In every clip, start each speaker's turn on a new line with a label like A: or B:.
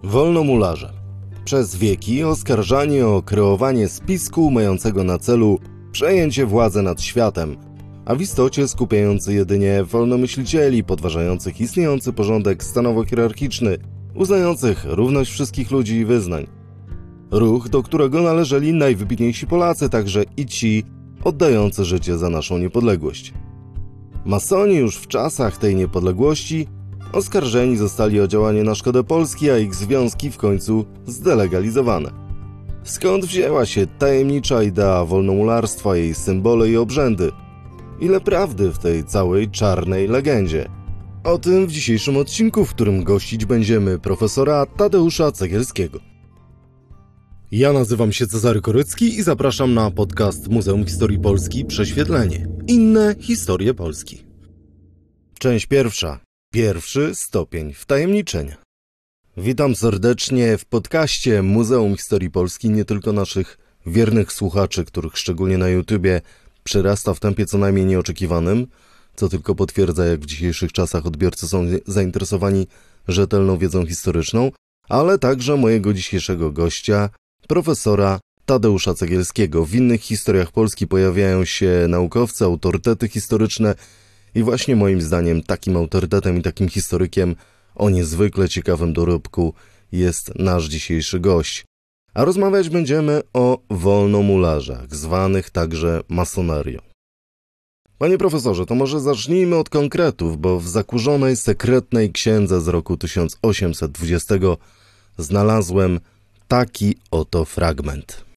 A: Wolnomularze. Przez wieki oskarżani o kreowanie spisku mającego na celu przejęcie władzy nad światem, a w istocie skupiający jedynie wolnomyślicieli, podważających istniejący porządek stanowo-hierarchiczny, uznających równość wszystkich ludzi i wyznań. Ruch, do którego należeli najwybitniejsi Polacy, także i ci oddający życie za naszą niepodległość. Masoni już w czasach tej niepodległości oskarżeni zostali o działanie na szkodę Polski, a ich związki w końcu zdelegalizowane. Skąd wzięła się tajemnicza idea wolnomularstwa, jej symbole i obrzędy? Ile prawdy w tej całej czarnej legendzie? O tym w dzisiejszym odcinku, w którym gościć będziemy profesora Tadeusza Cegielskiego. Ja nazywam się Cezary Korycki i zapraszam na podcast Muzeum Historii Polski Prześwietlenie. Inne historie Polski. Część pierwsza. Pierwszy stopień wtajemniczenia. Witam serdecznie w podcaście Muzeum Historii Polski, nie tylko naszych wiernych słuchaczy, których szczególnie na YouTubie przyrasta w tempie co najmniej nieoczekiwanym, co tylko potwierdza, jak w dzisiejszych czasach odbiorcy są zainteresowani rzetelną wiedzą historyczną, ale także mojego dzisiejszego gościa, profesora Tadeusza Cegielskiego. W innych historiach Polski pojawiają się naukowcy, autorytety historyczne i właśnie moim zdaniem takim autorytetem i takim historykiem o niezwykle ciekawym dorobku jest nasz dzisiejszy gość. A rozmawiać będziemy o wolnomularzach, zwanych także masonerią. Panie profesorze, to może zacznijmy od konkretów, bo w zakurzonej, sekretnej księdze z roku 1820 znalazłem taki oto fragment.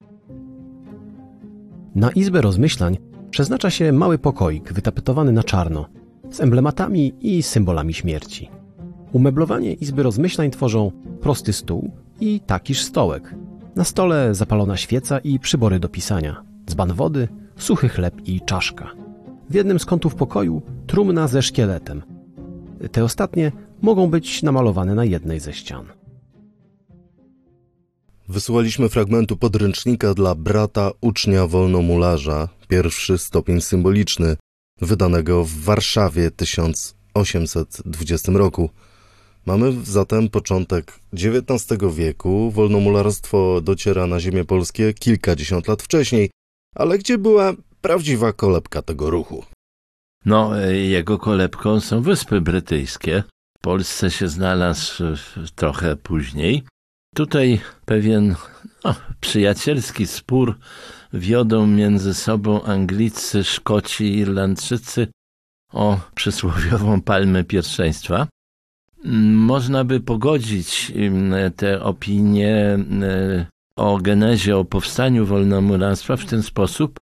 B: Na izbę rozmyślań przeznacza się mały pokoik wytapetowany na czarno, z emblematami i symbolami śmierci. Umeblowanie izby rozmyślań tworzą prosty stół i takiż stołek. Na stole zapalona świeca i przybory do pisania, dzban wody, suchy chleb i czaszka. W jednym z kątów pokoju trumna ze szkieletem. Te ostatnie mogą być namalowane na jednej ze ścian.
A: Wysłuchaliśmy fragmentu podręcznika dla brata ucznia wolnomularza, pierwszy stopień symboliczny, wydanego w Warszawie w 1820 roku. Mamy zatem początek XIX wieku, wolnomularstwo dociera na ziemię polskie kilkadziesiąt lat wcześniej, ale gdzie była prawdziwa kolebka tego ruchu?
C: Jego kolebką są Wyspy Brytyjskie. W Polsce się znalazł trochę później. Tutaj pewien przyjacielski spór wiodą między sobą Anglicy, Szkoci i Irlandczycy o przysłowiową palmę pierwszeństwa. Można by pogodzić te opinie o genezie, o powstaniu wolnomularstwa w ten sposób,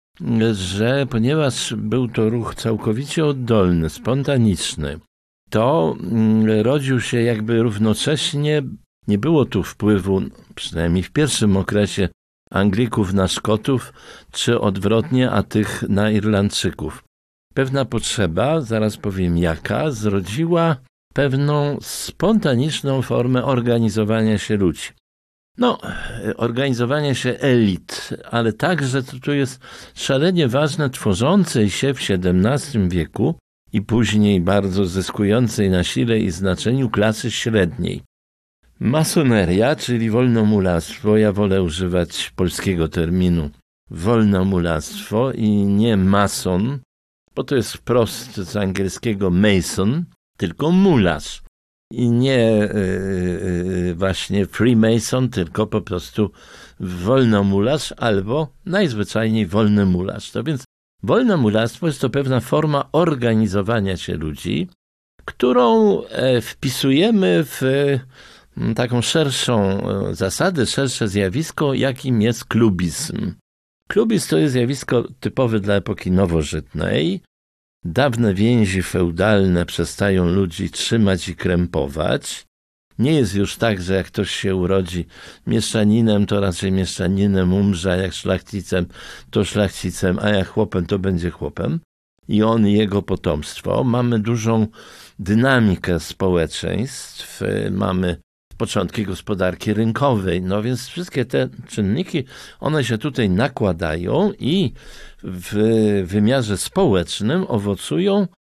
C: że ponieważ był to ruch całkowicie oddolny, spontaniczny, to rodził się jakby równocześnie. Nie było tu wpływu, przynajmniej w pierwszym okresie, Anglików na Szkotów, czy odwrotnie, a tych na Irlandczyków. Pewna potrzeba, zaraz powiem jaka, zrodziła pewną spontaniczną formę organizowania się ludzi. Organizowania się elit, ale także to tu jest szalenie ważne, tworzącej się w XVII wieku i później bardzo zyskującej na sile i znaczeniu klasy średniej. Masoneria, czyli wolnomularstwo, ja wolę używać polskiego terminu wolnomularstwo i nie mason, bo to jest wprost z angielskiego mason, tylko mularz. I nie właśnie freemason, tylko po prostu wolnomularz albo najzwyczajniej wolny mularz. To więc wolnomularstwo jest to pewna forma organizowania się ludzi, którą wpisujemy w taką szerszą zasadę, szersze zjawisko, jakim jest klubizm. Klubizm to jest zjawisko typowe dla epoki nowożytnej. Dawne więzi feudalne przestają ludzi trzymać i krępować. Nie jest już tak, że jak ktoś się urodzi mieszczaninem, to raczej mieszczaninem umrze, a jak szlachcicem, to szlachcicem, a jak chłopem, to będzie chłopem. I on i jego potomstwo. Mamy dużą dynamikę społeczeństw, mamy początki gospodarki rynkowej. Więc wszystkie te czynniki, one się tutaj nakładają i w wymiarze społecznym owocują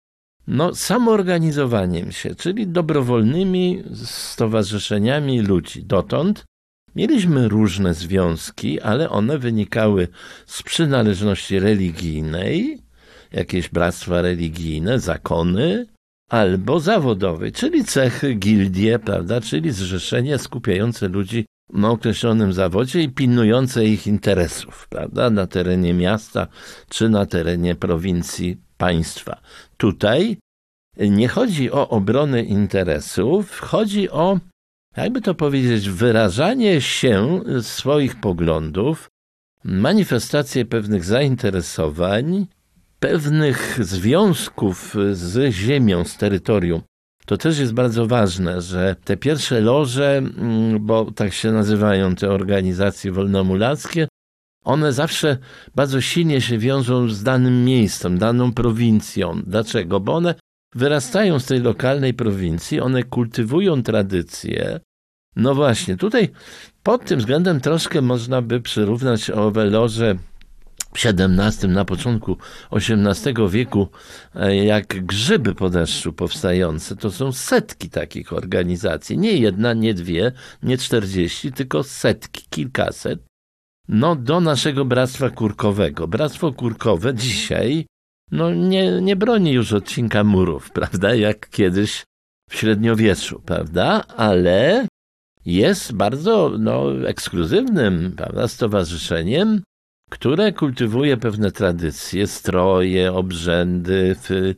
C: samoorganizowaniem się, czyli dobrowolnymi stowarzyszeniami ludzi. Dotąd mieliśmy różne związki, ale one wynikały z przynależności religijnej, jakieś bractwa religijne, zakony, albo zawodowej, czyli cechy, gildie, prawda, czyli zrzeszenia skupiające ludzi na określonym zawodzie i pilnujące ich interesów, prawda, na terenie miasta czy na terenie prowincji państwa. Tutaj nie chodzi o obronę interesów, chodzi o, jakby to powiedzieć, wyrażanie się swoich poglądów, manifestację pewnych zainteresowań, pewnych związków z ziemią, z terytorium. To też jest bardzo ważne, że te pierwsze loże, bo tak się nazywają te organizacje wolnomulackie, one zawsze bardzo silnie się wiążą z danym miejscem, daną prowincją. Dlaczego? Bo one wyrastają z tej lokalnej prowincji, one kultywują tradycje. No właśnie, tutaj pod tym względem troszkę można by przyrównać owe loże w XVII, na początku XVIII wieku, jak grzyby po deszczu powstające. To są setki takich organizacji. Nie jedna, nie dwie, nie 40, tylko setki, kilkaset. Do naszego Bractwa Kurkowego. Bractwo Kurkowe dzisiaj nie broni już odcinka murów, prawda, jak kiedyś w średniowieczu, prawda, ale jest bardzo ekskluzywnym, prawda, stowarzyszeniem, które kultywuje pewne tradycje, stroje, obrzędy,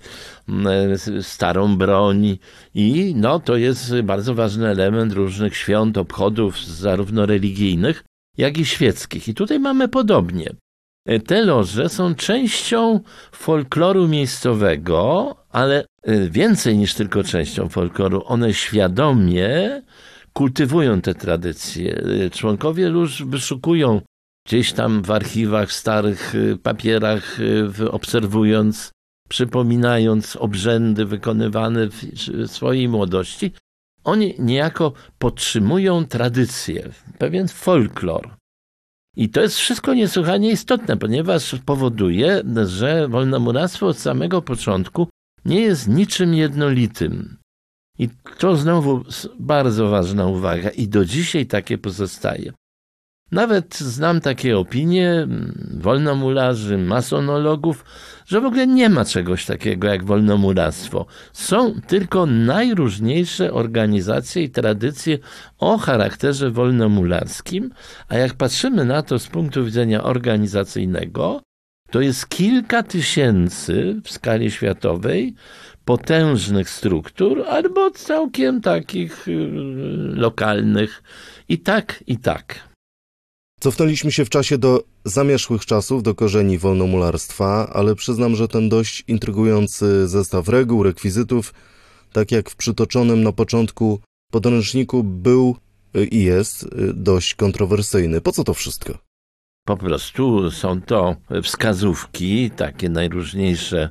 C: starą broń i to jest bardzo ważny element różnych świąt, obchodów zarówno religijnych, jak i świeckich. I tutaj mamy podobnie. Te loże są częścią folkloru miejscowego, ale więcej niż tylko częścią folkloru. One świadomie kultywują te tradycje. Członkowie lóż wyszukują gdzieś tam w archiwach, starych papierach, obserwując, przypominając obrzędy wykonywane w swojej młodości, oni niejako podtrzymują tradycję, pewien folklor. I to jest wszystko niesłychanie istotne, ponieważ powoduje, że wolnomulactwo od samego początku nie jest niczym jednolitym. I to znowu bardzo ważna uwaga i do dzisiaj takie pozostaje. Nawet znam takie opinie wolnomularzy, masonologów, że w ogóle nie ma czegoś takiego jak wolnomulactwo. Są tylko najróżniejsze organizacje i tradycje o charakterze wolnomularskim, a jak patrzymy na to z punktu widzenia organizacyjnego, to jest kilka tysięcy w skali światowej potężnych struktur albo całkiem takich lokalnych i tak, i tak.
A: Cofnęliśmy się w czasie do zamierzchłych czasów, do korzeni wolnomularstwa, ale przyznam, że ten dość intrygujący zestaw reguł, rekwizytów, tak jak w przytoczonym na początku podręczniku, był i jest dość kontrowersyjny. Po co to wszystko?
C: Po prostu są to wskazówki, takie najróżniejsze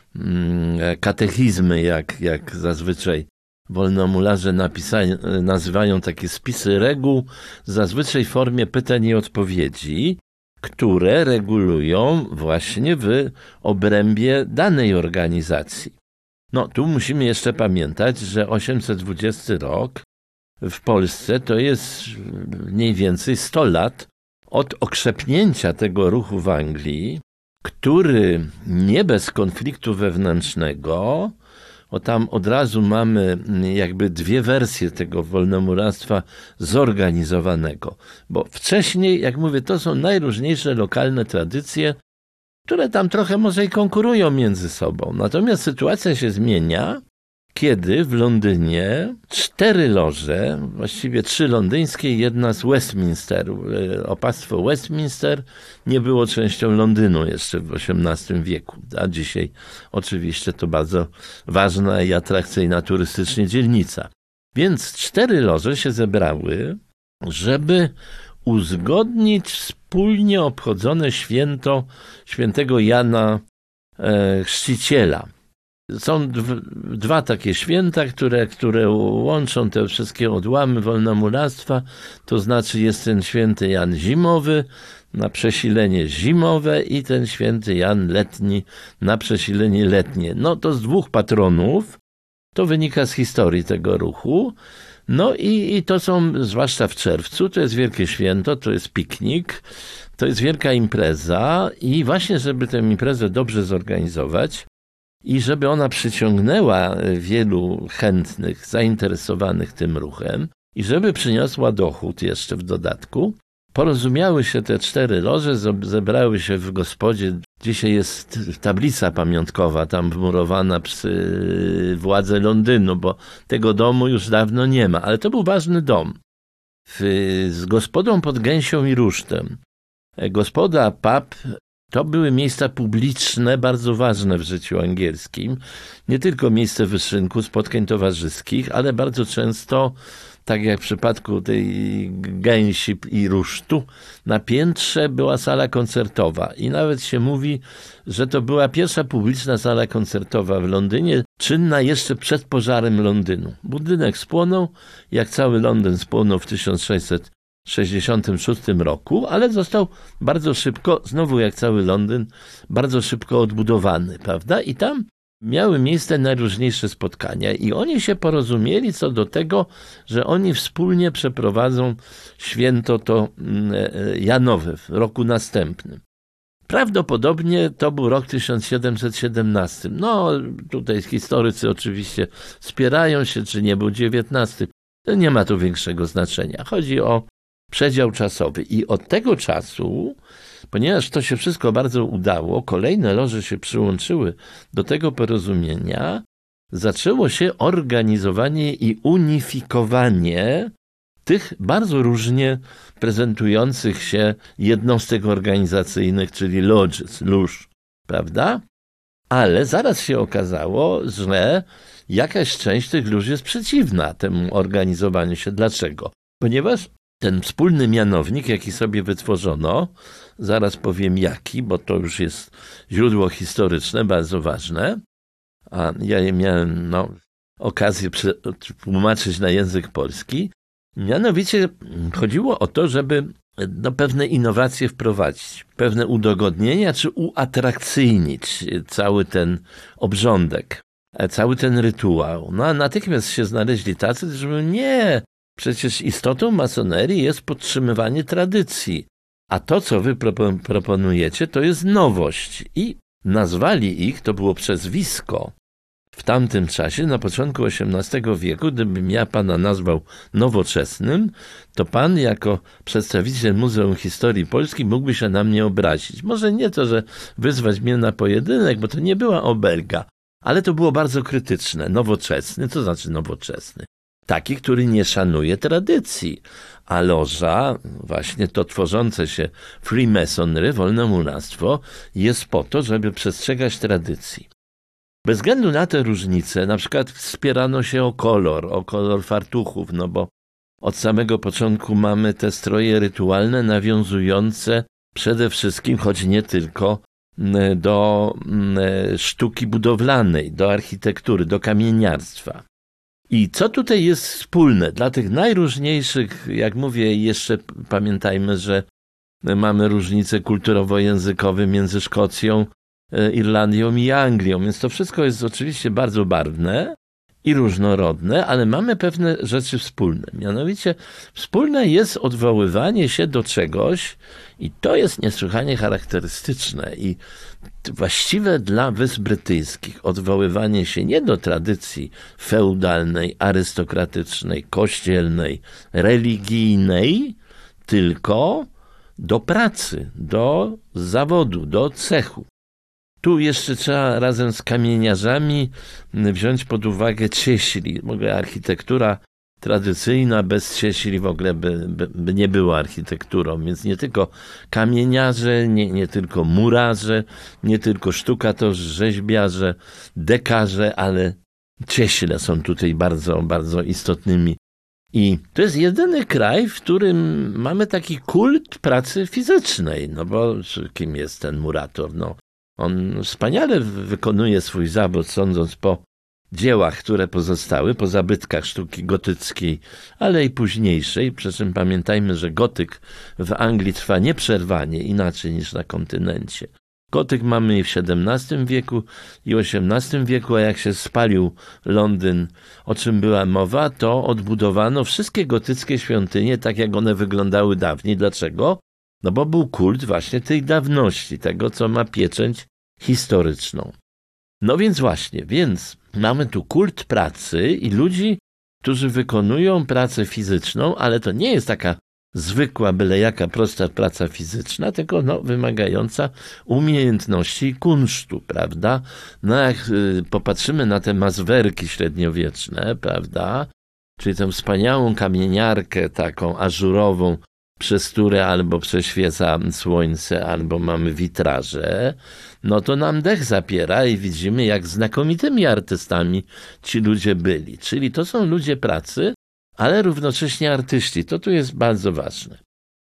C: katechizmy, jak zazwyczaj wolnomularze nazywają takie spisy reguł, zazwyczaj w formie pytań i odpowiedzi, które regulują właśnie w obrębie danej organizacji. Tu musimy jeszcze pamiętać, że 820 rok w Polsce to jest mniej więcej 100 lat od okrzepnięcia tego ruchu w Anglii, który nie bez konfliktu wewnętrznego, bo tam od razu mamy jakby dwie wersje tego wolnomuractwa zorganizowanego. Bo wcześniej, jak mówię, to są najróżniejsze lokalne tradycje, które tam trochę może i konkurują między sobą. Natomiast sytuacja się zmienia, kiedy w Londynie 4 loże, właściwie 3 londyńskie i jedna z Westminster. Opactwo Westminster nie było częścią Londynu jeszcze w XVIII wieku, a dzisiaj oczywiście to bardzo ważna i atrakcyjna turystycznie dzielnica. Więc 4 loże się zebrały, żeby uzgodnić wspólnie obchodzone święto świętego Jana Chrzciciela. Są 2 takie święta, które łączą te wszystkie odłamy wolnomulactwa, to znaczy jest ten święty Jan Zimowy, na przesilenie zimowe i ten święty Jan letni na przesilenie letnie. No to z 2 patronów, to wynika z historii tego ruchu. No i to są, zwłaszcza w czerwcu, to jest wielkie święto, to jest piknik, to jest wielka impreza i właśnie, żeby tę imprezę dobrze zorganizować i żeby ona przyciągnęła wielu chętnych, zainteresowanych tym ruchem i żeby przyniosła dochód jeszcze w dodatku, porozumiały się te 4 loże, zebrały się w gospodzie. Dzisiaj jest tablica pamiątkowa tam wmurowana przy władze Londynu, bo tego domu już dawno nie ma, ale to był ważny dom. Z gospodą pod Gęsią i Rusztem. Gospoda, pub to były miejsca publiczne, bardzo ważne w życiu angielskim. Nie tylko miejsce wyszynku, spotkań towarzyskich, ale bardzo często, tak jak w przypadku tej Gęsi i Rusztu, na piętrze była sala koncertowa i nawet się mówi, że to była pierwsza publiczna sala koncertowa w Londynie, czynna jeszcze przed pożarem Londynu. Budynek spłonął, jak cały Londyn spłonął w 1666 roku, ale został bardzo szybko, znowu jak cały Londyn, bardzo szybko odbudowany, prawda? I tam miały miejsce najróżniejsze spotkania i oni się porozumieli co do tego, że oni wspólnie przeprowadzą święto to Janowe w roku następnym. Prawdopodobnie to był rok 1717. No, tutaj historycy oczywiście spierają się, czy nie był 19. To nie ma tu większego znaczenia. Chodzi o przedział czasowy i od tego czasu, ponieważ to się wszystko bardzo udało, kolejne loże się przyłączyły do tego porozumienia, zaczęło się organizowanie i unifikowanie tych bardzo różnie prezentujących się jednostek organizacyjnych, czyli lóż, prawda? Ale zaraz się okazało, że jakaś część tych lóż jest przeciwna temu organizowaniu się. Dlaczego? Ponieważ ten wspólny mianownik, jaki sobie wytworzono, zaraz powiem jaki, bo to już jest źródło historyczne, bardzo ważne, a ja miałem okazję tłumaczyć na język polski. Mianowicie chodziło o to, żeby pewne innowacje wprowadzić, pewne udogodnienia, czy uatrakcyjnić cały ten obrządek, cały ten rytuał. No a natychmiast się znaleźli tacy, że nie, przecież istotą masonerii jest podtrzymywanie tradycji, a to, co wy proponujecie, to jest nowość. I nazwali ich, to było przezwisko, w tamtym czasie, na początku XVIII wieku, gdybym ja pana nazwał nowoczesnym, to pan jako przedstawiciel Muzeum Historii Polski mógłby się na mnie obrazić. Może nie to, że wyzwać mnie na pojedynek, bo to nie była obelga, ale to było bardzo krytyczne. Nowoczesny, co znaczy nowoczesny? Taki, który nie szanuje tradycji. A loża, właśnie to tworzące się Freemasonry, wolnomularstwo, jest po to, żeby przestrzegać tradycji. Bez względu na te różnice, na przykład wspierano się o kolor fartuchów, no bo od samego początku mamy te stroje rytualne nawiązujące przede wszystkim, choć nie tylko, do sztuki budowlanej, do architektury, do kamieniarstwa. I co tutaj jest wspólne dla tych najróżniejszych, jak mówię, jeszcze pamiętajmy, że mamy różnice kulturowo-językowe między Szkocją, Irlandią i Anglią, więc to wszystko jest oczywiście bardzo barwne i różnorodne, ale mamy pewne rzeczy wspólne. Mianowicie wspólne jest odwoływanie się do czegoś i to jest niesłychanie charakterystyczne i właściwe dla Wysp Brytyjskich. Odwoływanie się nie do tradycji feudalnej, arystokratycznej, kościelnej, religijnej, tylko do pracy, do zawodu, do cechu. Tu jeszcze trzeba razem z kamieniarzami wziąć pod uwagę cieśli. W ogóle architektura tradycyjna bez cieśli w ogóle by nie była architekturą. Więc nie tylko kamieniarze, nie tylko murarze, nie tylko sztukatorzy, rzeźbiarze, dekarze, ale cieśle są tutaj bardzo, bardzo istotnymi. I to jest jedyny kraj, w którym mamy taki kult pracy fizycznej. No bo kim jest ten murator? No, on wspaniale wykonuje swój zawód, sądząc po dziełach, które pozostały, po zabytkach sztuki gotyckiej, ale i późniejszej, przy czym pamiętajmy, że gotyk w Anglii trwa nieprzerwanie, inaczej niż na kontynencie. Gotyk mamy i w XVII wieku i XVIII wieku, a jak się spalił Londyn, o czym była mowa, to odbudowano wszystkie gotyckie świątynie tak, jak one wyglądały dawniej. Dlaczego? No bo był kult właśnie tej dawności, tego, co ma pieczęć historyczną. No więc właśnie, mamy tu kult pracy i ludzi, którzy wykonują pracę fizyczną, ale to nie jest taka zwykła, byle jaka prosta praca fizyczna, tylko wymagająca umiejętności i kunsztu, prawda? No jak popatrzymy na te mazwerki średniowieczne, prawda? Czyli tę wspaniałą kamieniarkę taką ażurową, przez które albo prześwieca słońce, albo mamy witraże, no to nam dech zapiera i widzimy, jak znakomitymi artystami ci ludzie byli. Czyli to są ludzie pracy, ale równocześnie artyści. To tu jest bardzo ważne.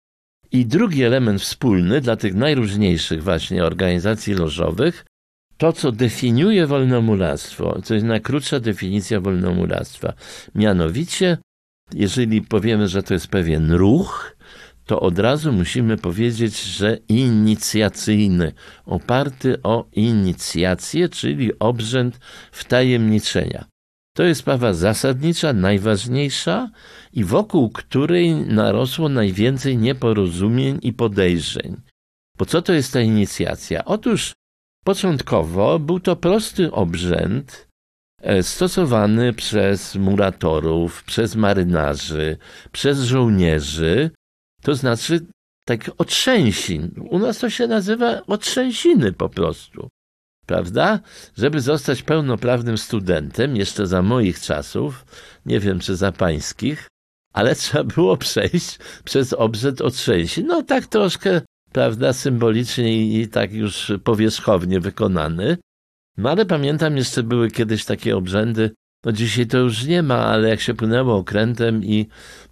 C: I drugi element wspólny dla tych najróżniejszych właśnie organizacji lożowych, to co definiuje wolnomularstwo, to jest najkrótsza definicja wolnomularstwa. Mianowicie, jeżeli powiemy, że to jest pewien ruch, to od razu musimy powiedzieć, że inicjacyjny, oparty o inicjację, czyli obrzęd wtajemniczenia. To jest sprawa zasadnicza, najważniejsza i wokół której narosło najwięcej nieporozumień i podejrzeń. Bo co to jest ta inicjacja? Otóż początkowo był to prosty obrzęd stosowany przez muratorów, przez marynarzy, przez żołnierzy, to znaczy tak otrzęsin. U nas to się nazywa otrzęsiny po prostu. Prawda? Żeby zostać pełnoprawnym studentem, jeszcze za moich czasów, nie wiem czy za pańskich, ale trzeba było przejść przez obrzęd otrzęsin. No tak troszkę, prawda, symbolicznie i tak już powierzchownie wykonany. No ale pamiętam, jeszcze były kiedyś takie obrzędy, no dzisiaj to już nie ma, ale jak się płynęło okrętem i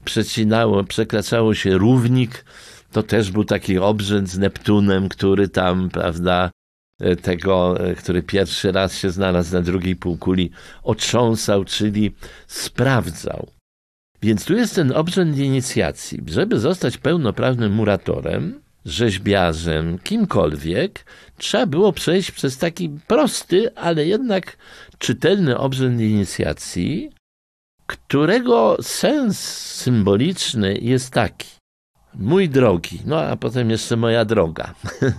C: przekraczało się równik, to też był taki obrzęd z Neptunem, który tam, prawda, który pierwszy raz się znalazł na drugiej półkuli, otrząsał, czyli sprawdzał. Więc tu jest ten obrzęd inicjacji. Żeby zostać pełnoprawnym muratorem, rzeźbiarzem, kimkolwiek, trzeba było przejść przez taki prosty, ale jednak czytelny obrzęd inicjacji, którego sens symboliczny jest taki. Mój drogi, no a potem jeszcze moja droga.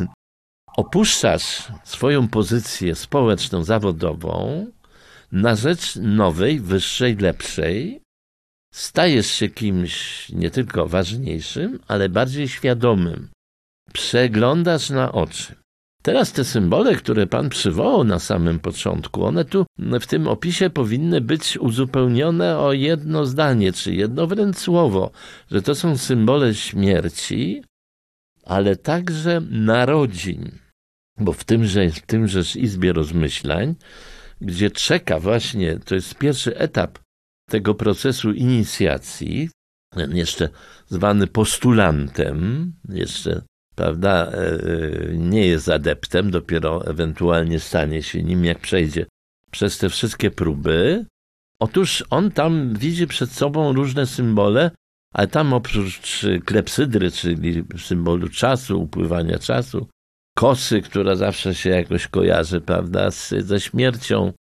C: Opuszczasz swoją pozycję społeczną, zawodową na rzecz nowej, wyższej, lepszej. Stajesz się kimś nie tylko ważniejszym, ale bardziej świadomym. Przeglądasz na oczy. Teraz te symbole, które Pan przywołał na samym początku, one tu w tym opisie powinny być uzupełnione o jedno zdanie, czy jedno wręcz słowo, że to są symbole śmierci, ale także narodzin. Bo w tymże Izbie Rozmyślań, gdzie czeka właśnie, to jest pierwszy etap tego procesu inicjacji, jeszcze zwany postulantem, jeszcze, prawda, nie jest adeptem, dopiero ewentualnie stanie się nim, jak przejdzie przez te wszystkie próby. Otóż on tam widzi przed sobą różne symbole, ale tam oprócz klepsydry, czyli symbolu czasu, upływania czasu, kosy, która zawsze się jakoś kojarzy, prawda, ze śmiercią,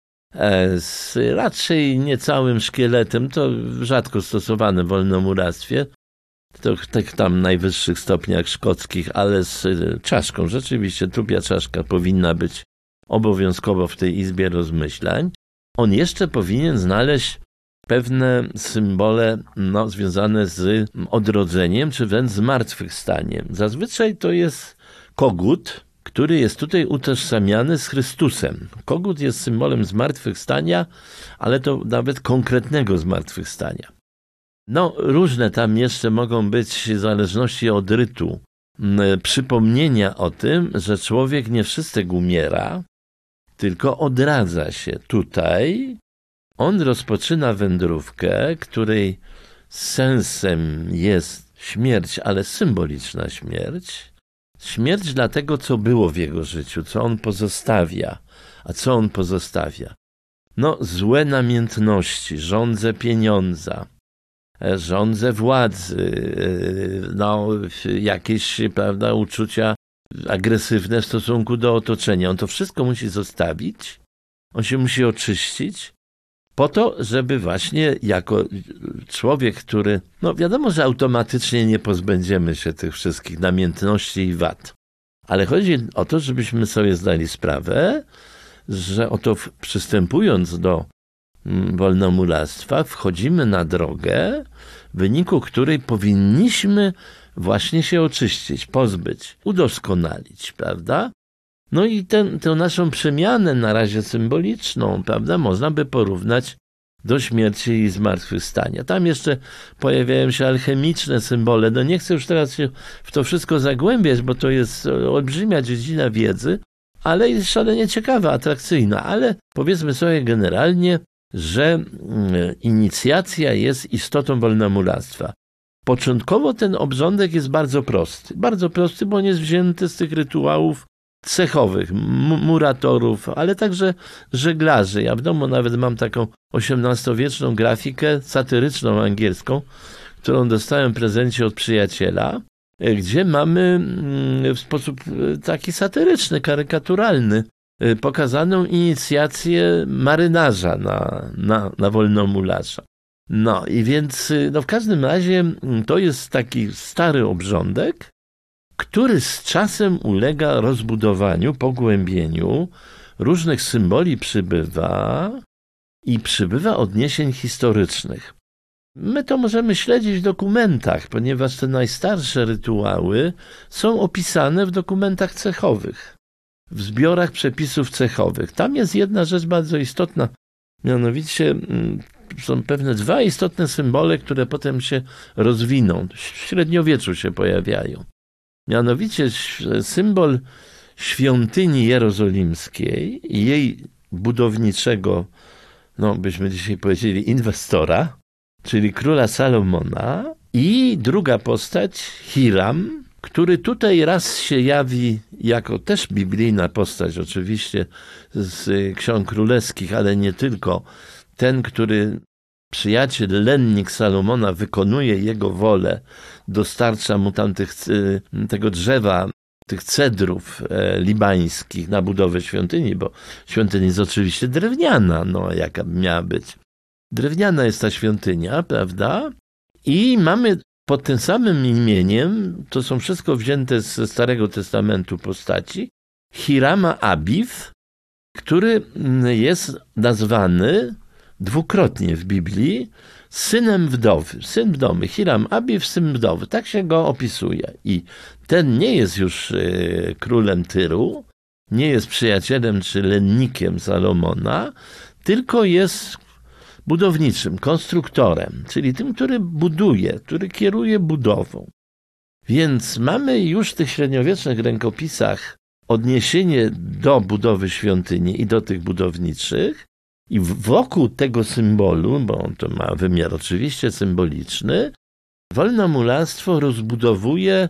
C: z raczej niecałym szkieletem, to rzadko stosowane w wolnomuractwie, to w tych tam najwyższych stopniach szkockich, ale z czaszką. Rzeczywiście trupia czaszka powinna być obowiązkowo w tej Izbie Rozmyślań. On jeszcze powinien znaleźć pewne symbole związane z odrodzeniem, czy wręcz zmartwychwstaniem. Zazwyczaj to jest kogut, który jest tutaj utożsamiany z Chrystusem. Kogut jest symbolem zmartwychwstania, ale to nawet konkretnego zmartwychwstania. Różne tam jeszcze mogą być, w zależności od rytu, przypomnienia o tym, że człowiek nie wszyscy umiera, tylko odradza się. Tutaj on rozpoczyna wędrówkę, której sensem jest śmierć, ale symboliczna śmierć. Śmierć dla tego, co było w jego życiu, co on pozostawia. A co on pozostawia? złe namiętności, żądzę pieniądza, żądzę władzy, jakieś, prawda, uczucia agresywne w stosunku do otoczenia. On to wszystko musi zostawić, on się musi oczyścić po to, żeby właśnie jako człowiek, który, wiadomo, że automatycznie nie pozbędziemy się tych wszystkich namiętności i wad, ale chodzi o to, żebyśmy sobie zdali sprawę, że oto przystępując do wolnomulactwa wchodzimy na drogę, w wyniku której powinniśmy właśnie się oczyścić, pozbyć, udoskonalić, prawda? No i tę naszą przemianę, na razie symboliczną, prawda, można by porównać do śmierci i zmartwychwstania. Tam jeszcze pojawiają się alchemiczne symbole. Nie chcę już teraz się w to wszystko zagłębiać, bo to jest olbrzymia dziedzina wiedzy, ale jest szalenie ciekawa, atrakcyjna. Ale powiedzmy sobie generalnie, że inicjacja jest istotą wolnomulactwa. Początkowo ten obrządek jest bardzo prosty, bo on jest wzięty z tych rytuałów cechowych, muratorów, ale także żeglarzy. Ja w domu nawet mam taką XVIII-wieczną grafikę satyryczną angielską, którą dostałem w prezencie od przyjaciela, gdzie mamy w sposób taki satyryczny, karykaturalny pokazaną inicjację marynarza na wolnomulacza. I więc w każdym razie to jest taki stary obrządek, który z czasem ulega rozbudowaniu, pogłębieniu, różnych symboli przybywa odniesień historycznych. My to możemy śledzić w dokumentach, ponieważ te najstarsze rytuały są opisane w dokumentach cechowych, w zbiorach przepisów cechowych. Tam jest jedna rzecz bardzo istotna, mianowicie są pewne dwa istotne symbole, które potem się rozwiną, w średniowieczu się pojawiają. Mianowicie symbol świątyni jerozolimskiej i jej budowniczego, byśmy dzisiaj powiedzieli, inwestora, czyli króla Salomona, i druga postać, Hiram, który tutaj raz się jawi jako też biblijna postać, oczywiście z ksiąg królewskich, ale nie tylko. Ten, który przyjaciel, lennik Salomona wykonuje jego wolę, dostarcza mu tam tego drzewa, tych cedrów libańskich na budowę świątyni, bo świątynia jest oczywiście drewniana, jaka miała być. Drewniana jest ta świątynia, prawda? I mamy pod tym samym imieniem, to są wszystko wzięte ze Starego Testamentu postaci, Hirama Abiw, który jest nazwany dwukrotnie w Biblii synem wdowy. Syn wdowy, Hiram Abiw, syn wdowy. Tak się go opisuje. I ten nie jest już królem Tyru, nie jest przyjacielem czy lennikiem Salomona, tylko jest budowniczym, konstruktorem, czyli tym, który buduje, który kieruje budową. Więc mamy już w tych średniowiecznych rękopisach odniesienie do budowy świątyni i do tych budowniczych, i wokół tego symbolu, bo on to ma wymiar oczywiście symboliczny, wolnomulactwo rozbudowuje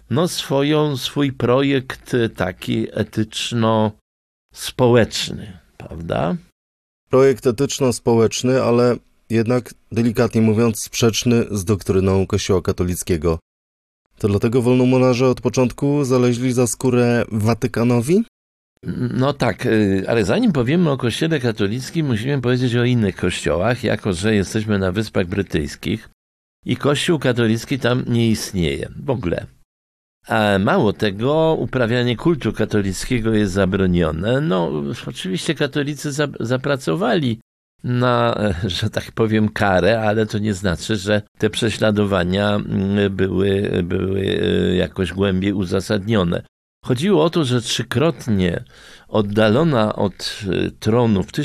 C: swój projekt taki etyczno-społeczny, prawda?
A: Projekt etyczno-społeczny, ale jednak, delikatnie mówiąc, sprzeczny z doktryną Kościoła katolickiego. To dlatego wolnomularze od początku zaleźli za skórę Watykanowi?
C: Tak, ale zanim powiemy o Kościele katolickim, musimy powiedzieć o innych kościołach, jako że jesteśmy na Wyspach Brytyjskich i Kościół katolicki tam nie istnieje w ogóle. A mało tego, uprawianie kultu katolickiego jest zabronione. Oczywiście katolicy zapracowali na, że tak powiem, karę, ale to nie znaczy, że te prześladowania były jakoś głębiej uzasadnione. Chodziło o to, że trzykrotnie oddalona od tronu w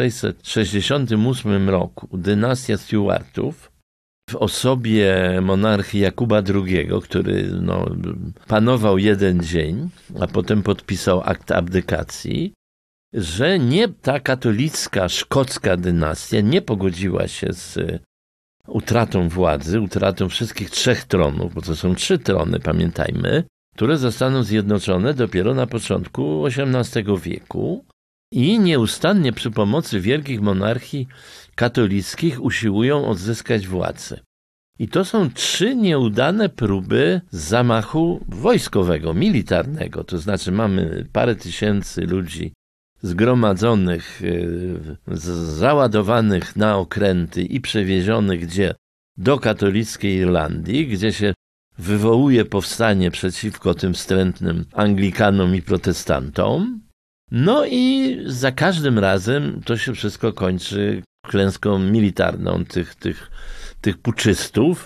C: 1668 roku dynastia Stuartów w osobie monarchy Jakuba II, który panował jeden dzień, a potem podpisał akt abdykacji, że ta katolicka, szkocka dynastia nie pogodziła się z utratą władzy, utratą wszystkich 3 tronów, bo to są 3 trony, pamiętajmy, które zostaną zjednoczone dopiero na początku XVIII wieku. i nieustannie przy pomocy wielkich monarchii katolickich usiłują odzyskać władzę. I to są 3 nieudane próby zamachu wojskowego, militarnego. To znaczy mamy parę tysięcy ludzi zgromadzonych, załadowanych na okręty i przewiezionych gdzie? Do katolickiej Irlandii, gdzie się wywołuje powstanie przeciwko tym wstrętnym Anglikanom i protestantom. No i za każdym razem to się wszystko kończy klęską militarną tych puczystów.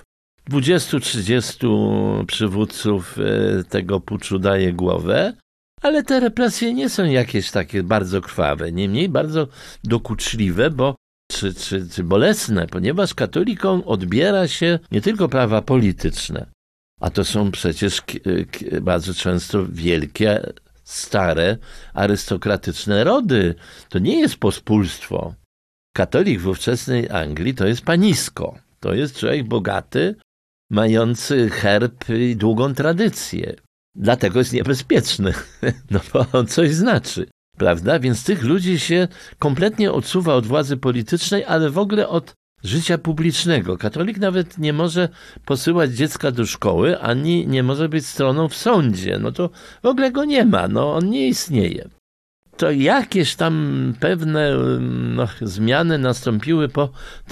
C: 20-30 przywódców tego puczu daje głowę, ale te represje nie są jakieś takie bardzo krwawe, niemniej bardzo dokuczliwe, czy bolesne, ponieważ katolikom odbiera się nie tylko prawa polityczne, a to są przecież bardzo często wielkie, stare, arystokratyczne rody. To nie jest pospólstwo. Katolik w ówczesnej Anglii to jest panisko. To jest człowiek bogaty, mający herb i długą tradycję. Dlatego jest niebezpieczny, no bo on coś znaczy, prawda? Więc tych ludzi się kompletnie odsuwa od władzy politycznej, ale w ogóle od życia publicznego. Katolik nawet nie może posyłać dziecka do szkoły, ani nie może być stroną w sądzie. No to w ogóle go nie ma, no on nie istnieje. To jakieś tam pewne zmiany nastąpiły po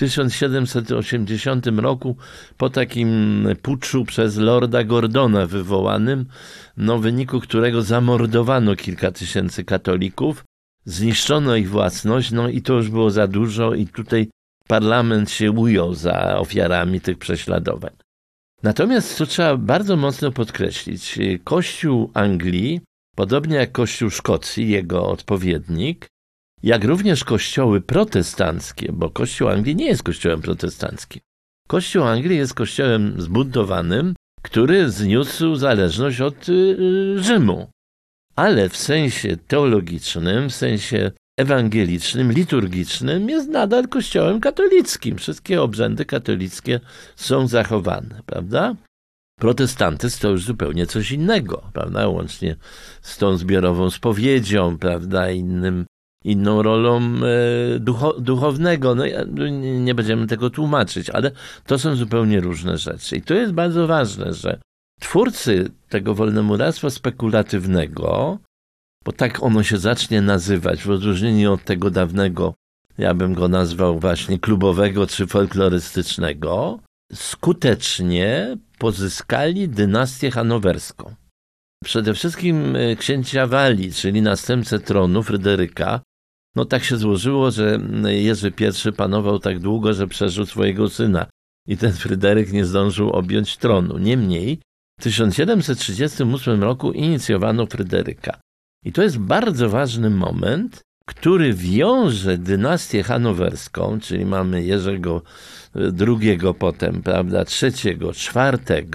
C: 1780 roku, po takim puczu przez lorda Gordona wywołanym, w wyniku którego zamordowano kilka tysięcy katolików, zniszczono ich własność, i to już było za dużo i tutaj parlament się ujął za ofiarami tych prześladowań. Natomiast to trzeba bardzo mocno podkreślić, Kościół Anglii, podobnie jak Kościół Szkocji, jego odpowiednik, jak również kościoły protestanckie, bo Kościół Anglii nie jest kościołem protestanckim. Kościół Anglii jest kościołem zbuntowanym, który zniósł zależność od Rzymu. Ale w sensie teologicznym, w sensie ewangelicznym, liturgicznym jest nadal kościołem katolickim. Wszystkie obrzędy katolickie są zachowane, prawda? Protestantyzm to już zupełnie coś innego, prawda? Łącznie z tą zbiorową spowiedzią, prawda? Inną rolą duchownego. Nie będziemy tego tłumaczyć, ale to są zupełnie różne rzeczy. I to jest bardzo ważne, że twórcy tego wolnomurarstwa spekulatywnego, bo tak ono się zacznie nazywać, w odróżnieniu od tego dawnego, ja bym go nazwał właśnie klubowego czy folklorystycznego, skutecznie pozyskali dynastię hanowerską. Przede wszystkim księcia Walii, czyli następcę tronu Fryderyka. Tak się złożyło, że Jerzy I panował tak długo, że przeżył swojego syna i ten Fryderyk nie zdążył objąć tronu. Niemniej w 1738 roku inicjowano Fryderyka. I to jest bardzo ważny moment, który wiąże dynastię hanowerską, czyli mamy Jerzego II potem, prawda, III, IV,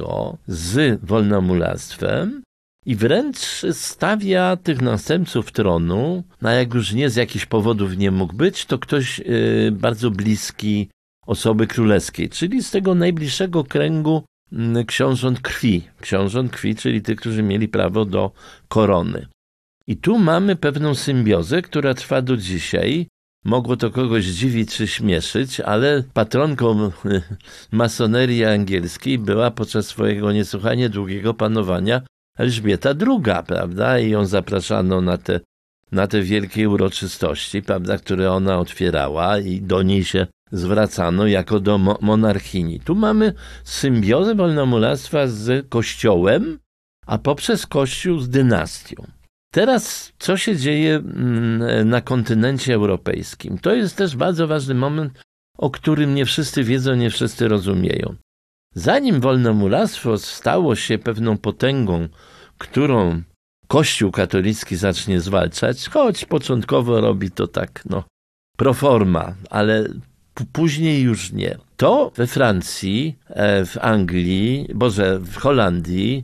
C: z wolnomurarstwem i wręcz stawia tych następców tronu, jak już nie z jakichś powodów nie mógł być, to ktoś bardzo bliski osoby królewskiej, czyli z tego najbliższego kręgu książąt krwi, czyli tych, którzy mieli prawo do korony. I tu mamy pewną symbiozę, która trwa do dzisiaj. Mogło to kogoś dziwić czy śmieszyć, ale patronką masonerii angielskiej była podczas swojego niesłychanie długiego panowania Elżbieta II, prawda? I ją zapraszano na te wielkie uroczystości, prawda, które ona otwierała i do niej się zwracano jako do monarchini. Tu mamy symbiozę wolnomurarstwa z Kościołem, a poprzez Kościół z dynastią. Teraz co się dzieje na kontynencie europejskim? To jest też bardzo ważny moment, o którym nie wszyscy wiedzą, nie wszyscy rozumieją. Zanim wolnomurarstwo stało się pewną potęgą, którą Kościół katolicki zacznie zwalczać, choć początkowo robi to tak, pro forma, ale później już nie. To we Francji, w Anglii, w Holandii,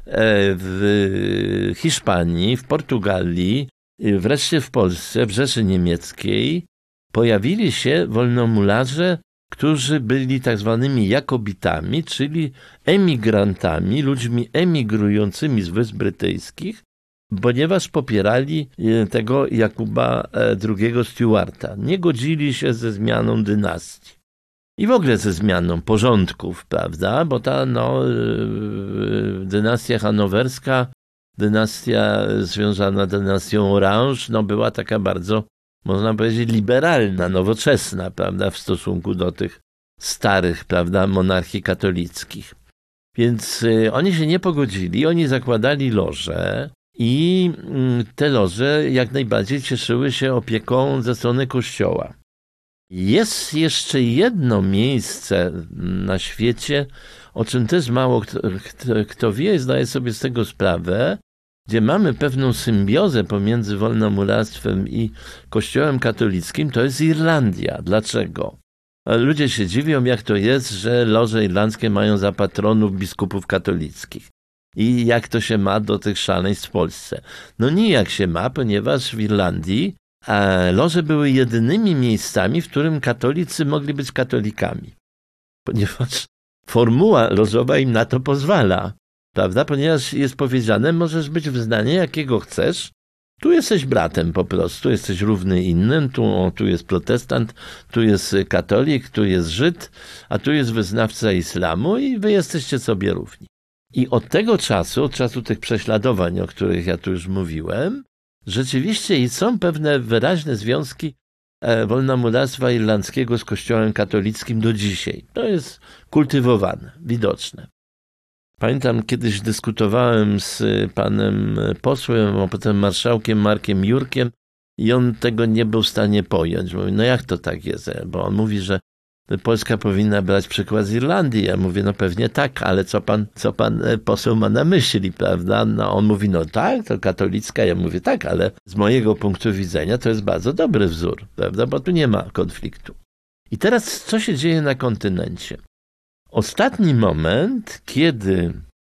C: w Hiszpanii, w Portugalii, wreszcie w Polsce, w Rzeszy Niemieckiej pojawili się wolnomurarze, którzy byli tak zwanymi jakobitami, czyli emigrantami, ludźmi emigrującymi z Wysp Brytyjskich, ponieważ popierali tego Jakuba II Stuarta. Nie godzili się ze zmianą dynastii. I w ogóle ze zmianą porządków, prawda? Bo ta dynastia hanowerska, dynastia związana z dynastią Orange, była taka bardzo, można powiedzieć, liberalna, nowoczesna, prawda? W stosunku do tych starych, prawda, monarchii katolickich. Więc oni się nie pogodzili, oni zakładali loże i te loże jak najbardziej cieszyły się opieką ze strony Kościoła. Jest jeszcze jedno miejsce na świecie, o czym też mało kto wie i zdaje sobie z tego sprawę, gdzie mamy pewną symbiozę pomiędzy wolnomurarstwem i Kościołem katolickim, to jest Irlandia. Dlaczego? Ludzie się dziwią, jak to jest, że loże irlandzkie mają za patronów biskupów katolickich. I jak to się ma do tych szaleństw w Polsce? No nijak się ma, ponieważ w Irlandii loże były jedynymi miejscami, w którym katolicy mogli być katolikami. Ponieważ formuła lożowa im na to pozwala. Prawda? Ponieważ jest powiedziane, możesz być wyznania jakiego chcesz. Tu jesteś bratem po prostu, jesteś równy innym, tu jest protestant, tu jest katolik, tu jest Żyd, a tu jest wyznawca islamu i wy jesteście sobie równi. I od tego czasu, od czasu tych prześladowań, o których ja tu już mówiłem, rzeczywiście i są pewne wyraźne związki wolnomurarstwa irlandzkiego z Kościołem katolickim do dzisiaj. To jest kultywowane, widoczne. Pamiętam, kiedyś dyskutowałem z panem posłem, a potem marszałkiem Markiem Jurkiem i on tego nie był w stanie pojąć. Mówi, no jak to tak jest? Bo on mówi, że Polska powinna brać przykład z Irlandii. Ja mówię, no pewnie tak, ale co pan poseł ma na myśli, prawda? No on mówi, no tak, to katolicka. Ja mówię, tak, ale z mojego punktu widzenia to jest bardzo dobry wzór, prawda? Bo tu nie ma konfliktu. I teraz co się dzieje na kontynencie? Ostatni moment, kiedy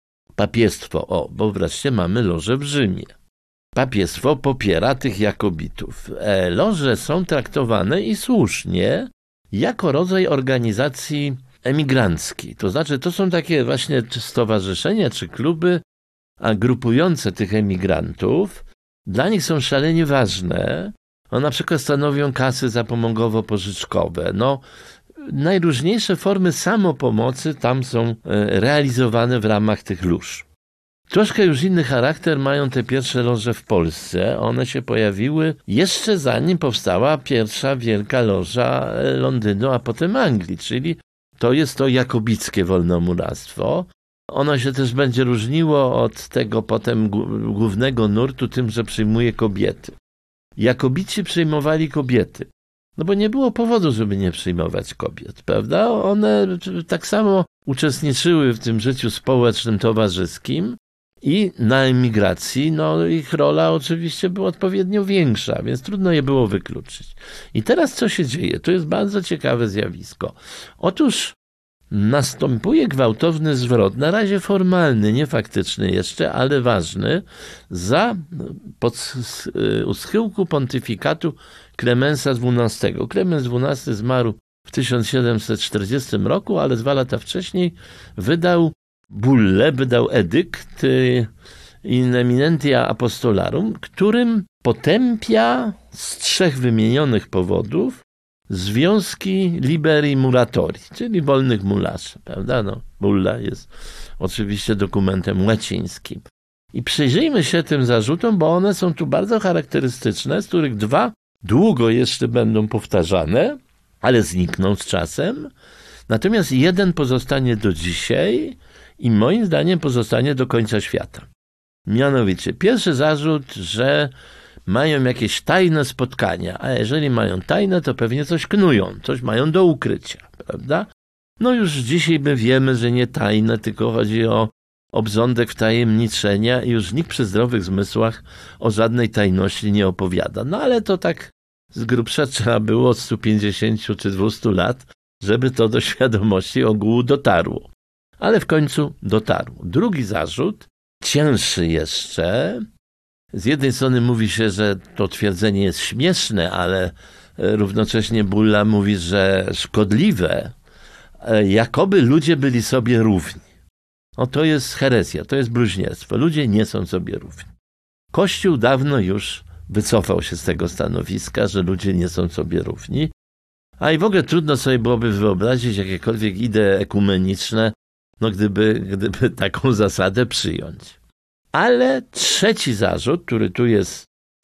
C: papiestwo, bo wreszcie mamy loże w Rzymie. Papiestwo popiera tych jakobitów. Loże są traktowane i słusznie jako rodzaj organizacji emigranckiej. To znaczy, to są takie właśnie stowarzyszenia czy kluby grupujące tych emigrantów. Dla nich są szalenie ważne. Na przykład stanowią kasy zapomogowo-pożyczkowe. Najróżniejsze formy samopomocy tam są realizowane w ramach tych lóż. Troszkę już inny charakter mają te pierwsze loże w Polsce. One się pojawiły jeszcze zanim powstała pierwsza wielka loża Londynu, a potem Anglii, czyli to jest to jakobickie wolnomurarstwo. Ono się też będzie różniło od tego potem głównego nurtu tym, że przyjmuje kobiety. Jakobici przyjmowali kobiety. Bo nie było powodu, żeby nie przyjmować kobiet, prawda? One tak samo uczestniczyły w tym życiu społecznym, towarzyskim i na emigracji, ich rola oczywiście była odpowiednio większa, więc trudno je było wykluczyć. I teraz co się dzieje? To jest bardzo ciekawe zjawisko. Otóż następuje gwałtowny zwrot, na razie formalny, nie faktyczny jeszcze, ale ważny, u schyłku pontyfikatu Klemensa XII. Klemens XII zmarł w 1740 roku, ale 2 lata wcześniej wydał bullę, wydał edykt in eminentia apostolarum, którym potępia z 3 wymienionych powodów związki liberi muratori, czyli wolnych mularzy, prawda? Bulla jest oczywiście dokumentem łacińskim. I przyjrzyjmy się tym zarzutom, bo one są tu bardzo charakterystyczne, z których 2 długo jeszcze będą powtarzane, ale znikną z czasem. Natomiast 1 pozostanie do dzisiaj i moim zdaniem pozostanie do końca świata. Mianowicie, pierwszy zarzut, że mają jakieś tajne spotkania, a jeżeli mają tajne, to pewnie coś knują, coś mają do ukrycia, prawda? Już dzisiaj my wiemy, że nie tajne, tylko chodzi o obrządek wtajemniczenia i już nikt przy zdrowych zmysłach o żadnej tajności nie opowiada. Ale to tak z grubsza trzeba było od 150 czy 200 lat, żeby to do świadomości ogółu dotarło. Ale w końcu dotarło. Drugi zarzut, cięższy jeszcze. Z jednej strony mówi się, że to twierdzenie jest śmieszne, ale równocześnie Bulla mówi, że szkodliwe, jakoby ludzie byli sobie równi. To jest herezja, to jest bluźnierstwo. Ludzie nie są sobie równi. Kościół dawno już wycofał się z tego stanowiska, że ludzie nie są sobie równi, a i w ogóle trudno sobie byłoby wyobrazić jakiekolwiek idee ekumeniczne, gdyby taką zasadę przyjąć. Ale trzeci zarzut, który tu jest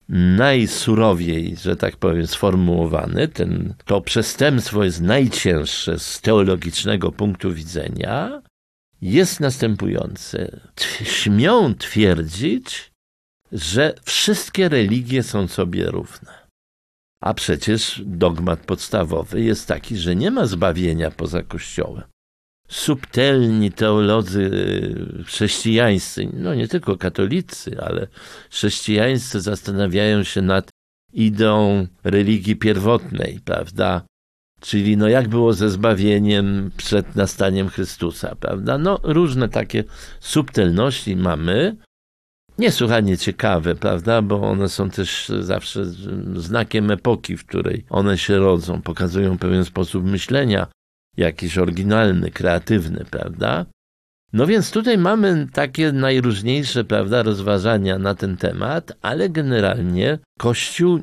C: najsurowiej, że tak powiem, sformułowany, to przestępstwo jest najcięższe z teologicznego punktu widzenia, jest następujący. Śmią twierdzić, że wszystkie religie są sobie równe. A przecież dogmat podstawowy jest taki, że nie ma zbawienia poza Kościołem. Subtelni teolodzy chrześcijańscy, nie tylko katolicy, ale chrześcijańscy zastanawiają się nad ideą religii pierwotnej, prawda? Czyli jak było ze zbawieniem przed nastaniem Chrystusa, prawda? Różne takie subtelności mamy, niesłychanie ciekawe, prawda? Bo one są też zawsze znakiem epoki, w której one się rodzą, pokazują pewien sposób myślenia, jakiś oryginalny, kreatywny, prawda? Więc tutaj mamy takie najróżniejsze, prawda, rozważania na ten temat, ale generalnie Kościół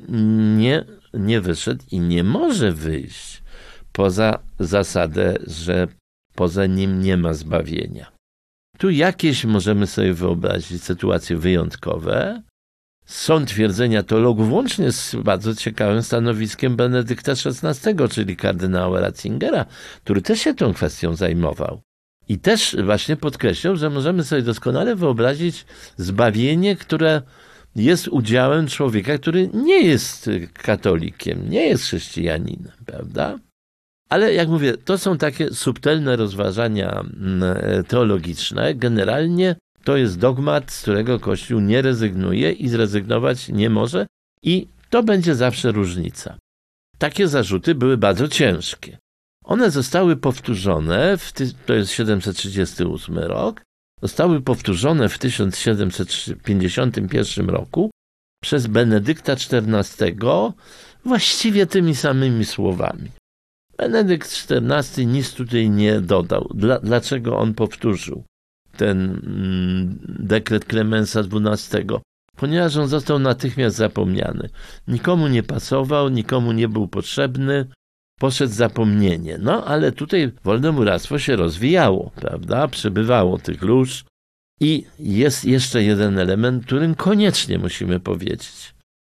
C: nie wyszedł i nie może wyjść poza zasadę, że poza nim nie ma zbawienia. Tu jakieś możemy sobie wyobrazić sytuacje wyjątkowe. Są twierdzenia teologów, łącznie z bardzo ciekawym stanowiskiem Benedykta XVI, czyli kardynała Ratzingera, który też się tą kwestią zajmował. I też właśnie podkreślał, że możemy sobie doskonale wyobrazić zbawienie, które jest udziałem człowieka, który nie jest katolikiem, nie jest chrześcijaninem, prawda? Ale jak mówię, to są takie subtelne rozważania teologiczne. Generalnie to jest dogmat, z którego Kościół nie rezygnuje i zrezygnować nie może i to będzie zawsze różnica. Takie zarzuty były bardzo ciężkie. One zostały powtórzone, to jest 738 rok, zostały powtórzone w 1751 roku przez Benedykta XIV właściwie tymi samymi słowami. Benedykt XIV nic tutaj nie dodał. Dlaczego on powtórzył ten dekret Klemensa XII? Ponieważ on został natychmiast zapomniany. Nikomu nie pasował, nikomu nie był potrzebny, poszedł zapomnienie. Ale tutaj wolnomuractwo się rozwijało, prawda? Przybywało tych lóż i jest jeszcze jeden element, którym koniecznie musimy powiedzieć.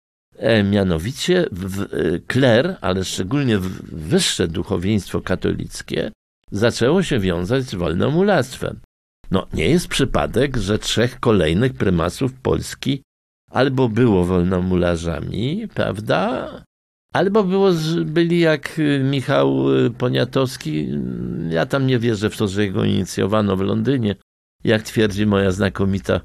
C: Mianowicie kler, ale szczególnie wyższe duchowieństwo katolickie zaczęło się wiązać z wolnomulactwem. Nie jest przypadek, że 3 kolejnych prymasów Polski albo było wolnomularzami, prawda? Albo byli jak Michał Poniatowski. Ja tam nie wierzę w to, że go inicjowano w Londynie, jak twierdzi moja znakomita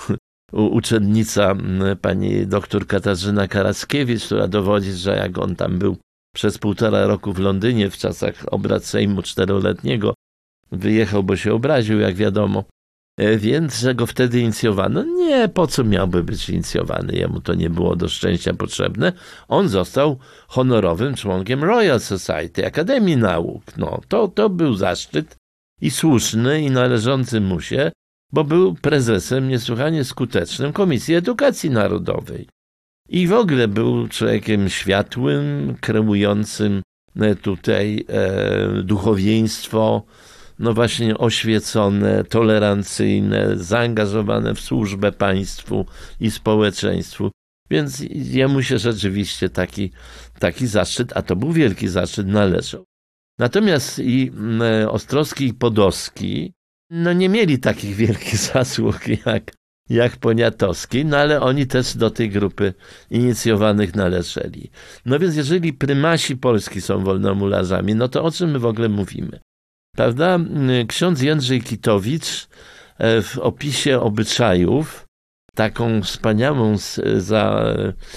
C: uczennica, pani doktor Katarzyna Karackiewicz, która dowodzi, że jak on tam był przez 1,5 roku w Londynie w czasach obrad Sejmu 4-letniego, wyjechał, bo się obraził, jak wiadomo, więc że go wtedy inicjowano. Nie, po co miałby być inicjowany? Jemu to nie było do szczęścia potrzebne. On został honorowym członkiem Royal Society, Akademii Nauk. To był zaszczyt i słuszny i należący mu się, bo był prezesem niesłychanie skutecznym Komisji Edukacji Narodowej. I w ogóle był człowiekiem światłym, kreującym tutaj duchowieństwo, właśnie oświecone, tolerancyjne, zaangażowane w służbę państwu i społeczeństwu. Więc jemu się rzeczywiście taki zaszczyt, a to był wielki zaszczyt, należał. Natomiast i Ostrowski i Podolski nie mieli takich wielkich zasług jak Poniatowski, ale oni też do tej grupy inicjowanych należeli. Więc jeżeli prymasi Polski są wolnomularzami, to o czym my w ogóle mówimy? Prawda? Ksiądz Jędrzej Kitowicz w opisie obyczajów, taką wspaniałą za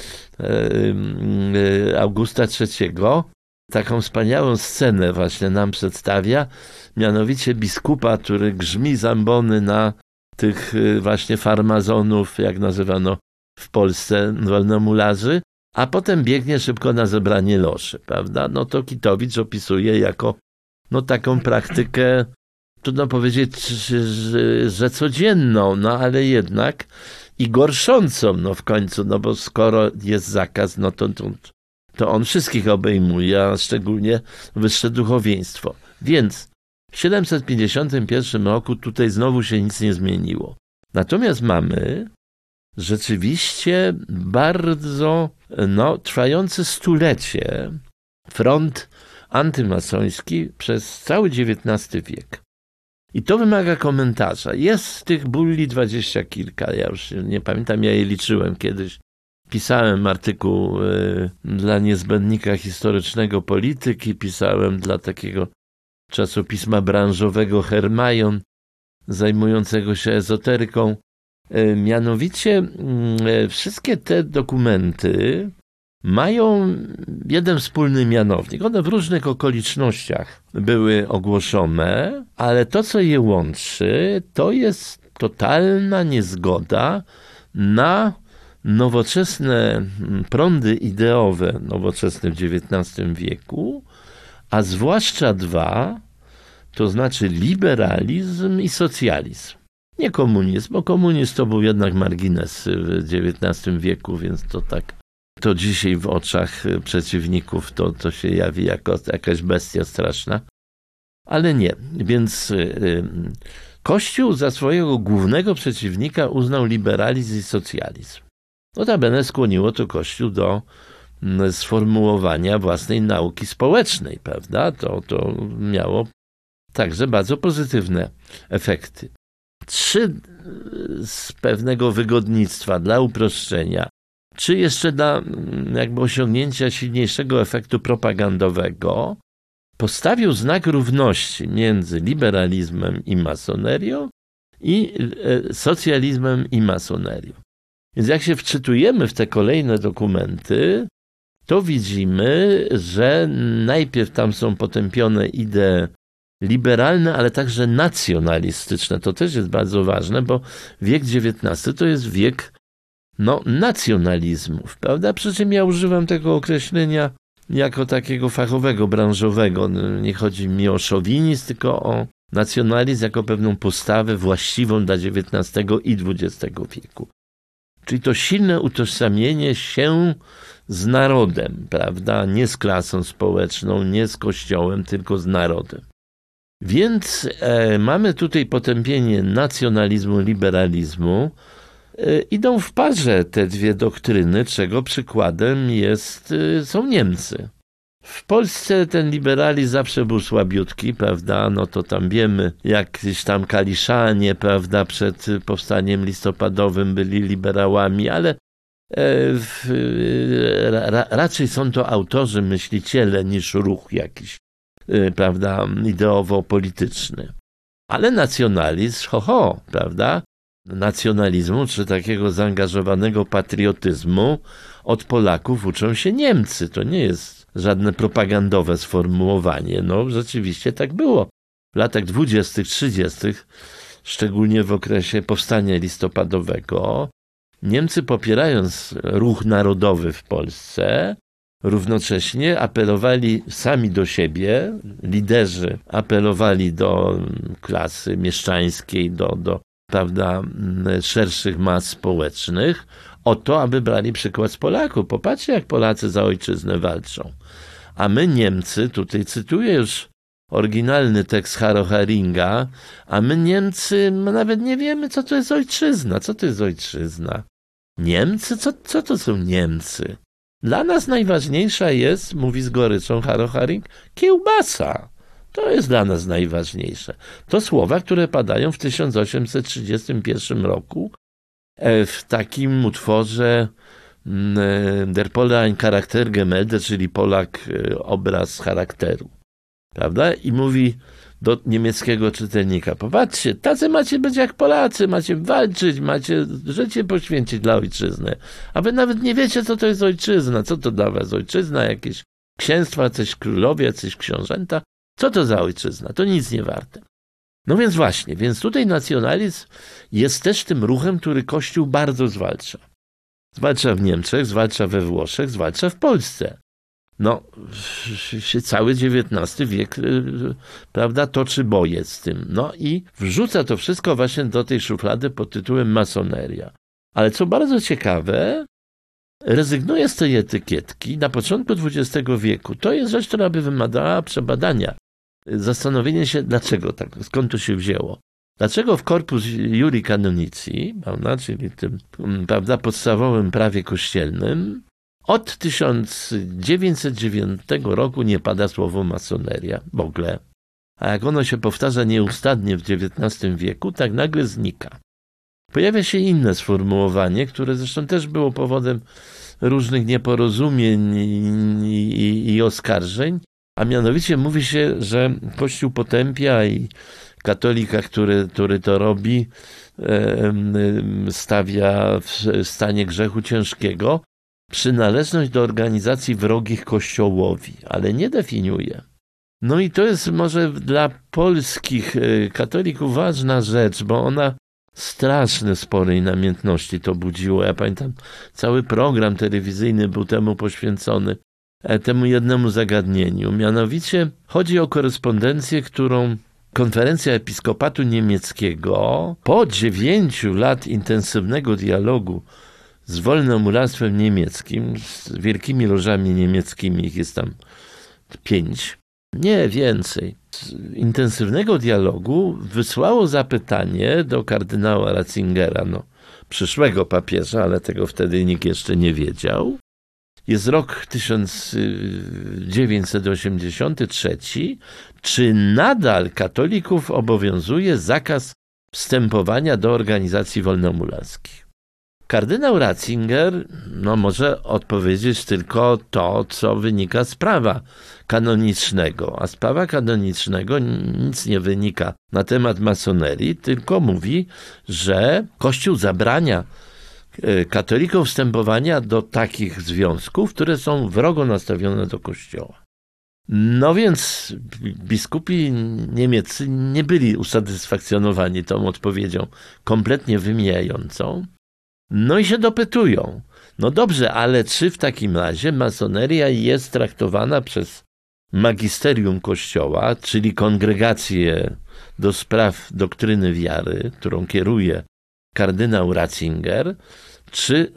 C: Augusta III, taką wspaniałą scenę właśnie nam przedstawia, mianowicie biskupa, który grzmi zambony na tych właśnie farmazonów, jak nazywano w Polsce wolnomularzy, a potem biegnie szybko na zebranie loży, prawda? To Kitowicz opisuje jako taką praktykę, trudno powiedzieć, że codzienną, ale jednak i gorszącą, no w końcu, no bo skoro jest zakaz, no to on wszystkich obejmuje, a szczególnie wyższe duchowieństwo. Więc w 751 roku tutaj znowu się nic nie zmieniło. Natomiast mamy rzeczywiście bardzo trwające stulecie front antymasoński przez cały XIX wiek. I to wymaga komentarza. Jest tych bulli 20 kilka, ja już nie pamiętam, ja je liczyłem kiedyś. Pisałem artykuł dla niezbędnika historycznego Polityki, pisałem dla takiego czasopisma branżowego Hermaion, zajmującego się ezoteryką. Mianowicie wszystkie te dokumenty mają jeden wspólny mianownik. One w różnych okolicznościach były ogłoszone, ale to, co je łączy, to jest totalna niezgoda na nowoczesne prądy ideowe, nowoczesne w XIX wieku, a zwłaszcza dwa, to znaczy liberalizm i socjalizm. Nie komunizm, bo komunizm to był jednak margines w XIX wieku, więc to dzisiaj w oczach przeciwników to się jawi jako jakaś bestia straszna. Ale nie, więc Kościół za swojego głównego przeciwnika uznał liberalizm i socjalizm. Notabene skłoniło to Kościół do sformułowania własnej nauki społecznej, prawda? To miało także bardzo pozytywne efekty. 3 z pewnego wygodnictwa dla uproszczenia, czy jeszcze dla jakby osiągnięcia silniejszego efektu propagandowego, postawił znak równości między liberalizmem i masonerią i socjalizmem i masonerią. Więc jak się wczytujemy w te kolejne dokumenty, to widzimy, że najpierw tam są potępione idee liberalne, ale także nacjonalistyczne. To też jest bardzo ważne, bo wiek XIX to jest wiek nacjonalizmów, prawda? Przy czym ja używam tego określenia jako takiego fachowego, branżowego. Nie chodzi mi o szowinizm, tylko o nacjonalizm jako pewną postawę właściwą dla XIX i XX wieku. Czyli to silne utożsamienie się z narodem, prawda? Nie z klasą społeczną, nie z kościołem, tylko z narodem. Więc mamy tutaj potępienie nacjonalizmu, liberalizmu. Idą w parze te dwie doktryny, czego przykładem są Niemcy. W Polsce ten liberalizm zawsze był słabiutki, prawda? No to tam wiemy, jakieś tam Kaliszanie, prawda, przed powstaniem listopadowym byli liberałami, ale raczej są to autorzy, myśliciele niż ruch jakiś, prawda, ideowo-polityczny. Ale nacjonalizm, prawda? Nacjonalizmu, czy takiego zaangażowanego patriotyzmu od Polaków uczą się Niemcy. To nie jest żadne propagandowe sformułowanie. No, rzeczywiście tak było. W latach 20., 30., szczególnie w okresie powstania listopadowego, Niemcy, popierając ruch narodowy w Polsce, równocześnie apelowali sami do siebie, liderzy apelowali do klasy mieszczańskiej, do prawda, szerszych mas społecznych, o to, aby brali przykład z Polaków. Popatrzcie, jak Polacy za ojczyznę walczą. A my, Niemcy, tutaj cytuję już oryginalny tekst Haro Haringa, a my, Niemcy, nawet nie wiemy, co to jest ojczyzna. Co to jest ojczyzna? Niemcy? Co to są Niemcy? Dla nas najważniejsza jest, mówi z goryczą Haro Haring, kiełbasa. To jest dla nas najważniejsze. To słowa, które padają w 1831 roku w takim utworze Der Pole ein Charaktergemälde, czyli Polak obraz charakteru. Prawda? I mówi do niemieckiego czytelnika: popatrzcie, tacy macie być jak Polacy, macie walczyć, macie życie poświęcić dla ojczyzny. A wy nawet nie wiecie, co to jest ojczyzna. Co to dla was ojczyzna? Jakieś księstwa, coś królowie, coś książęta. Co to za ojczyzna? To nic nie warte. No więc właśnie, więc tutaj nacjonalizm jest też tym ruchem, który Kościół bardzo zwalcza. Zwalcza w Niemczech, zwalcza we Włoszech, zwalcza w Polsce. No, cały XIX wiek, prawda, toczy boje z tym. No i wrzuca to wszystko właśnie do tej szuflady pod tytułem masoneria. Ale co bardzo ciekawe, rezygnuje z tej etykietki na początku XX wieku. To jest rzecz, która by wymagała przebadania. Zastanowienie się, dlaczego tak, skąd to się wzięło. Dlaczego w Corpus Iuris Canonici, prawda, czyli tym, prawda, podstawowym prawie kościelnym, od 1909 roku nie pada słowo masoneria w ogóle. A jak ono się powtarza nieustannie w XIX wieku, tak nagle znika. Pojawia się inne sformułowanie, które zresztą też było powodem różnych nieporozumień i oskarżeń, a mianowicie mówi się, że Kościół potępia i katolika, który to robi, stawia w stanie grzechu ciężkiego przynależność do organizacji wrogich Kościołowi, ale nie definiuje. No i to jest może dla polskich katolików ważna rzecz, bo ona straszne spory i namiętności to budziło. Ja pamiętam, cały program telewizyjny był temu poświęcony, temu jednemu zagadnieniu. Mianowicie chodzi o korespondencję, którą Konferencja Episkopatu Niemieckiego po 9 lat intensywnego dialogu z wolnomularstwem niemieckim, z wielkimi lożami niemieckimi, ich jest tam 5, nie więcej, z intensywnego dialogu wysłało zapytanie do kardynała Ratzingera, przyszłego papieża, ale tego wtedy nikt jeszcze nie wiedział. Jest rok 1983. Czy nadal katolików obowiązuje zakaz wstępowania do organizacji wolnomularskich? Kardynał Ratzinger może odpowiedzieć tylko to, co wynika z prawa kanonicznego, a z prawa kanonicznego nic nie wynika na temat masonerii, tylko mówi, że Kościół zabrania katolikom wstępowania do takich związków, które są wrogo nastawione do Kościoła. No więc biskupi niemieccy nie byli usatysfakcjonowani tą odpowiedzią kompletnie wymijającą. No i się dopytują. No dobrze, ale czy w takim razie masoneria jest traktowana przez magisterium Kościoła, czyli kongregację do spraw doktryny wiary, którą kieruje kardynał Ratzinger, czy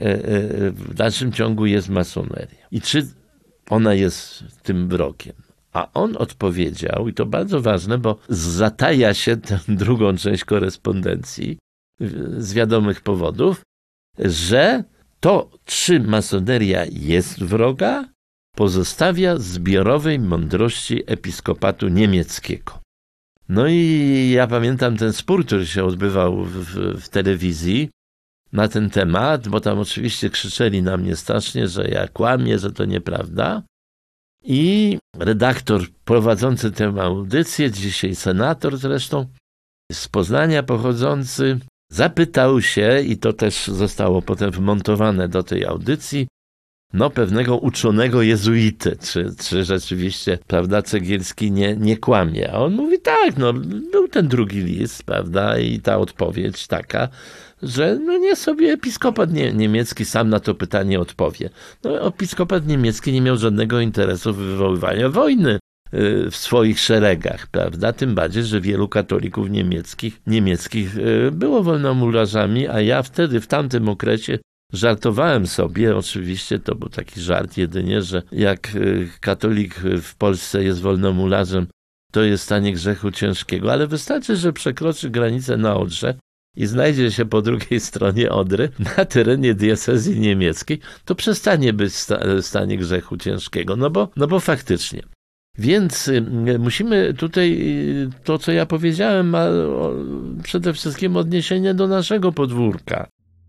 C: w dalszym ciągu jest masoneria i czy ona jest tym wrogiem. A on odpowiedział, i to bardzo ważne, bo zataja się tę drugą część korespondencji z wiadomych powodów, że to, czy masoneria jest wroga, pozostawia zbiorowej mądrości episkopatu niemieckiego. No i ja pamiętam ten spór, który się odbywał w telewizji na ten temat, bo tam oczywiście krzyczeli na mnie strasznie, że ja kłamię, że to nieprawda. I redaktor prowadzący tę audycję, dzisiaj senator zresztą, z Poznania pochodzący, zapytał się, i to też zostało potem wmontowane do tej audycji, pewnego uczonego jezuity, czy rzeczywiście, prawda, Cegielski nie kłamie. A on mówi tak, był ten drugi list, prawda, i ta odpowiedź taka, że nie sobie episkopat niemiecki sam na to pytanie odpowie. Episkopat niemiecki nie miał żadnego interesu w wywoływaniu wojny w swoich szeregach, prawda, tym bardziej, że wielu katolików niemieckich było wolnomularzami, a ja wtedy, w tamtym okresie, żartowałem sobie, oczywiście to był taki żart jedynie, że jak katolik w Polsce jest wolnomularzem, to jest w stanie grzechu ciężkiego, ale wystarczy, że przekroczy granicę na Odrze i znajdzie się po drugiej stronie Odry, na terenie diecezji niemieckiej, to przestanie być w stanie grzechu ciężkiego, no bo faktycznie. Więc musimy tutaj, to co ja powiedziałem, ma przede wszystkim odniesienie do naszego podwórka.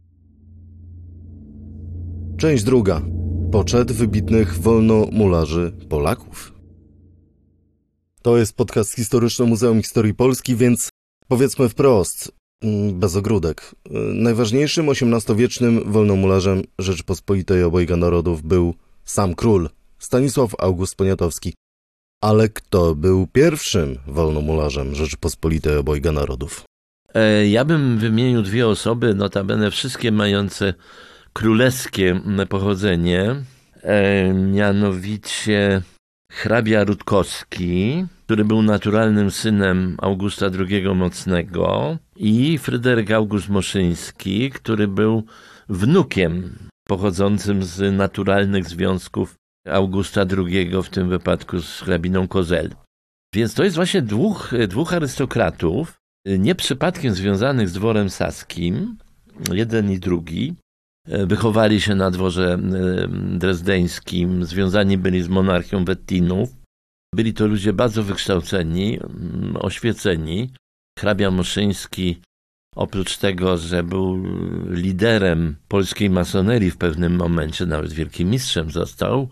A: Część druga. Poczet wybitnych wolnomularzy Polaków. To jest podcast historyczny Muzeum Historii Polski, więc powiedzmy wprost, bez ogródek. Najważniejszym XVIII-wiecznym wolnomularzem Rzeczypospolitej Obojga Narodów był sam król, Stanisław August Poniatowski. Ale kto był pierwszym wolnomularzem Rzeczypospolitej Obojga Narodów?
C: Ja bym wymienił dwie osoby, notabene wszystkie mające królewskie pochodzenie, mianowicie hrabia Rutkowski, który był naturalnym synem Augusta II Mocnego, i Fryderyk August Moszyński, który był wnukiem pochodzącym z naturalnych związków Augusta II, w tym wypadku z hrabiną Kozel. Więc to jest właśnie dwóch arystokratów, nie przypadkiem związanych z dworem saskim, jeden i drugi. Wychowali się na dworze drezdeńskim, związani byli z monarchią Wettinów. Byli to ludzie bardzo wykształceni, oświeceni. Hrabia Moszyński, oprócz tego, że był liderem polskiej masonerii w pewnym momencie, nawet wielkim mistrzem został,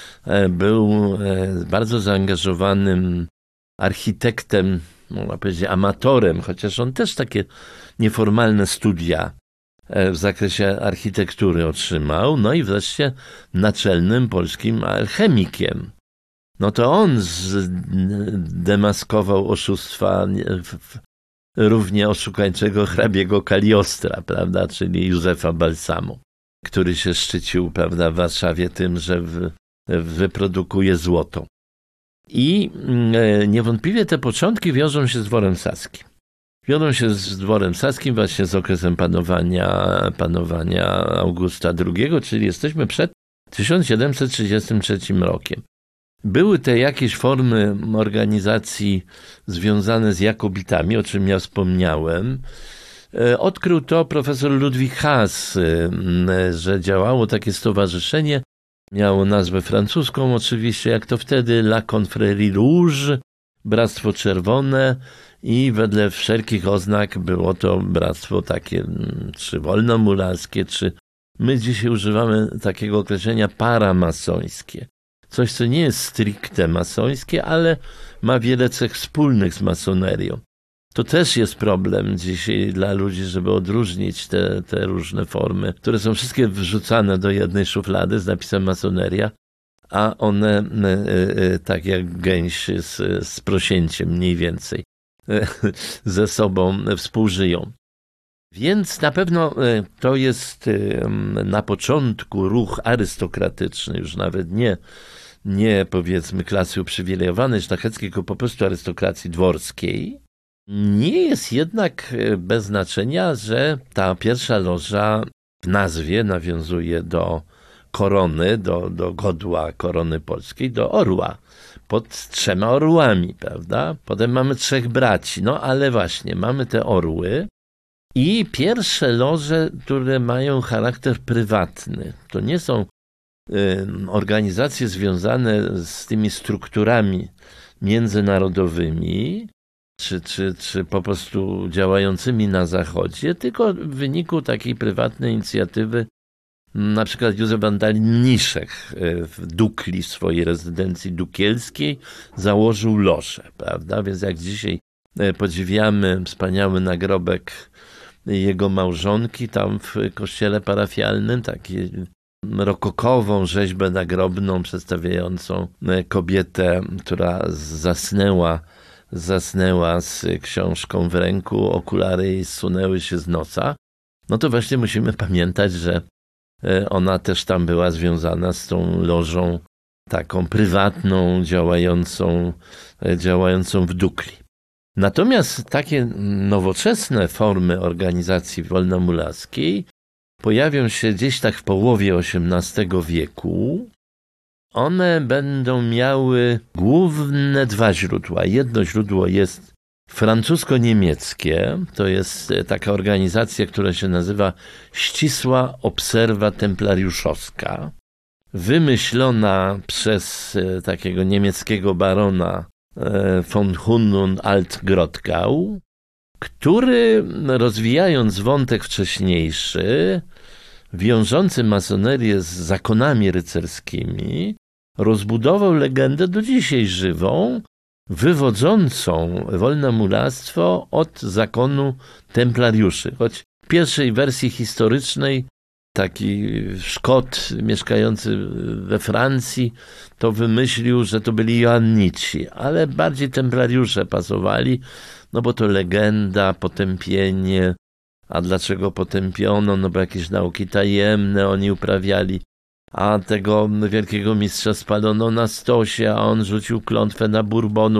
C: był bardzo zaangażowanym architektem, można powiedzieć amatorem, chociaż on też takie nieformalne studia w zakresie architektury otrzymał. No i wreszcie naczelnym polskim alchemikiem. No to on zdemaskował oszustwa równie oszukańczego hrabiego Kaliostra, prawda, czyli Józefa Balsamu, który się szczycił, prawda, w Warszawie tym, że wyprodukuje złoto. I niewątpliwie te początki wiążą się z dworem saskim. Wiążą się z dworem saskim właśnie z okresem panowania Augusta II, czyli jesteśmy przed 1733 rokiem. Były te jakieś formy organizacji związane z jakobitami, o czym ja wspomniałem. Odkrył to profesor Ludwik Haas, że działało takie stowarzyszenie, miało nazwę francuską oczywiście, jak to wtedy, La Confrérie Rouge, Bractwo Czerwone, i wedle wszelkich oznak było to bractwo takie, czy wolnomulalskie, czy my dzisiaj używamy takiego określenia paramasońskie. Coś, co nie jest stricte masońskie, ale ma wiele cech wspólnych z masonerią. To też jest problem dzisiaj dla ludzi, żeby odróżnić te różne formy, które są wszystkie wrzucane do jednej szuflady z napisem masoneria, a one tak jak gęś z prosięciem mniej więcej ze sobą współżyją. Więc na pewno to jest na początku ruch arystokratyczny, już nawet nie powiedzmy klasy uprzywilejowanej, szlacheckiej, tylko po prostu arystokracji dworskiej. Nie jest jednak bez znaczenia, że ta pierwsza loża w nazwie nawiązuje do korony, do godła korony polskiej, do orła, pod 3 orłami, prawda? Potem mamy 3 braci, no ale właśnie, mamy te orły i pierwsze loże, które mają charakter prywatny. To nie są organizacje związane z tymi strukturami międzynarodowymi, czy po prostu działającymi na Zachodzie, tylko w wyniku takiej prywatnej inicjatywy. Na przykład Józef Andalin-Mniszek w Dukli, swojej rezydencji dukielskiej, założył lożę, prawda? Więc jak dzisiaj podziwiamy wspaniały nagrobek jego małżonki tam w kościele parafialnym, taki rokokową rzeźbę nagrobną przedstawiającą kobietę, która zasnęła z książką w ręku, okulary jej zsunęły się z nosa, no to właśnie musimy pamiętać, że ona też tam była związana z tą lożą taką prywatną, działającą w Dukli. Natomiast takie nowoczesne formy organizacji wolnomularskiej pojawią się gdzieś tak w połowie XVIII wieku. One będą miały główne 2 źródła. Jedno źródło jest francusko-niemieckie, to jest taka organizacja, która się nazywa Ścisła Obserwa Templariuszowska, wymyślona przez takiego niemieckiego barona von Hunnen-Alt-Grottgau, który, rozwijając wątek wcześniejszy, wiążący masonerię z zakonami rycerskimi, rozbudował legendę do dzisiaj żywą, wywodzącą wolnomularstwo od zakonu templariuszy. Choć w pierwszej wersji historycznej taki Szkot mieszkający we Francji to wymyślił, że to byli Joannici, ale bardziej templariusze pasowali, no bo to legenda, potępienie. A dlaczego potępiono? No bo jakieś nauki tajemne oni uprawiali, a tego wielkiego mistrza spalono na stosie, a on rzucił klątwę na Bourbonów.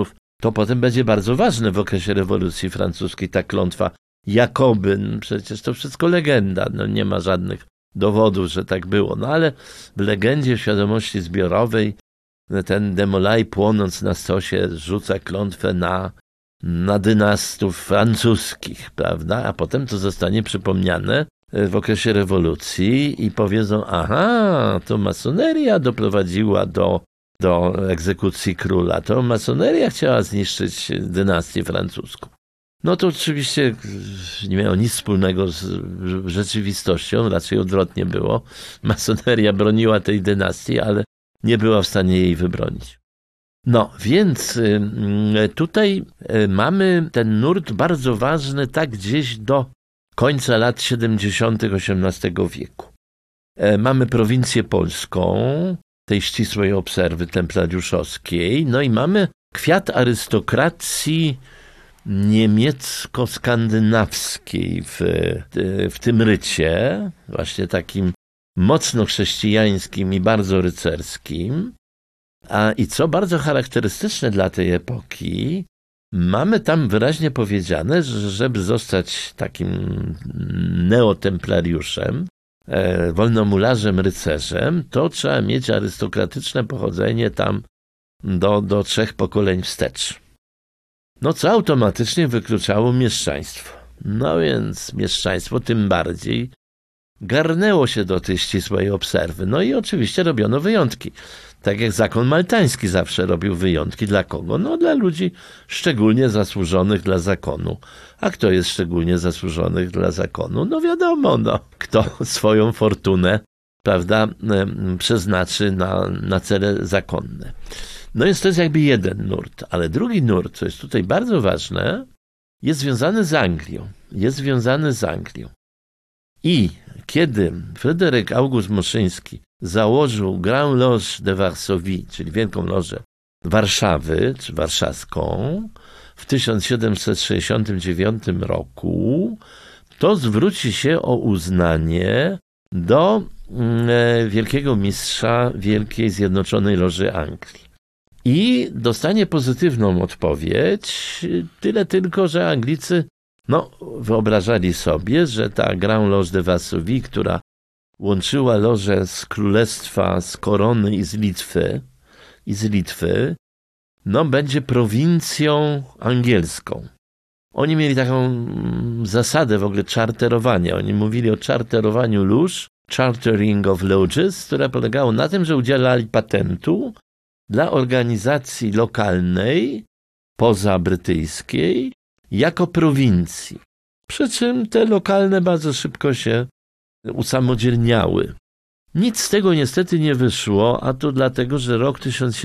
C: To potem będzie bardzo ważne w okresie rewolucji francuskiej, ta klątwa jakoby, przecież to wszystko legenda, nie ma żadnych dowodów, że tak było, ale w legendzie, w świadomości zbiorowej ten de Molay, płonąc na stosie, rzuca klątwę na dynastów francuskich, prawda? A potem to zostanie przypomniane w okresie rewolucji i powiedzą, aha, to masoneria doprowadziła do egzekucji króla, to masoneria chciała zniszczyć dynastię francuską. No to oczywiście nie miało nic wspólnego z rzeczywistością, raczej odwrotnie było. Masoneria broniła tej dynastii, ale nie była w stanie jej wybronić. No, więc tutaj mamy ten nurt bardzo ważny tak gdzieś do końca lat 70. XVIII wieku. Mamy prowincję polską, tej ścisłej obserwy templariuszowskiej, no i mamy kwiat arystokracji niemiecko-skandynawskiej w tym rycie, właśnie takim mocno chrześcijańskim i bardzo rycerskim. I co bardzo charakterystyczne dla tej epoki, mamy tam wyraźnie powiedziane, że żeby zostać takim neotemplariuszem, wolnomularzem, rycerzem, to trzeba mieć arystokratyczne pochodzenie tam do 3 pokoleń wstecz. No co automatycznie wykluczało mieszczaństwo. No więc mieszczaństwo tym bardziej garnęło się do tej ścisłej obserwy. No i oczywiście robiono wyjątki. Tak jak zakon maltański zawsze robił wyjątki. Dla kogo? No dla ludzi szczególnie zasłużonych dla zakonu. A kto jest szczególnie zasłużonych dla zakonu? No wiadomo, kto swoją fortunę, prawda, przeznaczy na cele zakonne. No więc to jest jakby jeden nurt. Ale drugi nurt, co jest tutaj bardzo ważne, jest związany z Anglią. I kiedy Fryderyk August Moszyński założył Grand Loge de Varsovie, czyli Wielką Lożę Warszawy, czy warszawską, w 1769 roku, to zwróci się o uznanie do wielkiego mistrza Wielkiej Zjednoczonej Loży Anglii. I dostanie pozytywną odpowiedź, tyle tylko, że Anglicy wyobrażali sobie, że ta Grand Loge de Varsovie, która łączyła lożę z królestwa, z korony i z Litwy, będzie prowincją angielską. Oni mieli taką zasadę w ogóle czarterowania. Oni mówili o czarterowaniu lóż, chartering of lodges, które polegało na tym, że udzielali patentu dla organizacji lokalnej, pozabrytyjskiej, jako prowincji. Przy czym te lokalne bardzo szybko się usamodzielniały. Nic z tego niestety nie wyszło, a to dlatego, że rok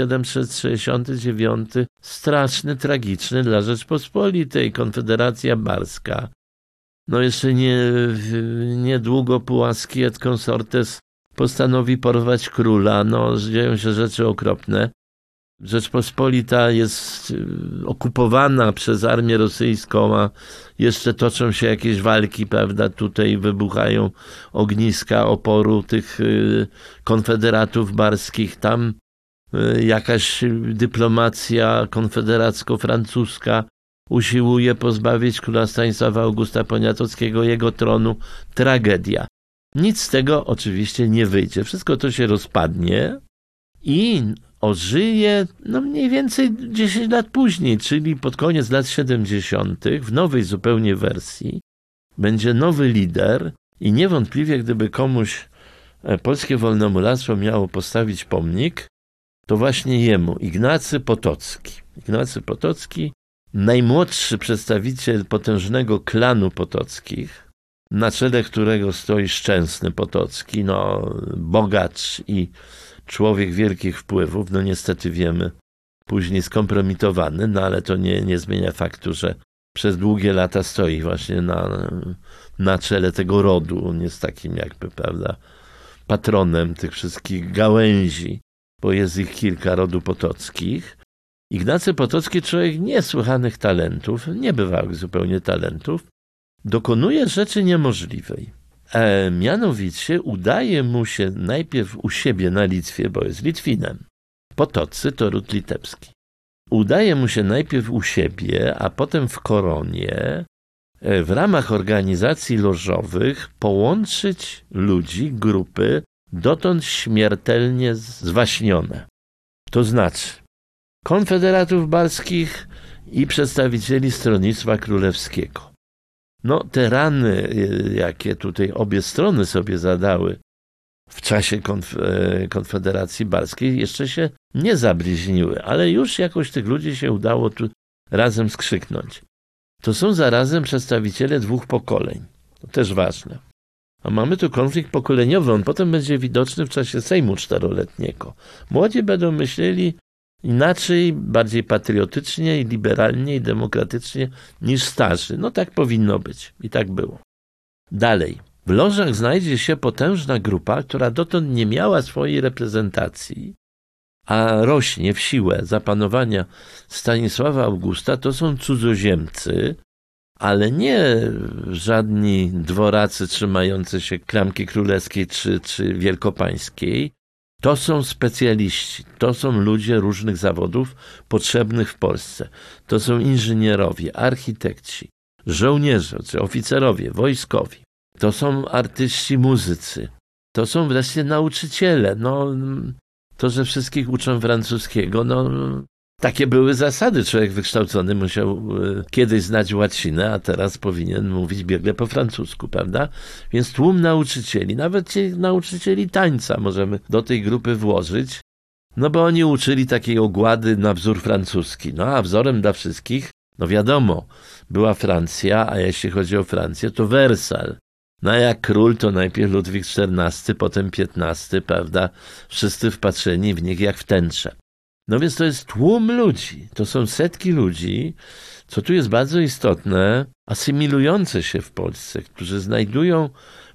C: 1769 straszny, tragiczny dla Rzeczpospolitej, Konfederacja Barska. Jeszcze niedługo Pułaski et consortes postanowi porwać króla. Dzieją się rzeczy okropne. Rzeczpospolita jest okupowana przez armię rosyjską, a jeszcze toczą się jakieś walki, prawda? Tutaj wybuchają ogniska oporu tych konfederatów barskich. Tam jakaś dyplomacja konfederacko-francuska usiłuje pozbawić króla Stanisława Augusta Poniatowskiego jego tronu. Tragedia. Nic z tego oczywiście nie wyjdzie. Wszystko to się rozpadnie i ożyje mniej więcej 10 lat później, czyli pod koniec lat 70. w nowej zupełnie wersji będzie nowy lider i niewątpliwie gdyby komuś polskie wolnomularstwo miało postawić pomnik, to właśnie jemu, Ignacy Potocki. Ignacy Potocki, najmłodszy przedstawiciel potężnego klanu Potockich, na czele którego stoi Szczęsny Potocki, bogacz i człowiek wielkich wpływów, niestety wiemy, później skompromitowany, ale to nie zmienia faktu, że przez długie lata stoi właśnie na czele tego rodu. On jest takim jakby, prawda, patronem tych wszystkich gałęzi, bo jest ich kilka rodu Potockich. Ignacy Potocki, człowiek niesłychanych talentów, niebywałych zupełnie talentów, dokonuje rzeczy niemożliwej. Mianowicie udaje mu się najpierw u siebie na Litwie, bo jest Litwinem. Potoccy to ród litewski. udaje mu się najpierw u siebie, a potem w Koronie w ramach organizacji lożowych połączyć ludzi, grupy dotąd śmiertelnie zwaśnione. To znaczy konfederatów balskich i przedstawicieli Stronnictwa Królewskiego. No, te rany, jakie tutaj obie strony sobie zadały w czasie Konfederacji Balskiej, jeszcze się nie zabliźniły, ale już jakoś tych ludzi się udało tu razem skrzyknąć. To są zarazem przedstawiciele dwóch pokoleń. To też ważne. A mamy tu konflikt pokoleniowy, on potem będzie widoczny w czasie Sejmu Czteroletniego. Młodzi będą myśleli inaczej, bardziej patriotycznie, i liberalnie, i demokratycznie niż starzy. No tak powinno być. I tak było. Dalej. W lożach znajdzie się potężna grupa, która dotąd nie miała swojej reprezentacji, a rośnie w siłę zapanowania Stanisława Augusta. To są cudzoziemcy, ale nie żadni dworacy trzymający się klamki królewskiej czy wielkopańskiej. To są specjaliści, to są ludzie różnych zawodów potrzebnych w Polsce. To są inżynierowie, architekci, żołnierze, czy oficerowie, wojskowi. To są artyści, muzycy. To są wreszcie nauczyciele. No, to, że wszystkich uczą francuskiego, no takie były zasady. Człowiek wykształcony musiał kiedyś znać łacinę, a teraz powinien mówić biegle po francusku, prawda? Więc tłum nauczycieli, nawet ci nauczycieli tańca możemy do tej grupy włożyć, no bo oni uczyli takiej ogłady na wzór francuski. No a wzorem dla wszystkich, no wiadomo, była Francja, a jeśli chodzi o Francję, to Wersal. No a jak król, to najpierw Ludwik XIV, potem XV, prawda? Wszyscy wpatrzeni w nich jak w tęczę. No więc to jest tłum ludzi, to są setki ludzi, co tu jest bardzo istotne, asymilujące się w Polsce, którzy znajdują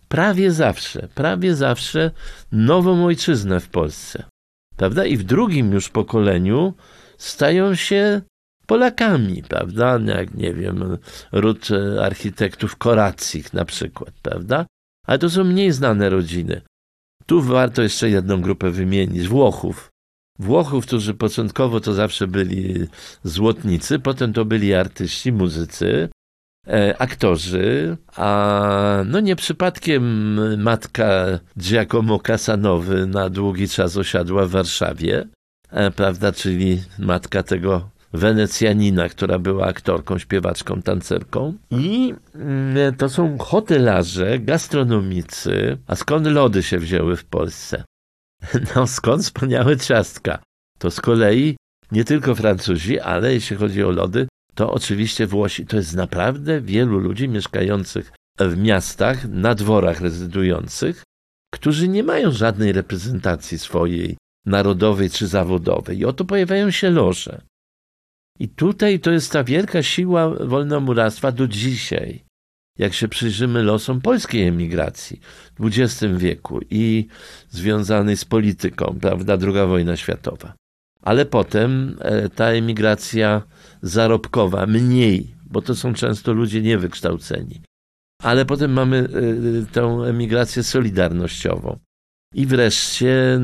C: prawie zawsze nową ojczyznę w Polsce, prawda? I w drugim już pokoleniu stają się Polakami, prawda? Jak, nie wiem, ród architektów Koraccich na przykład, prawda? Ale to są mniej znane rodziny. Tu warto jeszcze jedną grupę wymienić, Włochów, którzy początkowo to zawsze byli złotnicy, potem to byli artyści, muzycy, aktorzy, a no nie przypadkiem matka Giacomo Casanowy na długi czas osiadła w Warszawie, prawda, czyli matka tego Wenecjanina, która była aktorką, śpiewaczką, tancerką. I to są hotelarze, gastronomicy. A skąd lody się wzięły w Polsce? No skąd wspaniałe ciastka? To z kolei nie tylko Francuzi, ale jeśli chodzi o lody, to oczywiście Włosi. To jest naprawdę wielu ludzi mieszkających w miastach, na dworach rezydujących, którzy nie mają żadnej reprezentacji swojej, narodowej czy zawodowej. I oto pojawiają się loże. I tutaj to jest ta wielka siła wolnomurarstwa do dzisiaj. Jak się przyjrzymy losom polskiej emigracji w XX wieku i związanej z polityką, prawda, II wojna światowa. Ale potem ta emigracja zarobkowa, mniej, bo to są często ludzie niewykształceni. Ale potem mamy tę emigrację solidarnościową. I wreszcie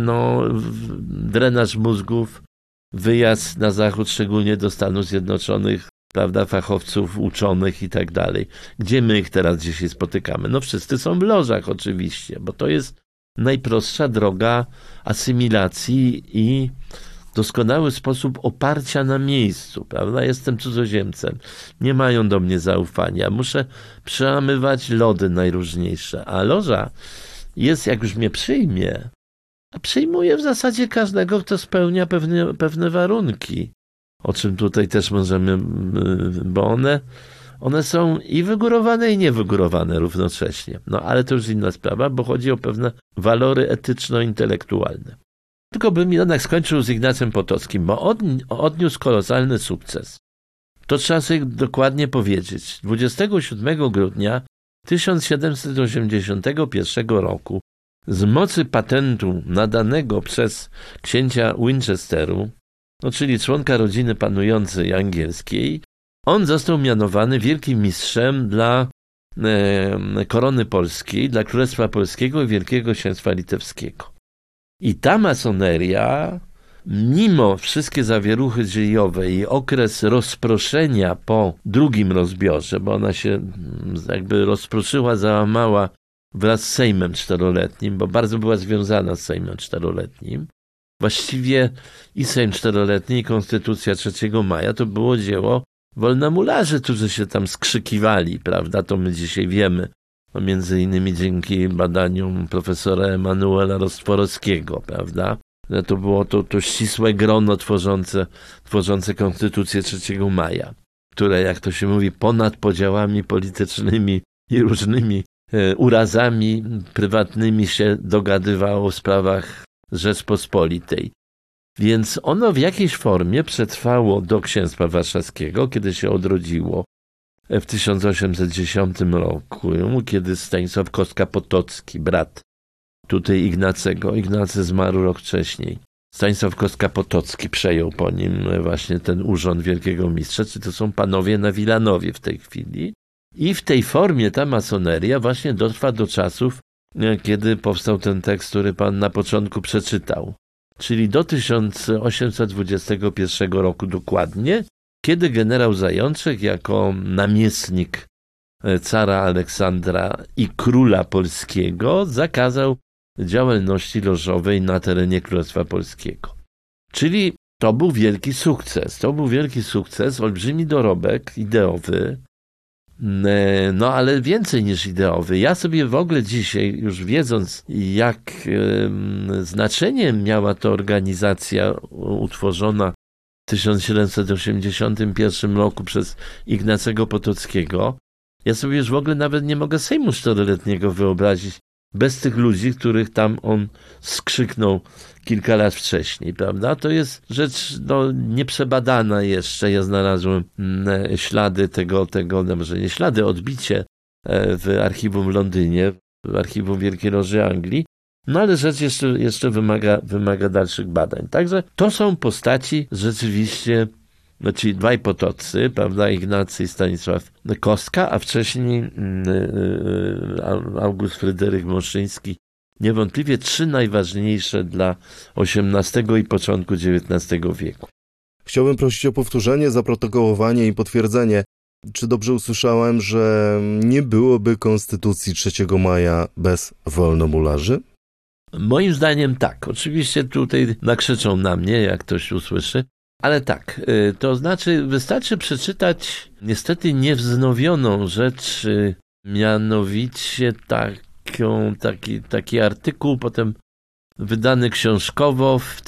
C: drenaż mózgów, wyjazd na zachód, szczególnie do Stanów Zjednoczonych, prawda, fachowców, uczonych i tak dalej. Gdzie my ich teraz dzisiaj spotykamy? No wszyscy są w lożach oczywiście, bo to jest najprostsza droga asymilacji i doskonały sposób oparcia na miejscu, prawda? Jestem cudzoziemcem, nie mają do mnie zaufania, muszę przełamywać lody najróżniejsze, a loża jest, jak już mnie przyjmie, a przyjmuje w zasadzie każdego, kto spełnia pewne warunki, o czym tutaj też możemy, bo one są i wygórowane, i niewygórowane równocześnie. No ale to już inna sprawa, bo chodzi o pewne walory etyczno-intelektualne. Tylko bym jednak skończył z Ignacym Potockim, bo odniósł kolosalny sukces. To trzeba sobie dokładnie powiedzieć. 27 grudnia 1781 roku z mocy patentu nadanego przez księcia Winchesteru, czyli członka rodziny panującej angielskiej, on został mianowany wielkim mistrzem dla korony polskiej, dla Królestwa Polskiego i Wielkiego Księstwa Litewskiego. I ta masoneria mimo wszystkie zawieruchy dziejowe i okres rozproszenia po drugim rozbiorze, bo ona się jakby rozproszyła, załamała wraz z Sejmem Czteroletnim, bo bardzo była związana z Sejmem Czteroletnim. Właściwie i Sejm Czteroletni, i Konstytucja 3 maja to było dzieło wolnomularzy, którzy się tam skrzykiwali, prawda? To my dzisiaj wiemy, między innymi dzięki badaniom profesora Emanuela Rostworowskiego, prawda? To było to ścisłe grono tworzące Konstytucję 3 maja, które, jak to się mówi, ponad podziałami politycznymi i różnymi urazami prywatnymi się dogadywało w sprawach Rzeczpospolitej. Więc ono w jakiejś formie przetrwało do Księstwa Warszawskiego, kiedy się odrodziło w 1810 roku, kiedy Stanisław Kostka-Potocki, brat tutaj Ignacego, Ignacy zmarł rok wcześniej, Stanisław Kostka-Potocki przejął po nim właśnie ten urząd wielkiego mistrza, czy to są panowie na Wilanowie w tej chwili. I w tej formie ta masoneria właśnie dotrwa do czasów, kiedy powstał ten tekst, który pan na początku przeczytał. Czyli do 1821 roku dokładnie, kiedy generał Zajączek jako namiestnik cara Aleksandra i króla polskiego zakazał działalności lożowej na terenie Królestwa Polskiego. Czyli to był wielki sukces, olbrzymi dorobek ideowy, no ale więcej niż ideowy. Ja sobie w ogóle dzisiaj, już wiedząc, jak znaczenie miała to organizacja utworzona w 1781 roku przez Ignacego Potockiego, ja sobie już w ogóle nawet nie mogę Sejmu Czteroletniego wyobrazić bez tych ludzi, których tam on skrzyknął kilka lat wcześniej, prawda? To jest rzecz nieprzebadana jeszcze. Ja znalazłem ślady tego, może nie ślady, odbicie w archiwum w Londynie, w archiwum Wielkiej Loży Anglii, no ale rzecz jeszcze wymaga dalszych badań. Także to są postaci rzeczywiście, czyli dwaj Potoccy, prawda, Ignacy i Stanisław Kostka, a wcześniej August Fryderyk Moszyński. Niewątpliwie trzy najważniejsze dla XVIII i początku XIX wieku.
A: Chciałbym prosić o powtórzenie, zaprotokołowanie i potwierdzenie. Czy dobrze usłyszałem, że nie byłoby Konstytucji 3 maja bez wolnomularzy?
C: Moim zdaniem tak. Oczywiście tutaj nakrzyczą na mnie, jak ktoś usłyszy. Ale tak, to znaczy wystarczy przeczytać niestety niewznowioną rzecz, mianowicie taki artykuł potem wydany książkowo w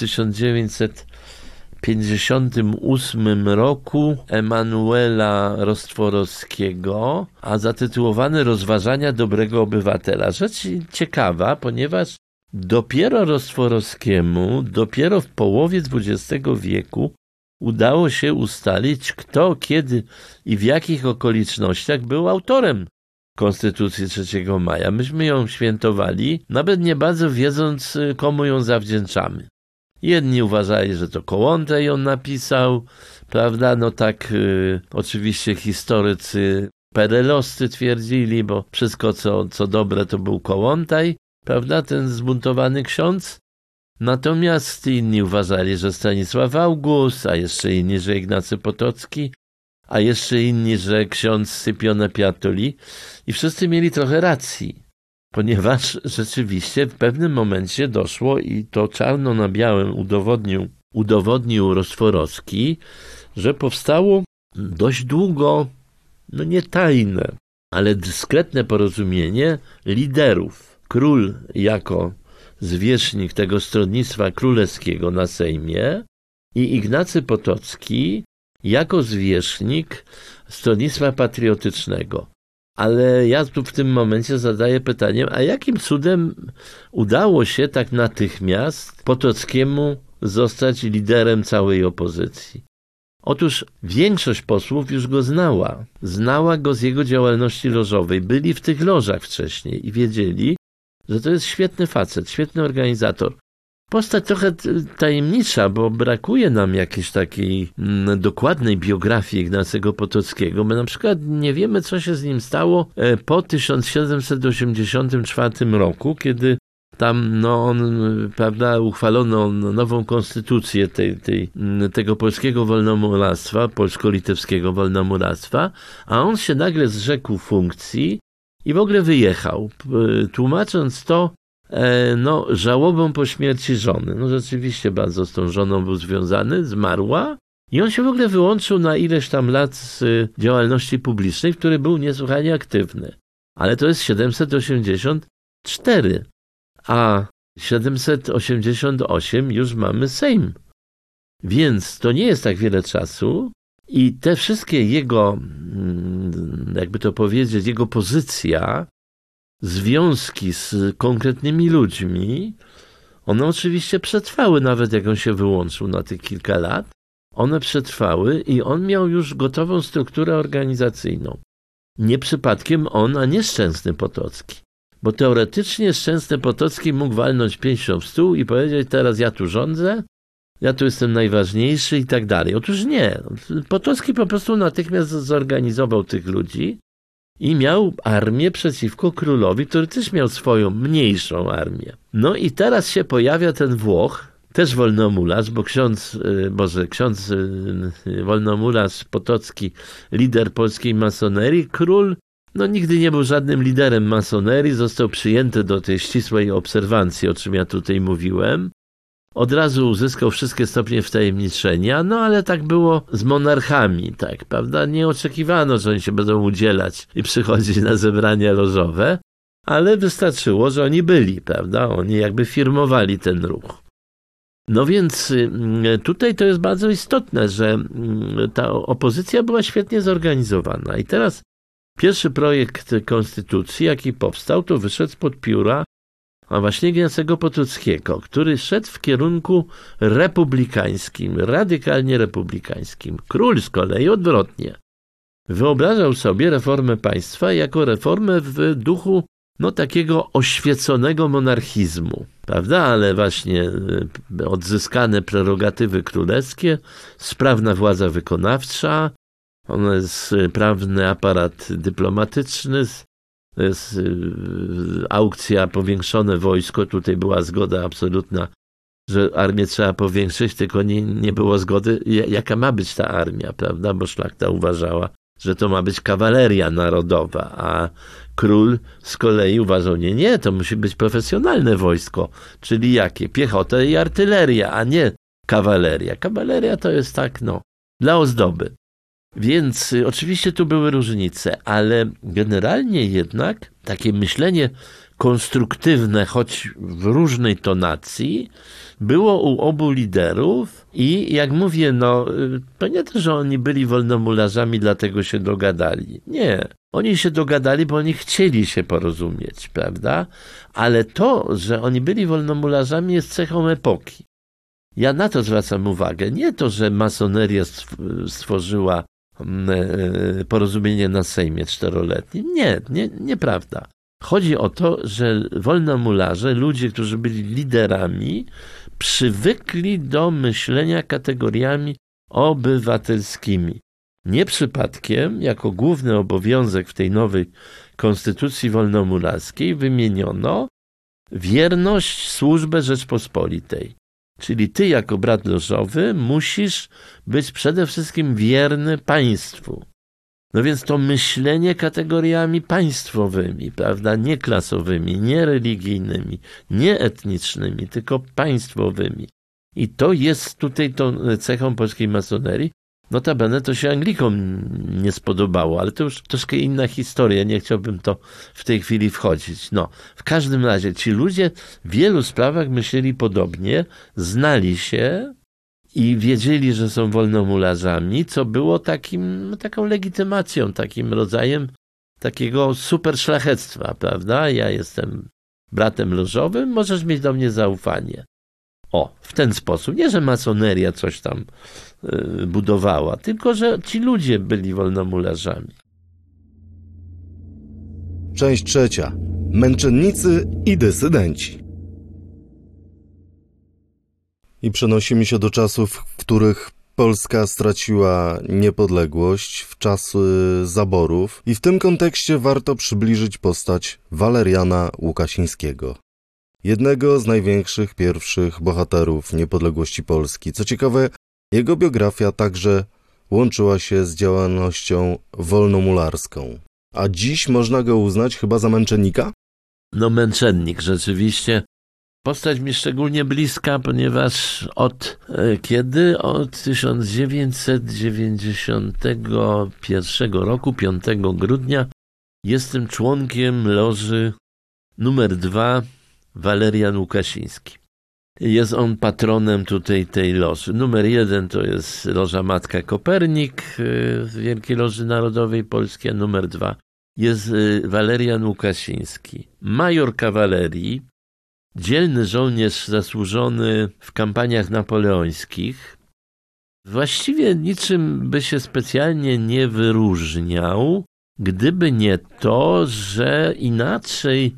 C: 1958 roku Emanuela Rostworowskiego, a zatytułowany Rozważania dobrego obywatela. Rzecz ciekawa, ponieważ dopiero Rostworowskiemu, dopiero w połowie XX wieku udało się ustalić, kto, kiedy i w jakich okolicznościach był autorem Konstytucji 3 maja. Myśmy ją świętowali, nawet nie bardzo wiedząc, komu ją zawdzięczamy. Jedni uważali, że to Kołłątaj ją napisał, prawda? No tak oczywiście historycy perelowscy twierdzili, bo wszystko co dobre to był Kołłątaj, prawda? Ten zbuntowany ksiądz. Natomiast inni uważali, że Stanisław August, a jeszcze inni, że Ignacy Potocki, a jeszcze inni, że ksiądz Scipione Piattoli. I wszyscy mieli trochę racji, ponieważ rzeczywiście w pewnym momencie doszło, i to czarno na białym udowodnił Rostworowski, że powstało dość długo, no nie tajne, ale dyskretne porozumienie liderów. Król jako zwierzchnik tego stronnictwa królewskiego na Sejmie i Ignacy Potocki jako zwierzchnik stronnictwa patriotycznego. Ale ja tu w tym momencie zadaję pytanie, a jakim cudem udało się tak natychmiast Potockiemu zostać liderem całej opozycji? Otóż większość posłów już go znała. Znała go z jego działalności lożowej. Byli w tych lożach wcześniej i wiedzieli, że to jest świetny facet, świetny organizator. Postać trochę tajemnicza, bo brakuje nam jakiejś takiej dokładnej biografii Ignacego Potockiego. My na przykład nie wiemy, co się z nim stało po 1784 roku, kiedy tam prawda, uchwalono nową konstytucję tego polskiego wolnomuractwa, polsko-litewskiego wolnomuractwa, a on się nagle zrzekł funkcji i w ogóle wyjechał, tłumacząc to żałobą po śmierci żony. No rzeczywiście bardzo z tą żoną był związany, zmarła i on się w ogóle wyłączył na ileś tam lat z działalności publicznej, w której był niesłychanie aktywny. Ale to jest 784, a 788 już mamy Sejm. Więc to nie jest tak wiele czasu i te wszystkie jego, jakby to powiedzieć, jego pozycja, związki z konkretnymi ludźmi, one oczywiście przetrwały, nawet jak on się wyłączył na tych kilka lat. One przetrwały i on miał już gotową strukturę organizacyjną. Nie przypadkiem on, a nie Szczęsny Potocki. Bo teoretycznie Szczęsny Potocki mógł walnąć pięścią w stół i powiedzieć: teraz ja tu rządzę, ja tu jestem najważniejszy i tak dalej. Otóż nie. Potocki po prostu natychmiast zorganizował tych ludzi i miał armię przeciwko królowi, który też miał swoją mniejszą armię. No i teraz się pojawia ten Włoch, też wolnomularz, bo ksiądz wolnomularz Potocki, lider polskiej masonerii, król, nigdy nie był żadnym liderem masonerii, został przyjęty do tej ścisłej obserwancji, o czym ja tutaj mówiłem. Od razu uzyskał wszystkie stopnie wtajemniczenia, ale tak było z monarchami, tak, prawda? Nie oczekiwano, że oni się będą udzielać i przychodzić na zebrania lożowe, ale wystarczyło, że oni byli, prawda? Oni jakby firmowali ten ruch. No więc tutaj to jest bardzo istotne, że ta opozycja była świetnie zorganizowana. I teraz pierwszy projekt konstytucji, jaki powstał, to wyszedł spod pióra właśnie Ignacego Potockiego, który szedł w kierunku republikańskim, radykalnie republikańskim. Król z kolei odwrotnie. Wyobrażał sobie reformę państwa jako reformę w duchu takiego oświeconego monarchizmu, prawda? Ale właśnie odzyskane prerogatywy królewskie, sprawna władza wykonawcza, sprawny aparat dyplomatyczny, aukcja, powiększone wojsko. Tutaj była zgoda absolutna, że armię trzeba powiększyć, tylko nie było zgody, jaka ma być ta armia, prawda? Bo szlachta uważała, że to ma być kawaleria narodowa, a król z kolei uważał, nie, to musi być profesjonalne wojsko, czyli jakie? Piechota i artyleria, a nie kawaleria. Kawaleria to jest tak, dla ozdoby. Więc oczywiście tu były różnice, ale generalnie jednak takie myślenie konstruktywne, choć w różnej tonacji, było u obu liderów i jak mówię, to nie to, że oni byli wolnomularzami, dlatego się dogadali. Nie. Oni się dogadali, bo oni chcieli się porozumieć, prawda? Ale to, że oni byli wolnomularzami, jest cechą epoki. Ja na to zwracam uwagę. Nie to, że masoneria stworzyła porozumienie na Sejmie 4-letnim. Nieprawda. Chodzi o to, że wolnomularze, ludzie, którzy byli liderami, przywykli do myślenia kategoriami obywatelskimi. Nie przypadkiem, jako główny obowiązek w tej nowej konstytucji wolnomularskiej wymieniono wierność, służbę Rzeczpospolitej. Czyli ty jako brat lożowy musisz być przede wszystkim wierny państwu. No więc to myślenie kategoriami państwowymi, prawda, nie klasowymi, nie religijnymi, nie etnicznymi, tylko państwowymi. I to jest tutaj tą cechą polskiej masonerii. Notabene to się Anglikom nie spodobało, ale to już troszkę inna historia, nie chciałbym to w tej chwili wchodzić. W każdym razie ci ludzie w wielu sprawach myśleli podobnie, znali się i wiedzieli, że są wolnomularzami, co było taką legitymacją, takim rodzajem takiego superszlachectwa, prawda? Ja jestem bratem lożowym, możesz mieć do mnie zaufanie. W ten sposób. Nie, że masoneria coś tam budowała, tylko że ci ludzie byli wolnomularzami.
A: Część trzecia. Męczennicy i dysydenci. I przenosimy się do czasów, w których Polska straciła niepodległość, w czasy zaborów i w tym kontekście warto przybliżyć postać Waleriana Łukasińskiego. jednego z największych pierwszych bohaterów niepodległości Polski. Co ciekawe, jego biografia także łączyła się z działalnością wolnomularską. A dziś można go uznać chyba za męczennika?
C: No męczennik, rzeczywiście. Postać mi szczególnie bliska, ponieważ od 1991 roku, 5 grudnia, jestem członkiem loży numer 2 Walerian Łukasiński. Jest on patronem tutaj tej loży. Numer 1 to jest loża Matka Kopernik w Wielkiej Loży Narodowej Polskiej, a numer 2 jest Walerian Łukasiński. Major kawalerii, dzielny żołnierz zasłużony w kampaniach napoleońskich. Właściwie niczym by się specjalnie nie wyróżniał, gdyby nie to, że inaczej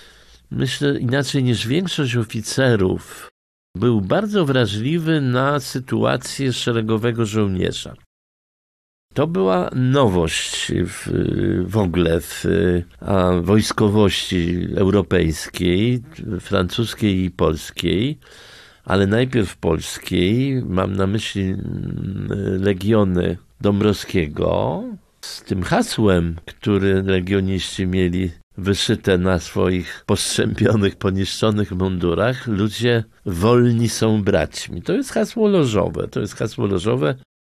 C: niż większość oficerów był bardzo wrażliwy na sytuację szeregowego żołnierza. To była nowość w ogóle w wojskowości europejskiej, francuskiej i polskiej, ale najpierw polskiej. Mam na myśli legiony Dąbrowskiego z tym hasłem, które legioniści mieli wyszyte na swoich postrzępionych, poniszczonych mundurach: ludzie wolni są braćmi. To jest hasło lożowe.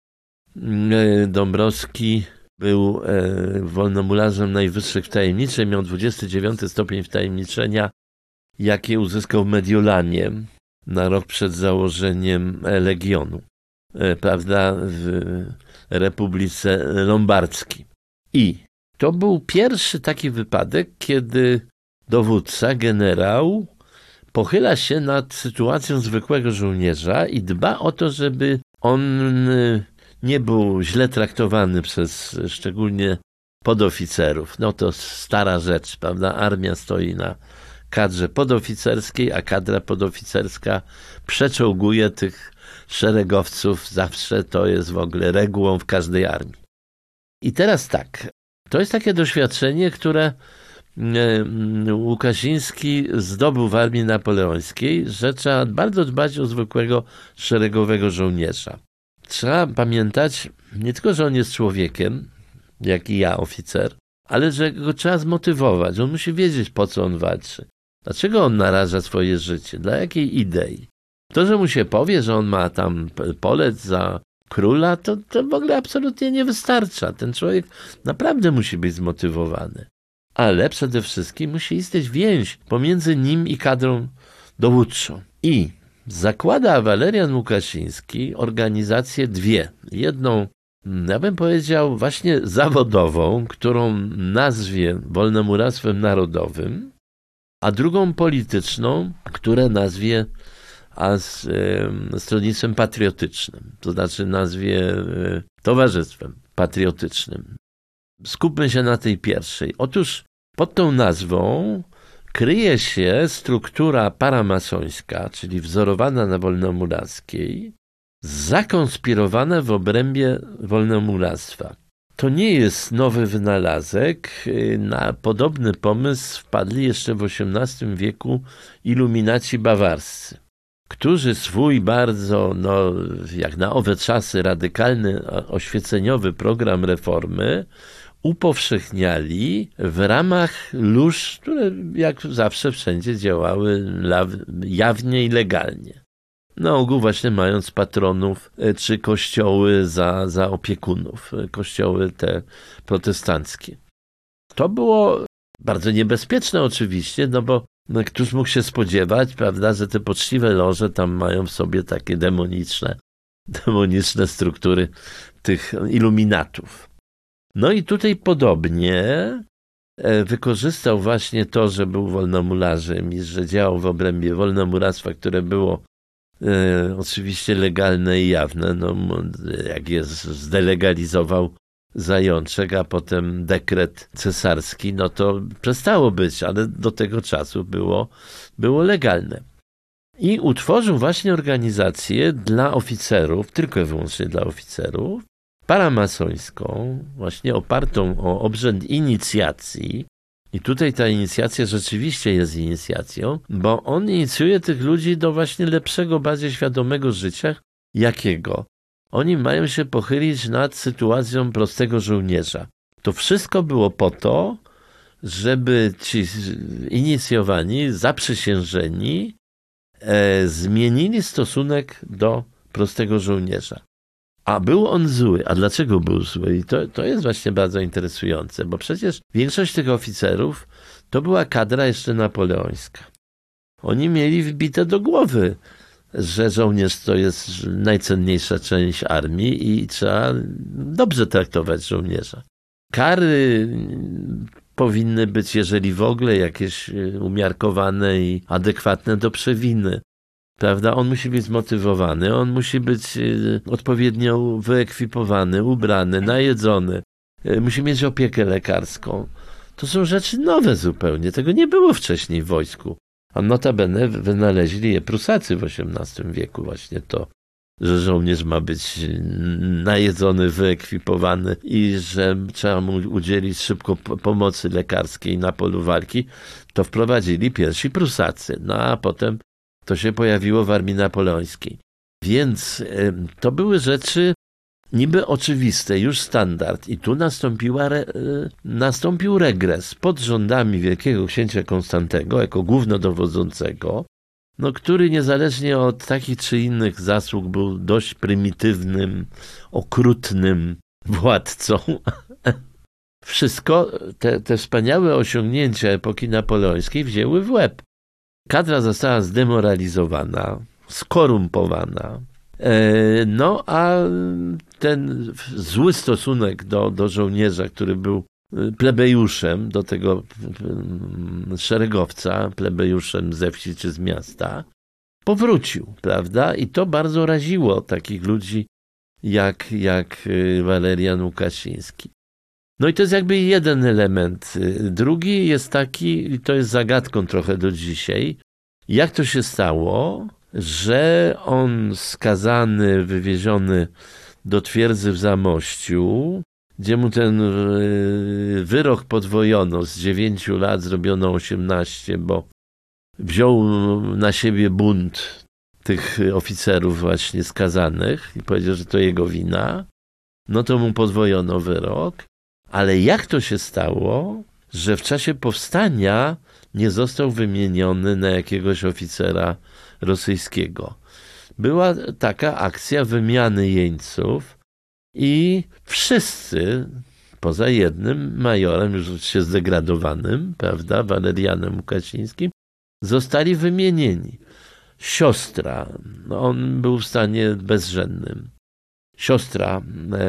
C: Dąbrowski był wolnomularzem najwyższych wtajemniczeń, miał 29 stopień wtajemniczenia, jakie uzyskał w Mediolanie na rok przed założeniem Legionu, prawda, w Republice Lombardzkiej. I to był pierwszy taki wypadek, kiedy dowódca, generał, pochyla się nad sytuacją zwykłego żołnierza i dba o to, żeby on nie był źle traktowany przez szczególnie podoficerów. No to stara rzecz, prawda? Armia stoi na kadrze podoficerskiej, a kadra podoficerska przeczołguje tych szeregowców. Zawsze to jest w ogóle regułą w każdej armii. I teraz tak, to jest takie doświadczenie, które Łukasiński zdobył w armii napoleońskiej, że trzeba bardzo dbać o zwykłego szeregowego żołnierza. Trzeba pamiętać nie tylko, że on jest człowiekiem, jak i ja, oficer, ale że go trzeba zmotywować. On musi wiedzieć, po co on walczy. Dlaczego on naraża swoje życie? Dla jakiej idei? To, że mu się powie, że on ma tam polec za króla, to w ogóle absolutnie nie wystarcza. Ten człowiek naprawdę musi być zmotywowany. Ale przede wszystkim musi istnieć więź pomiędzy nim i kadrą dowódczą. I zakłada Walerian Łukasiński organizację dwie. Jedną, ja bym powiedział, właśnie zawodową, którą nazwie Wolnomurarstwem Narodowym, a drugą polityczną, które nazwie Stronnictwem Patriotycznym, to znaczy nazwie Towarzystwem Patriotycznym. Skupmy się na tej pierwszej. Otóż pod tą nazwą kryje się struktura paramasońska, czyli wzorowana na wolnomurarskiej, zakonspirowana w obrębie wolnomurarstwa. To nie jest nowy wynalazek. Na podobny pomysł wpadli jeszcze w XVIII wieku iluminaci bawarscy, którzy swój bardzo, jak na owe czasy, radykalny, oświeceniowy program reformy upowszechniali w ramach lóż, które jak zawsze wszędzie działały jawnie i legalnie. Na ogół właśnie mając patronów czy kościoły za opiekunów, kościoły te protestanckie. To było bardzo niebezpieczne oczywiście, bo któż mógł się spodziewać, prawda, że te poczciwe loże tam mają w sobie takie demoniczne struktury tych iluminatów. No i tutaj podobnie wykorzystał właśnie to, że był wolnomularzem i że działał w obrębie wolnomurarstwa, które było oczywiście legalne i jawne. Jak je zdelegalizował Zajączek, a potem dekret cesarski, to przestało być, ale do tego czasu było legalne. I utworzył właśnie organizację dla oficerów, tylko i wyłącznie dla oficerów, paramasońską, właśnie opartą o obrzęd inicjacji, I tutaj ta inicjacja rzeczywiście jest inicjacją, bo on inicjuje tych ludzi do właśnie lepszego, bardziej świadomego życia. Jakiego? Oni mają się pochylić nad sytuacją prostego żołnierza. To wszystko było po to, żeby ci inicjowani, zaprzysiężeni zmienili stosunek do prostego żołnierza. A był on zły. A dlaczego był zły? I to jest właśnie bardzo interesujące, bo przecież większość tych oficerów to była kadra jeszcze napoleońska. Oni mieli wbite do głowy, że żołnierz to jest najcenniejsza część armii i trzeba dobrze traktować żołnierza. Kary powinny być, jeżeli w ogóle, jakieś umiarkowane i adekwatne do przewiny. Prawda? On musi być zmotywowany, on musi być odpowiednio wyekwipowany, ubrany, najedzony, musi mieć opiekę lekarską. To są rzeczy nowe zupełnie. Tego nie było wcześniej w wojsku. A notabene wynaleźli je Prusacy w XVIII wieku właśnie to, że żołnierz ma być najedzony, wyekwipowany i że trzeba mu udzielić szybko pomocy lekarskiej na polu walki. To wprowadzili pierwsi Prusacy. No a potem to się pojawiło w armii napoleońskiej. Więc to były rzeczy niby oczywiste, już standard. I tu nastąpił regres pod rządami wielkiego księcia Konstantego jako głównodowodzącego, który niezależnie od takich czy innych zasług był dość prymitywnym, okrutnym władcą. Wszystko te wspaniałe osiągnięcia epoki napoleońskiej wzięły w łeb. Kadra została zdemoralizowana, skorumpowana. A ten zły stosunek do żołnierza, który był plebejuszem, do tego szeregowca, plebejuszem ze wsi czy z miasta, powrócił, prawda? I to bardzo raziło takich ludzi jak Walerian Łukasiński. No i to jest jakby jeden element. Drugi jest taki, i to jest zagadką trochę do dzisiaj, jak to się stało, że on skazany, wywieziony do twierdzy w Zamościu, gdzie mu ten wyrok podwojono, z 9 lat zrobiono 18, bo wziął na siebie bunt tych oficerów właśnie skazanych i powiedział, że to jego wina, no to mu podwojono wyrok. Ale jak to się stało, że w czasie powstania nie został wymieniony na jakiegoś oficera rosyjskiego? Była taka akcja wymiany jeńców i wszyscy, poza jednym majorem, już się zdegradowanym, prawda, Walerianem Łukasińskim, zostali wymienieni. Siostra, on był w stanie bezżennym. Siostra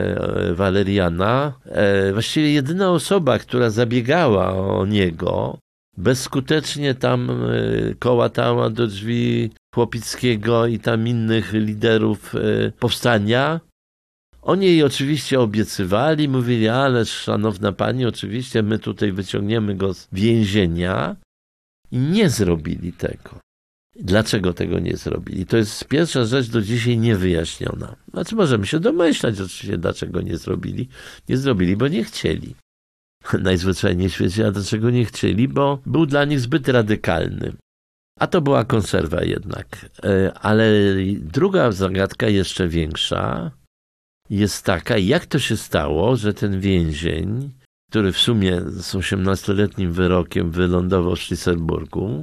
C: Waleriana, właściwie jedyna osoba, która zabiegała o niego, bezskutecznie tam kołatała do drzwi Chłopickiego i tam innych liderów powstania. Oni jej oczywiście obiecywali, mówili, ale szanowna pani, oczywiście my tutaj wyciągniemy go z więzienia i nie zrobili tego. Dlaczego tego nie zrobili? To jest pierwsza rzecz do dzisiaj niewyjaśniona. Znaczy możemy się domyślać oczywiście, dlaczego nie zrobili. Nie zrobili, bo nie chcieli. Najzwyczajniej w świecie, a dlaczego nie chcieli? Bo był dla nich zbyt radykalny. A to była konserwa jednak. Ale druga zagadka, jeszcze większa, jest taka, jak to się stało, że ten więzień, który w sumie z 18-letnim wyrokiem wylądował w Szliserburgu,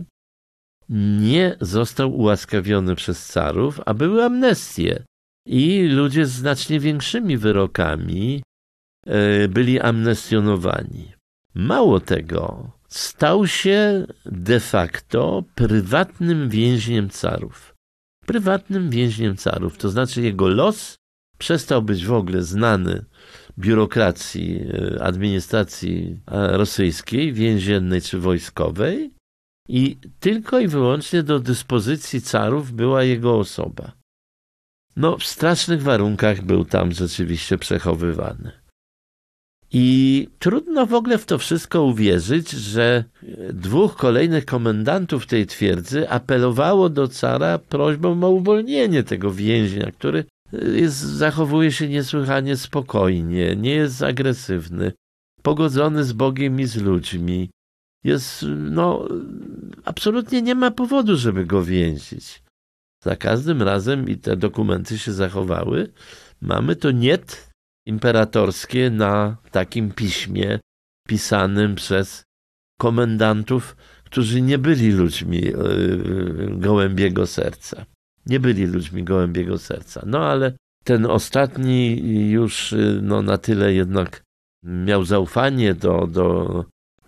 C: nie został ułaskawiony przez carów, a były amnestie. I ludzie z znacznie większymi wyrokami byli amnestionowani. Mało tego, stał się de facto prywatnym więźniem carów. Prywatnym więźniem carów, to znaczy jego los przestał być w ogóle znany biurokracji, administracji rosyjskiej, więziennej czy wojskowej, i tylko i wyłącznie do dyspozycji carów była jego osoba. W strasznych warunkach był tam rzeczywiście przechowywany. I trudno w ogóle w to wszystko uwierzyć, że 2 kolejnych komendantów tej twierdzy apelowało do cara prośbą o uwolnienie tego więźnia, który zachowuje się niesłychanie spokojnie, nie jest agresywny, pogodzony z Bogiem i z ludźmi. jest, absolutnie nie ma powodu, żeby go więzić. Za każdym razem, i te dokumenty się zachowały, mamy to niet imperatorskie na takim piśmie pisanym przez komendantów, którzy nie byli ludźmi gołębiego serca. Nie byli ludźmi gołębiego serca. No ale ten ostatni już na tyle jednak miał zaufanie do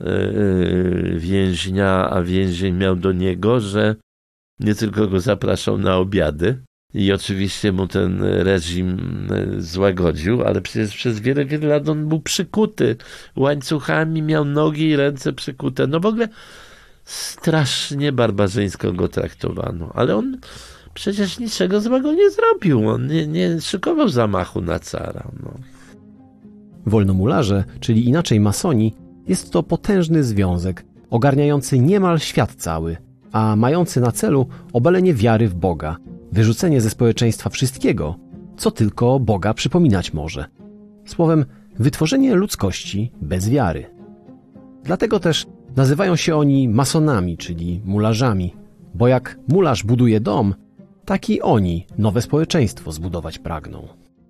C: więźnia, a więzień miał do niego, że nie tylko go zapraszał na obiady i oczywiście mu ten reżim złagodził, ale przecież przez wiele, wiele lat on był przykuty łańcuchami, miał nogi i ręce przykute. No w ogóle strasznie barbarzyńsko go traktowano, ale on przecież niczego złego nie zrobił. On nie szykował zamachu na cara.
B: Wolnomularze, czyli inaczej masoni, jest to potężny związek, ogarniający niemal świat cały, a mający na celu obalenie wiary w Boga, wyrzucenie ze społeczeństwa wszystkiego, co tylko Boga przypominać może. Słowem, wytworzenie ludzkości bez wiary. Dlatego też nazywają się oni masonami, czyli mularzami, bo jak mularz buduje dom, tak i oni nowe społeczeństwo zbudować pragną.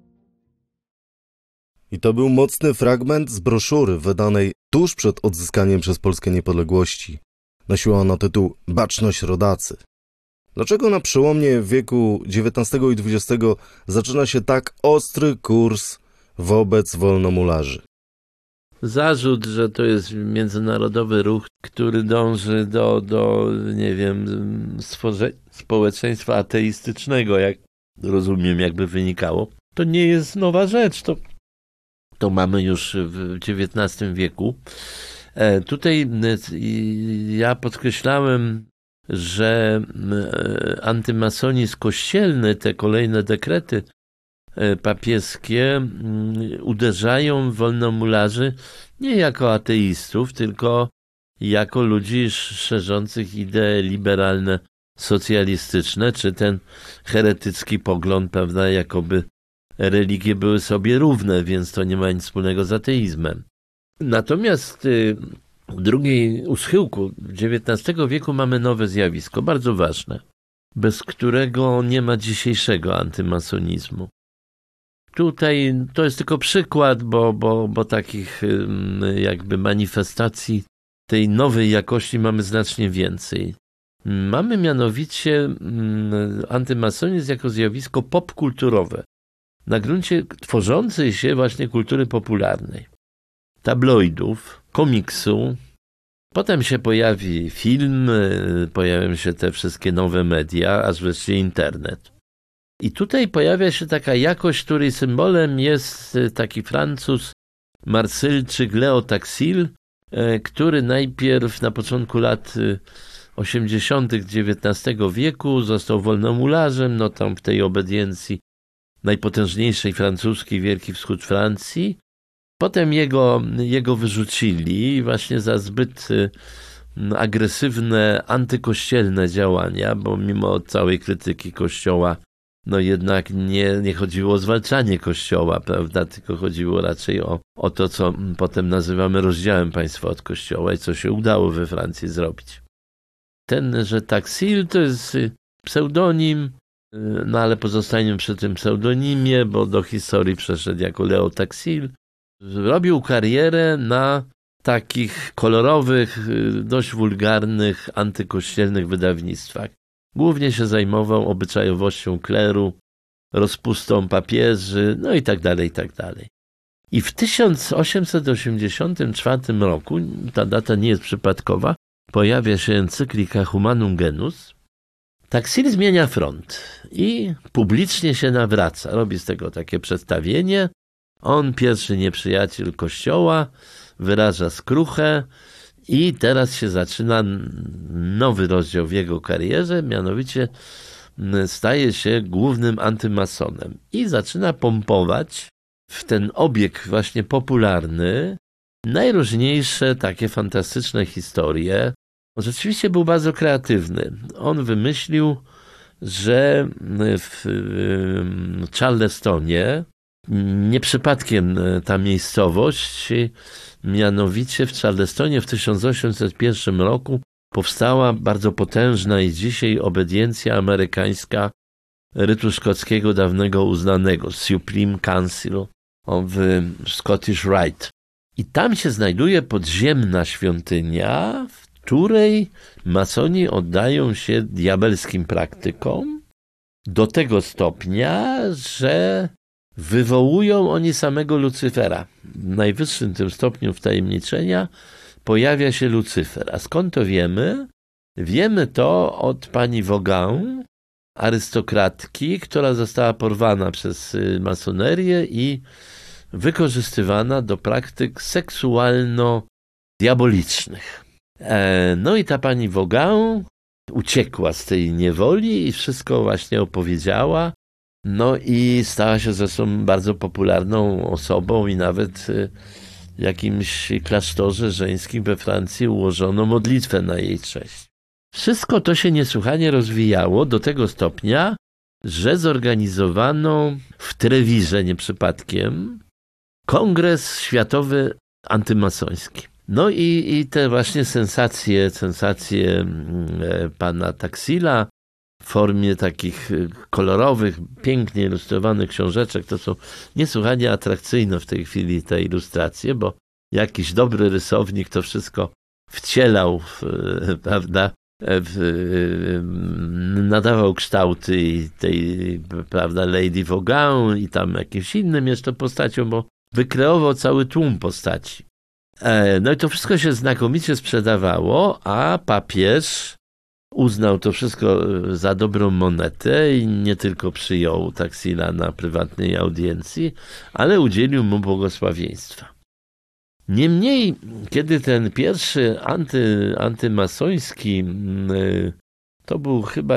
A: I to był mocny fragment z broszury wydanej tuż przed odzyskaniem przez Polskę niepodległości. Nosiła ona tytuł Baczność rodacy. Dlaczego na przełomie wieku XIX i XX zaczyna się tak ostry kurs wobec wolnomularzy?
C: Zarzut, że to jest międzynarodowy ruch, który dąży do stworzenia społeczeństwa ateistycznego, jak rozumiem, jakby wynikało, to nie jest nowa rzecz. To mamy już w XIX wieku. Tutaj ja podkreślałem, że antymasonizm kościelny, te kolejne dekrety papieskie uderzają w wolnomularzy nie jako ateistów, tylko jako ludzi szerzących idee liberalne, socjalistyczne, czy ten heretycki pogląd, prawda, jakoby religie były sobie równe, więc to nie ma nic wspólnego z ateizmem. Natomiast u schyłku XIX wieku mamy nowe zjawisko, bardzo ważne, bez którego nie ma dzisiejszego antymasonizmu. Tutaj to jest tylko przykład, bo takich jakby manifestacji tej nowej jakości mamy znacznie więcej. Mamy mianowicie antymasonizm jako zjawisko popkulturowe, na gruncie tworzącej się właśnie kultury popularnej, tabloidów, komiksu. Potem się pojawi film, pojawią się te wszystkie nowe media, aż wreszcie internet. I tutaj pojawia się taka jakość, której symbolem jest taki Francuz, Marsylczyk Leo Taxil, który najpierw na początku lat 80. XIX wieku został wolnomularzem, tam w tej obediencji najpotężniejszej francuskiej, Wielki Wschód Francji. Potem jego wyrzucili właśnie za zbyt agresywne, antykościelne działania, bo mimo całej krytyki Kościoła, jednak nie chodziło o zwalczanie Kościoła, prawda, tylko chodziło raczej o to, co potem nazywamy rozdziałem państwa od Kościoła i co się udało we Francji zrobić. Tenże Taxil to jest pseudonim, ale pozostajemy przy tym pseudonimie, bo do historii przeszedł jako Leo Taxil. Robił karierę na takich kolorowych, dość wulgarnych, antykościelnych wydawnictwach. Głównie się zajmował obyczajowością kleru, rozpustą papieży, i tak dalej, i tak dalej. I w 1884 roku, ta data nie jest przypadkowa, pojawia się encyklika Humanum Genus. Taxil zmienia front i publicznie się nawraca. Robi z tego takie przedstawienie. On, pierwszy nieprzyjaciel Kościoła, wyraża skruchę i teraz się zaczyna nowy rozdział w jego karierze, mianowicie staje się głównym antymasonem i zaczyna pompować w ten obieg właśnie popularny najróżniejsze takie fantastyczne historie. Rzeczywiście był bardzo kreatywny. On wymyślił, że w Charlestonie Nie przypadkiem ta miejscowość, mianowicie w Charlestonie w 1801 roku powstała bardzo potężna i dzisiaj obediencja amerykańska rytu szkockiego dawnego uznanego, Supreme Council of Scottish Rite. I tam się znajduje podziemna świątynia, w której masoni oddają się diabelskim praktykom do tego stopnia, że wywołują oni samego Lucyfera. W najwyższym tym stopniu wtajemniczenia pojawia się Lucyfer. A skąd to wiemy? Wiemy to od pani Vaughan, arystokratki, która została porwana przez masonerię i wykorzystywana do praktyk seksualno-diabolicznych. No i ta pani Vaughan uciekła z tej niewoli i wszystko właśnie opowiedziała. No i stała się zresztą bardzo popularną osobą i nawet w jakimś klasztorze żeńskim we Francji ułożono modlitwę na jej cześć. Wszystko to się niesłychanie rozwijało do tego stopnia, że zorganizowano w Trewirze nie przypadkiem Kongres Światowy Antymasoński. No i te właśnie sensacje pana Taxila w formie takich kolorowych, pięknie ilustrowanych książeczek, to są niesłychanie atrakcyjne w tej chwili te ilustracje, bo jakiś dobry rysownik to wszystko wcielał, prawda, nadawał kształty i tej, prawda, Lady Vaughan i tam jakimś innym jeszcze postaciom, bo wykreował cały tłum postaci. No i to wszystko się znakomicie sprzedawało, a papież uznał to wszystko za dobrą monetę i nie tylko przyjął Taxila na prywatnej audiencji, ale udzielił mu błogosławieństwa. Niemniej, kiedy ten pierwszy antymasoński, to był chyba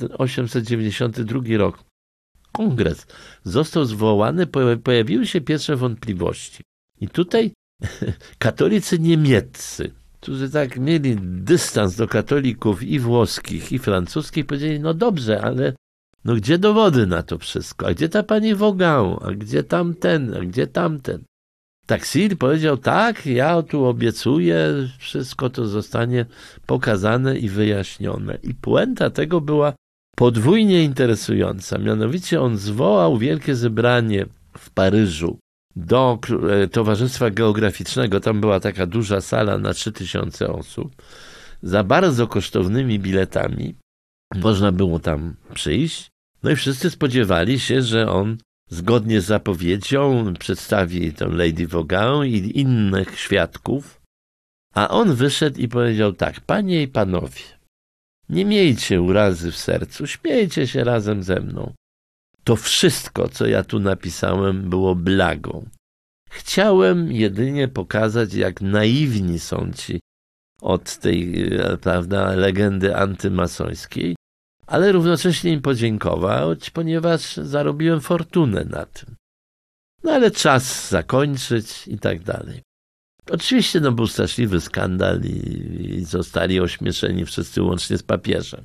C: 892 rok, kongres został zwołany, pojawiły się pierwsze wątpliwości. I tutaj katolicy niemieccy, którzy tak mieli dystans do katolików i włoskich, i francuskich, powiedzieli, no dobrze, ale no gdzie dowody na to wszystko? A gdzie ta pani Vaughan? A gdzie tamten? A gdzie tamten? Taxil powiedział, tak, ja tu obiecuję, wszystko to zostanie pokazane i wyjaśnione. I puenta tego była podwójnie interesująca. Mianowicie on zwołał wielkie zebranie w Paryżu do Towarzystwa Geograficznego. Tam była taka duża sala na 3000 osób. Za bardzo kosztownymi biletami można było tam przyjść. No i wszyscy spodziewali się, że on zgodnie z zapowiedzią przedstawi tę Lady Vaughan i innych świadków. A on wyszedł i powiedział tak, panie i panowie, nie miejcie urazy w sercu, śmiejcie się razem ze mną. To wszystko, co ja tu napisałem, było blagą. Chciałem jedynie pokazać, jak naiwni są ci od tej, prawda, legendy antymasońskiej, ale równocześnie im podziękować, ponieważ zarobiłem fortunę na tym. No ale czas zakończyć i tak dalej. Oczywiście był straszliwy skandal i zostali ośmieszeni wszyscy łącznie z papieżem.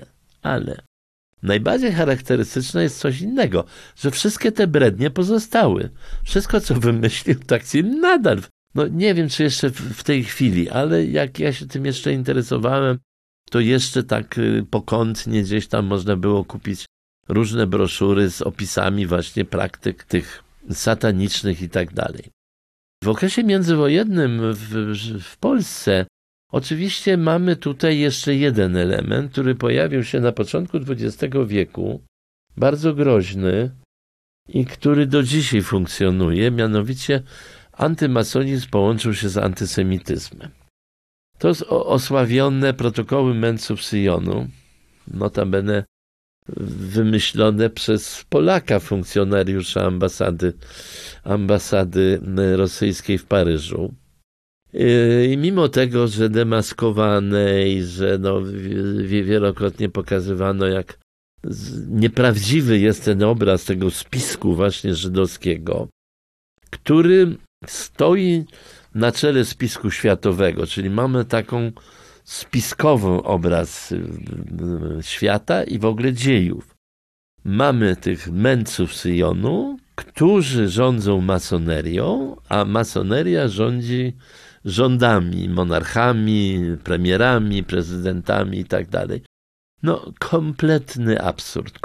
C: Ale najbardziej charakterystyczne jest coś innego, że wszystkie te brednie pozostały. Wszystko, co wymyślił Taxil, nadal. No nie wiem, czy jeszcze w tej chwili, ale jak ja się tym jeszcze interesowałem, to jeszcze tak pokątnie gdzieś tam można było kupić różne broszury z opisami właśnie praktyk tych satanicznych i tak dalej. W okresie międzywojennym w Polsce oczywiście mamy tutaj jeszcze jeden element, który pojawił się na początku XX wieku, bardzo groźny i który do dzisiaj funkcjonuje, mianowicie antymasonizm połączył się z antysemityzmem. To osławione protokoły mędrców Syjonu, notabene wymyślone przez Polaka, funkcjonariusza ambasady rosyjskiej w Paryżu. I mimo tego, że demaskowane i że wielokrotnie pokazywano, jak nieprawdziwy jest ten obraz tego spisku właśnie żydowskiego, który stoi na czele spisku światowego, czyli mamy taką spiskową obraz świata i w ogóle dziejów. Mamy tych mędrców Syjonu, którzy rządzą masonerią, a masoneria rządzi rządami, monarchami, premierami, prezydentami i tak dalej. No, kompletny absurd.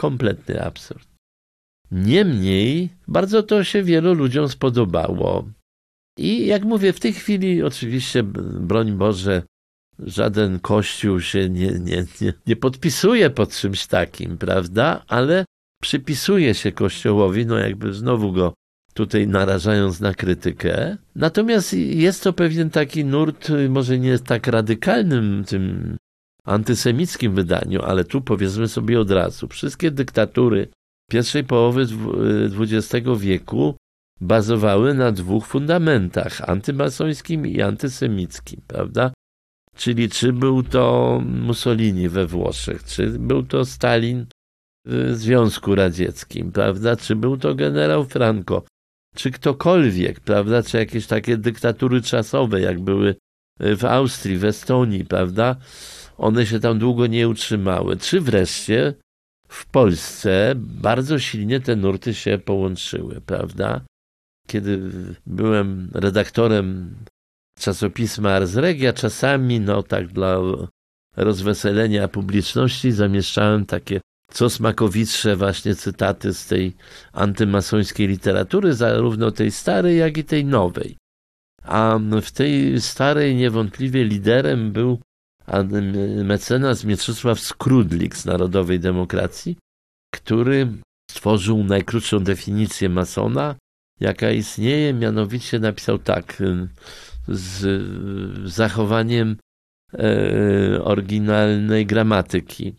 C: Niemniej bardzo to się wielu ludziom spodobało. I jak mówię, w tej chwili oczywiście, broń Boże, żaden kościół się nie podpisuje pod czymś takim, prawda? Ale przypisuje się Kościołowi, no jakby znowu go tutaj narażając na krytykę. Natomiast jest to pewien taki nurt, może nie tak radykalnym, tym antysemickim wydaniu, ale tu powiedzmy sobie od razu, wszystkie dyktatury pierwszej połowy XX wieku bazowały na dwóch fundamentach, antymasońskim i antysemickim, prawda? Czyli czy był to Mussolini we Włoszech, czy był to Stalin w Związku Radzieckim, prawda? Czy był to generał Franco, czy ktokolwiek, prawda? Czy jakieś takie dyktatury czasowe, jak były w Austrii, w Estonii, prawda? One się tam długo nie utrzymały. Czy wreszcie w Polsce bardzo silnie te nurty się połączyły, prawda? Kiedy byłem redaktorem czasopisma Ars Regia, czasami, no tak dla rozweselenia publiczności, zamieszczałem takie co smakowitsze właśnie cytaty z tej antymasońskiej literatury, zarówno tej starej, jak i tej nowej. A w tej starej niewątpliwie liderem był mecenas Mieczysław Skrudlik z Narodowej Demokracji, który stworzył najkrótszą definicję masona, jaka istnieje, mianowicie napisał tak, z zachowaniem oryginalnej gramatyki.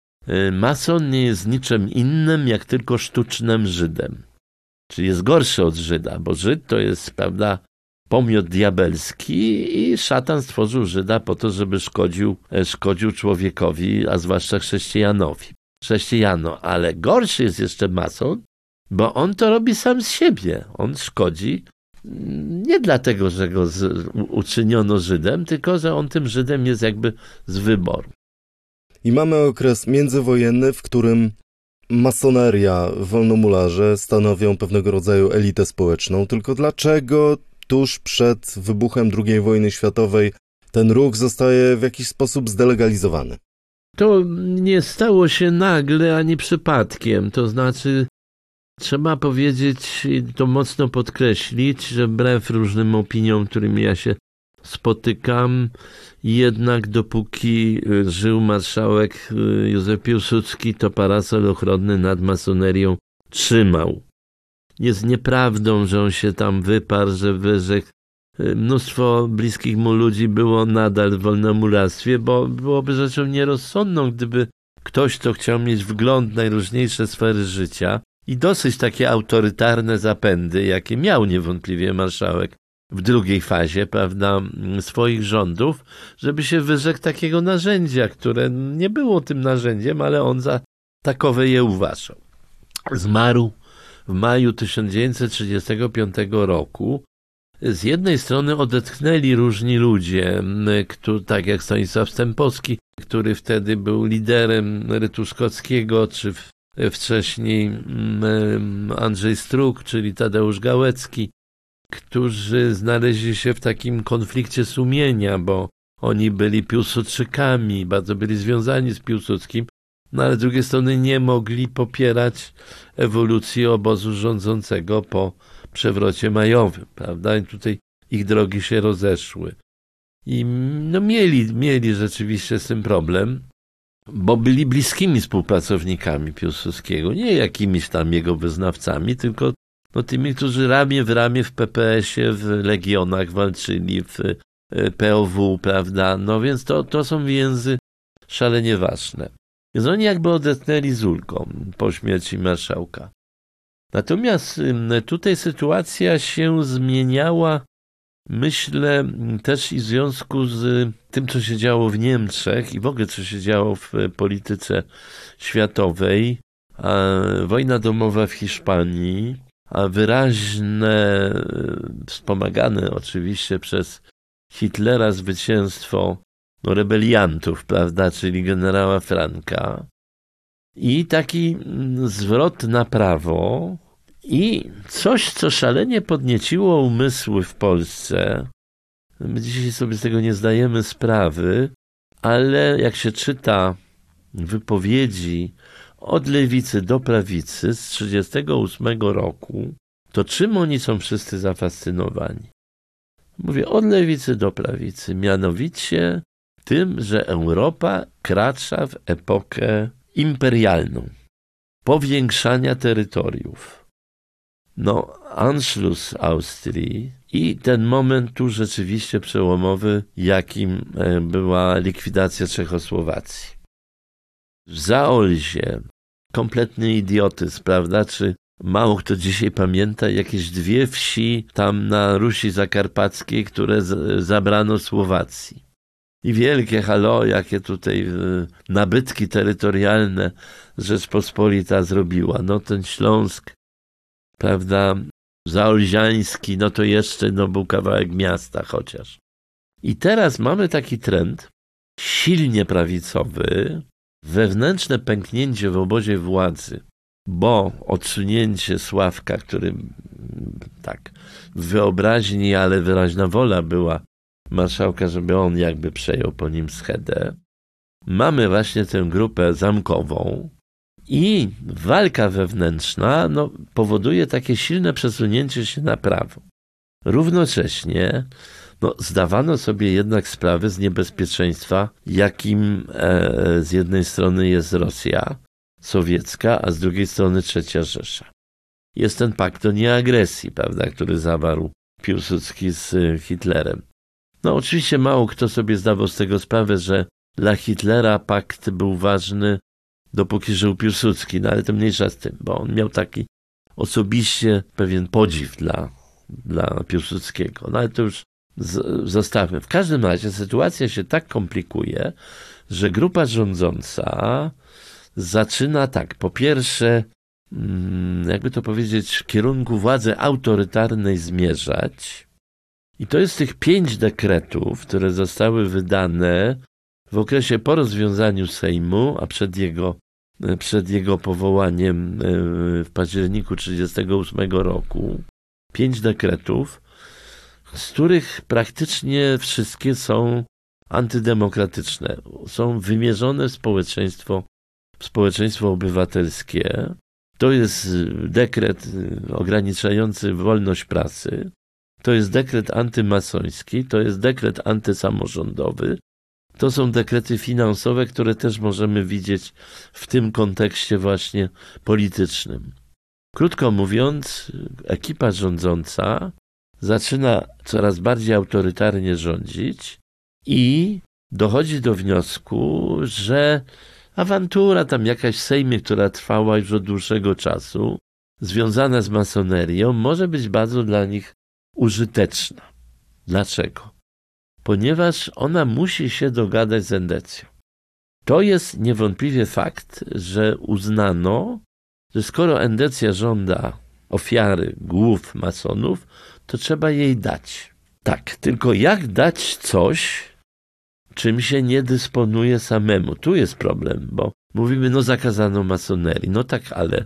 C: Mason nie jest niczym innym, jak tylko sztucznym Żydem. Czyli jest gorszy od Żyda, bo Żyd to jest, prawda, pomiot diabelski i szatan stworzył Żyda po to, żeby szkodził człowiekowi, a zwłaszcza chrześcijanom. Ale gorszy jest jeszcze mason, bo on to robi sam z siebie. On szkodzi nie dlatego, że go uczyniono Żydem, tylko że on tym Żydem jest jakby z wyboru.
A: I mamy okres międzywojenny, w którym masoneria, wolnomularze stanowią pewnego rodzaju elitę społeczną. Tylko dlaczego tuż przed wybuchem II wojny światowej ten ruch zostaje w jakiś sposób zdelegalizowany?
C: To nie stało się nagle ani przypadkiem. To znaczy, trzeba powiedzieć i to mocno podkreślić, że wbrew różnym opiniom, którymi ja się spotykam, jednak dopóki żył marszałek Józef Piłsudski, to parasol ochronny nad masonerią trzymał. Jest nieprawdą, że on się tam wyparł, że wyrzekł. Mnóstwo bliskich mu ludzi było nadal w wolnomularstwie, bo byłoby rzeczą nierozsądną, gdyby ktoś, kto chciał mieć wgląd w najróżniejsze sfery życia i dosyć takie autorytarne zapędy, jakie miał niewątpliwie marszałek w drugiej fazie, prawda, swoich rządów, żeby się wyrzekł takiego narzędzia, które nie było tym narzędziem, ale on za takowe je uważał. Zmarł w maju 1935 roku. Z jednej strony odetchnęli różni ludzie, tak jak Stanisław Stępowski, który wtedy był liderem rytu szkockiego, czy wcześniej Andrzej Struk, czyli Tadeusz Gałecki, którzy znaleźli się w takim konflikcie sumienia, bo oni byli Piłsudczykami, bardzo byli związani z Piłsudskim, no ale z drugiej strony nie mogli popierać ewolucji obozu rządzącego po przewrocie majowym, prawda? I tutaj ich drogi się rozeszły. I no mieli rzeczywiście z tym problem, bo byli bliskimi współpracownikami Piłsudskiego, nie jakimiś tam jego wyznawcami, tylko no tymi, którzy ramię w ramię w PPS-ie, w Legionach walczyli, w POW, prawda? No więc to są więzy szalenie ważne. Więc oni jakby odetchnęli z ulgą po śmierci marszałka. Natomiast tutaj sytuacja się zmieniała, myślę, też i w związku z tym, co się działo w Niemczech i w ogóle co się działo w polityce światowej. Wojna domowa w Hiszpanii, a wyraźne, wspomagane oczywiście przez Hitlera zwycięstwo rebeliantów, prawda, czyli generała Franka. I taki zwrot na prawo I coś, co szalenie podnieciło umysły w Polsce, my dzisiaj sobie z tego nie zdajemy sprawy, ale jak się czyta wypowiedzi od lewicy do prawicy z 1938 roku, to czym oni są wszyscy zafascynowani? Mówię od lewicy do prawicy, mianowicie tym, że Europa kracza w epokę imperialną, powiększania terytoriów. Anschluss Austrii i ten moment tu rzeczywiście przełomowy, jakim była likwidacja Czechosłowacji. W Zaolzie kompletny idiotyzm, prawda? Czy mało kto dzisiaj pamięta jakieś 2 wsi tam na Rusi Zakarpackiej, które zabrano Słowacji. I wielkie halo, jakie tutaj nabytki terytorialne Rzeczpospolita zrobiła. Ten Śląsk, prawda, zaolziański, to jeszcze był kawałek miasta chociaż. I teraz mamy taki trend silnie prawicowy, wewnętrzne pęknięcie w obozie władzy, bo odsunięcie Sławka, który tak w wyobraźni, ale wyraźna wola była marszałka, żeby on jakby przejął po nim schedę. Mamy właśnie tę grupę zamkową i walka wewnętrzna powoduje takie silne przesunięcie się na prawo. Równocześnie zdawano sobie jednak sprawę z niebezpieczeństwa, jakim z jednej strony jest Rosja sowiecka, a z drugiej strony III Rzesza. Jest ten pakt o nieagresji, prawda, który zawarł Piłsudski z Hitlerem. Oczywiście mało kto sobie zdawał z tego sprawę, że dla Hitlera pakt był ważny, dopóki żył Piłsudski, ale to mniejsza z tym, bo on miał taki osobiście pewien podziw dla Piłsudskiego. Ale to już zostawmy. W każdym razie sytuacja się tak komplikuje, że grupa rządząca zaczyna po pierwsze, jakby to powiedzieć, w kierunku władzy autorytarnej zmierzać. I to jest tych 5 dekretów, które zostały wydane w okresie po rozwiązaniu Sejmu, a przed jego powołaniem w październiku 1938 roku. 5 dekretów, z których praktycznie wszystkie są antydemokratyczne. Są wymierzone w społeczeństwo obywatelskie. To jest dekret ograniczający wolność prasy. To jest dekret antymasoński, to jest dekret antysamorządowy. To są dekrety finansowe, które też możemy widzieć w tym kontekście właśnie politycznym. Krótko mówiąc, ekipa rządząca zaczyna coraz bardziej autorytarnie rządzić i dochodzi do wniosku, że awantura tam jakaś w Sejmie, która trwała już od dłuższego czasu, związana z masonerią, może być bardzo dla nich użyteczna. Dlaczego? Ponieważ ona musi się dogadać z endecją. To jest niewątpliwie fakt, że uznano, że skoro endecja żąda ofiary głów masonów, to trzeba jej dać. Tak, tylko jak dać coś, czym się nie dysponuje samemu? Tu jest problem, bo mówimy, zakazano masonerii. Tak, ale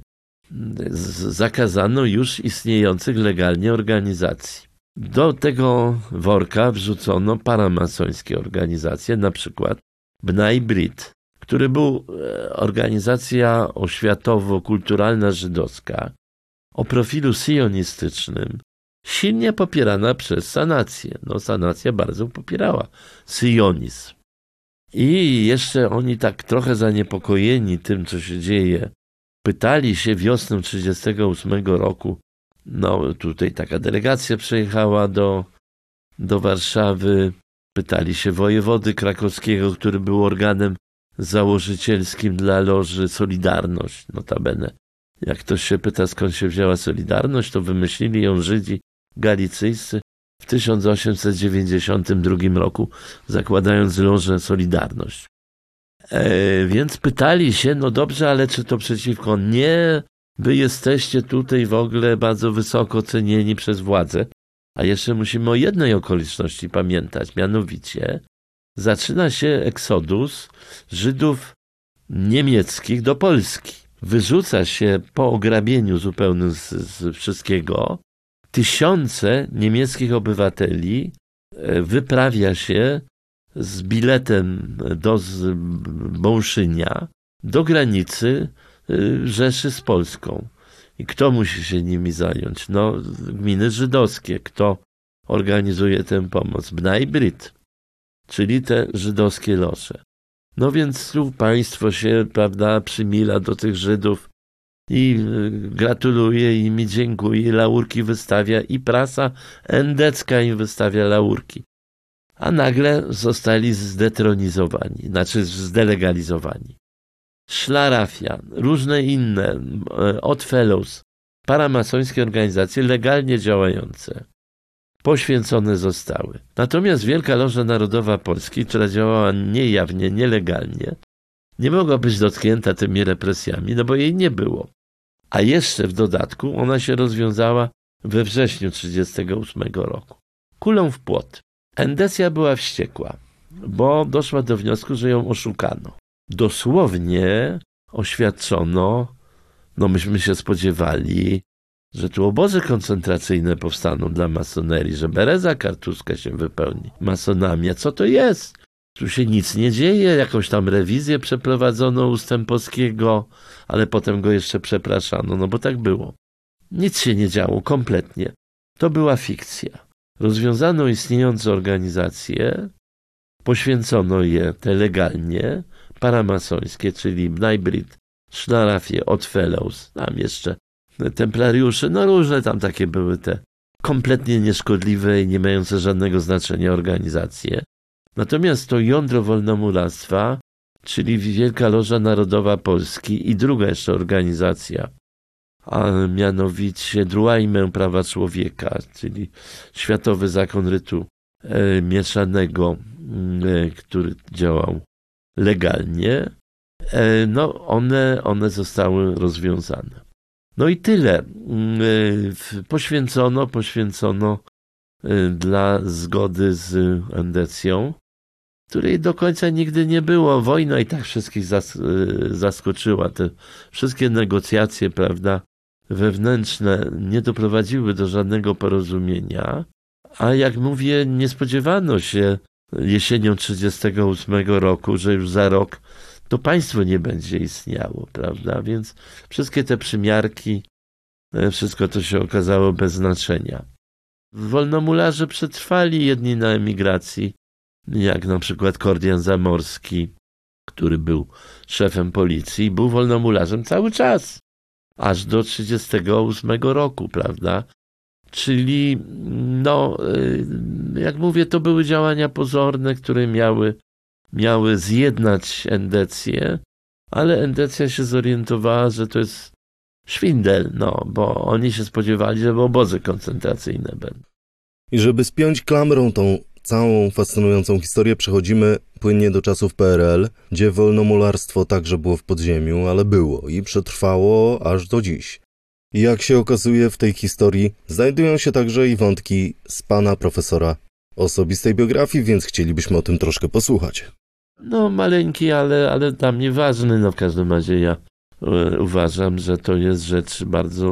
C: zakazano już istniejących legalnie organizacji. Do tego worka wrzucono paramasońskie organizacje, na przykład Bnai Brit, który był organizacja oświatowo-kulturalna żydowska o profilu sionistycznym, silnie popierana przez Sanację. Sanacja bardzo popierała sionizm. I jeszcze oni tak trochę zaniepokojeni tym, co się dzieje, pytali się wiosną 1938 roku, tutaj taka delegacja przyjechała do Warszawy, pytali się wojewody krakowskiego, który był organem założycielskim dla loży Solidarność, notabene. Jak ktoś się pyta, skąd się wzięła Solidarność, to wymyślili ją Żydzi galicyjscy w 1892 roku, zakładając lożę Solidarność. Więc pytali się, dobrze, ale czy to przeciwko? Nie, wy jesteście tutaj w ogóle bardzo wysoko cenieni przez władzę. A jeszcze musimy o jednej okoliczności pamiętać, mianowicie zaczyna się eksodus Żydów niemieckich do Polski. wyrzuca się po ograbieniu zupełnym z wszystkiego, tysiące niemieckich obywateli wyprawia się z biletem do Bąszynia do granicy Rzeszy z Polską. I kto musi się nimi zająć? No, gminy żydowskie. Kto organizuje tę pomoc? Bnai Brit, czyli te żydowskie loże. No więc tu państwo się, prawda, przymila do tych Żydów i gratuluje im i dziękuje, laurki wystawia i prasa endecka im wystawia laurki. A nagle zostali zdetronizowani, znaczy zdelegalizowani. Szlarafia, różne inne, Odd Fellows, paramasońskie organizacje legalnie działające, poświęcone zostały. Natomiast Wielka Loża Narodowa Polski, która działała niejawnie, nielegalnie, nie mogła być dotknięta tymi represjami, no bo jej nie było. A jeszcze w dodatku ona się rozwiązała we wrześniu 1938 roku. Kulą w płot. Endecja była wściekła, bo doszła do wniosku, że ją oszukano. Dosłownie oświadczono, no myśmy się spodziewali, że tu obozy koncentracyjne powstaną dla masonerii, że Bereza Kartuska się wypełni masonami. A co to jest? Tu się nic nie dzieje, jakąś tam rewizję przeprowadzono u Stępowskiego, ale potem go jeszcze przepraszano, no bo tak było. Nic się nie działo, kompletnie. To była fikcja. Rozwiązano istniejące organizacje, poświęcono je te legalnie, paramasońskie, czyli Bnai Brit, Szlarafie, Odd Fellows, tam jeszcze templariusze, no różne tam takie były te kompletnie nieszkodliwe i nie mające żadnego znaczenia organizacje. Natomiast to jądro wolnomularstwa, czyli Wielka Loża Narodowa Polski i druga jeszcze organizacja, a mianowicie Druajmę Prawa Człowieka, czyli Światowy Zakon Rytu Mieszanego, który działał legalnie, no one zostały rozwiązane. No i tyle. Poświęcono dla zgody z endecją, której do końca nigdy nie było. Wojna i tak wszystkich zaskoczyła. Te wszystkie negocjacje, prawda, wewnętrzne nie doprowadziły do żadnego porozumienia, a jak mówię, nie spodziewano się jesienią 1938 roku, że już za rok to państwo nie będzie istniało, prawda? Więc wszystkie te przymiarki, wszystko to się okazało bez znaczenia. Wolnomularze przetrwali, jedni na emigracji, jak na przykład Kordian Zamorski, który był szefem policji, był wolnomularzem cały czas, aż do 1938 roku, prawda? Czyli, no, jak mówię, to były działania pozorne, które miały zjednać endecję, ale endecja się zorientowała, że to jest szwindel, no, bo oni się spodziewali, że obozy koncentracyjne będą.
A: I żeby spiąć klamrą tą całą fascynującą historię, przechodzimy płynnie do czasów PRL, gdzie wolnomularstwo także było w podziemiu, ale było i przetrwało aż do dziś. I jak się okazuje, w tej historii znajdują się także i wątki z pana profesora osobistej biografii, więc chcielibyśmy o tym troszkę posłuchać.
C: No maleńki, ale dla mnie ważny. No w każdym razie ja uważam, że to jest rzecz bardzo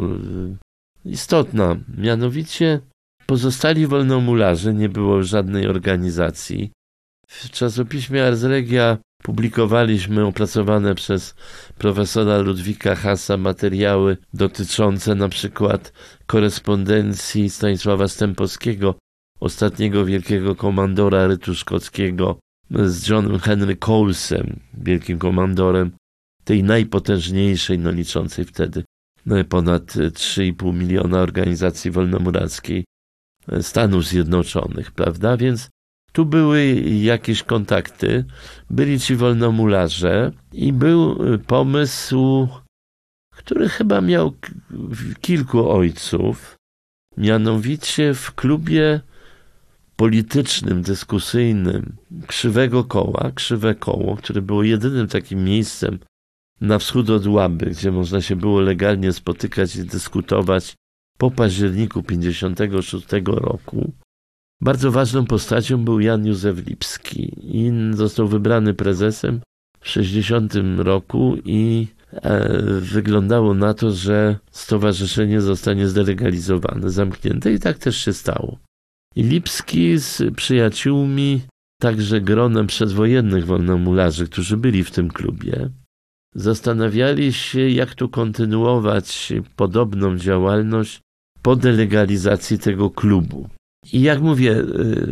C: istotna. Mianowicie pozostali wolnomularze, nie było żadnej organizacji. W czasopiśmie Ars Regia publikowaliśmy opracowane przez profesora Ludwika Hasa materiały dotyczące na przykład korespondencji Stanisława Stępowskiego, ostatniego wielkiego komandora rytu szkockiego, z Johnem Henry Colesem, wielkim komandorem tej najpotężniejszej, no liczącej wtedy ponad 3,5 miliona organizacji wolnomurarskiej Stanów Zjednoczonych, prawda? Więc tu były jakieś kontakty, byli ci wolnomularze i był pomysł, który chyba miał kilku ojców, mianowicie w klubie politycznym, dyskusyjnym Krzywego Koła, Krzywe Koło, które było jedynym takim miejscem na wschód od Łaby, gdzie można się było legalnie spotykać i dyskutować po październiku 1956 roku. Bardzo ważną postacią był Jan Józef Lipski i został wybrany prezesem w 1960 roku i wyglądało na to, że stowarzyszenie zostanie zdelegalizowane, zamknięte i tak też się stało. I Lipski z przyjaciółmi, także gronem przedwojennych wolnomularzy, którzy byli w tym klubie, zastanawiali się, jak tu kontynuować podobną działalność po delegalizacji tego klubu. I jak mówię,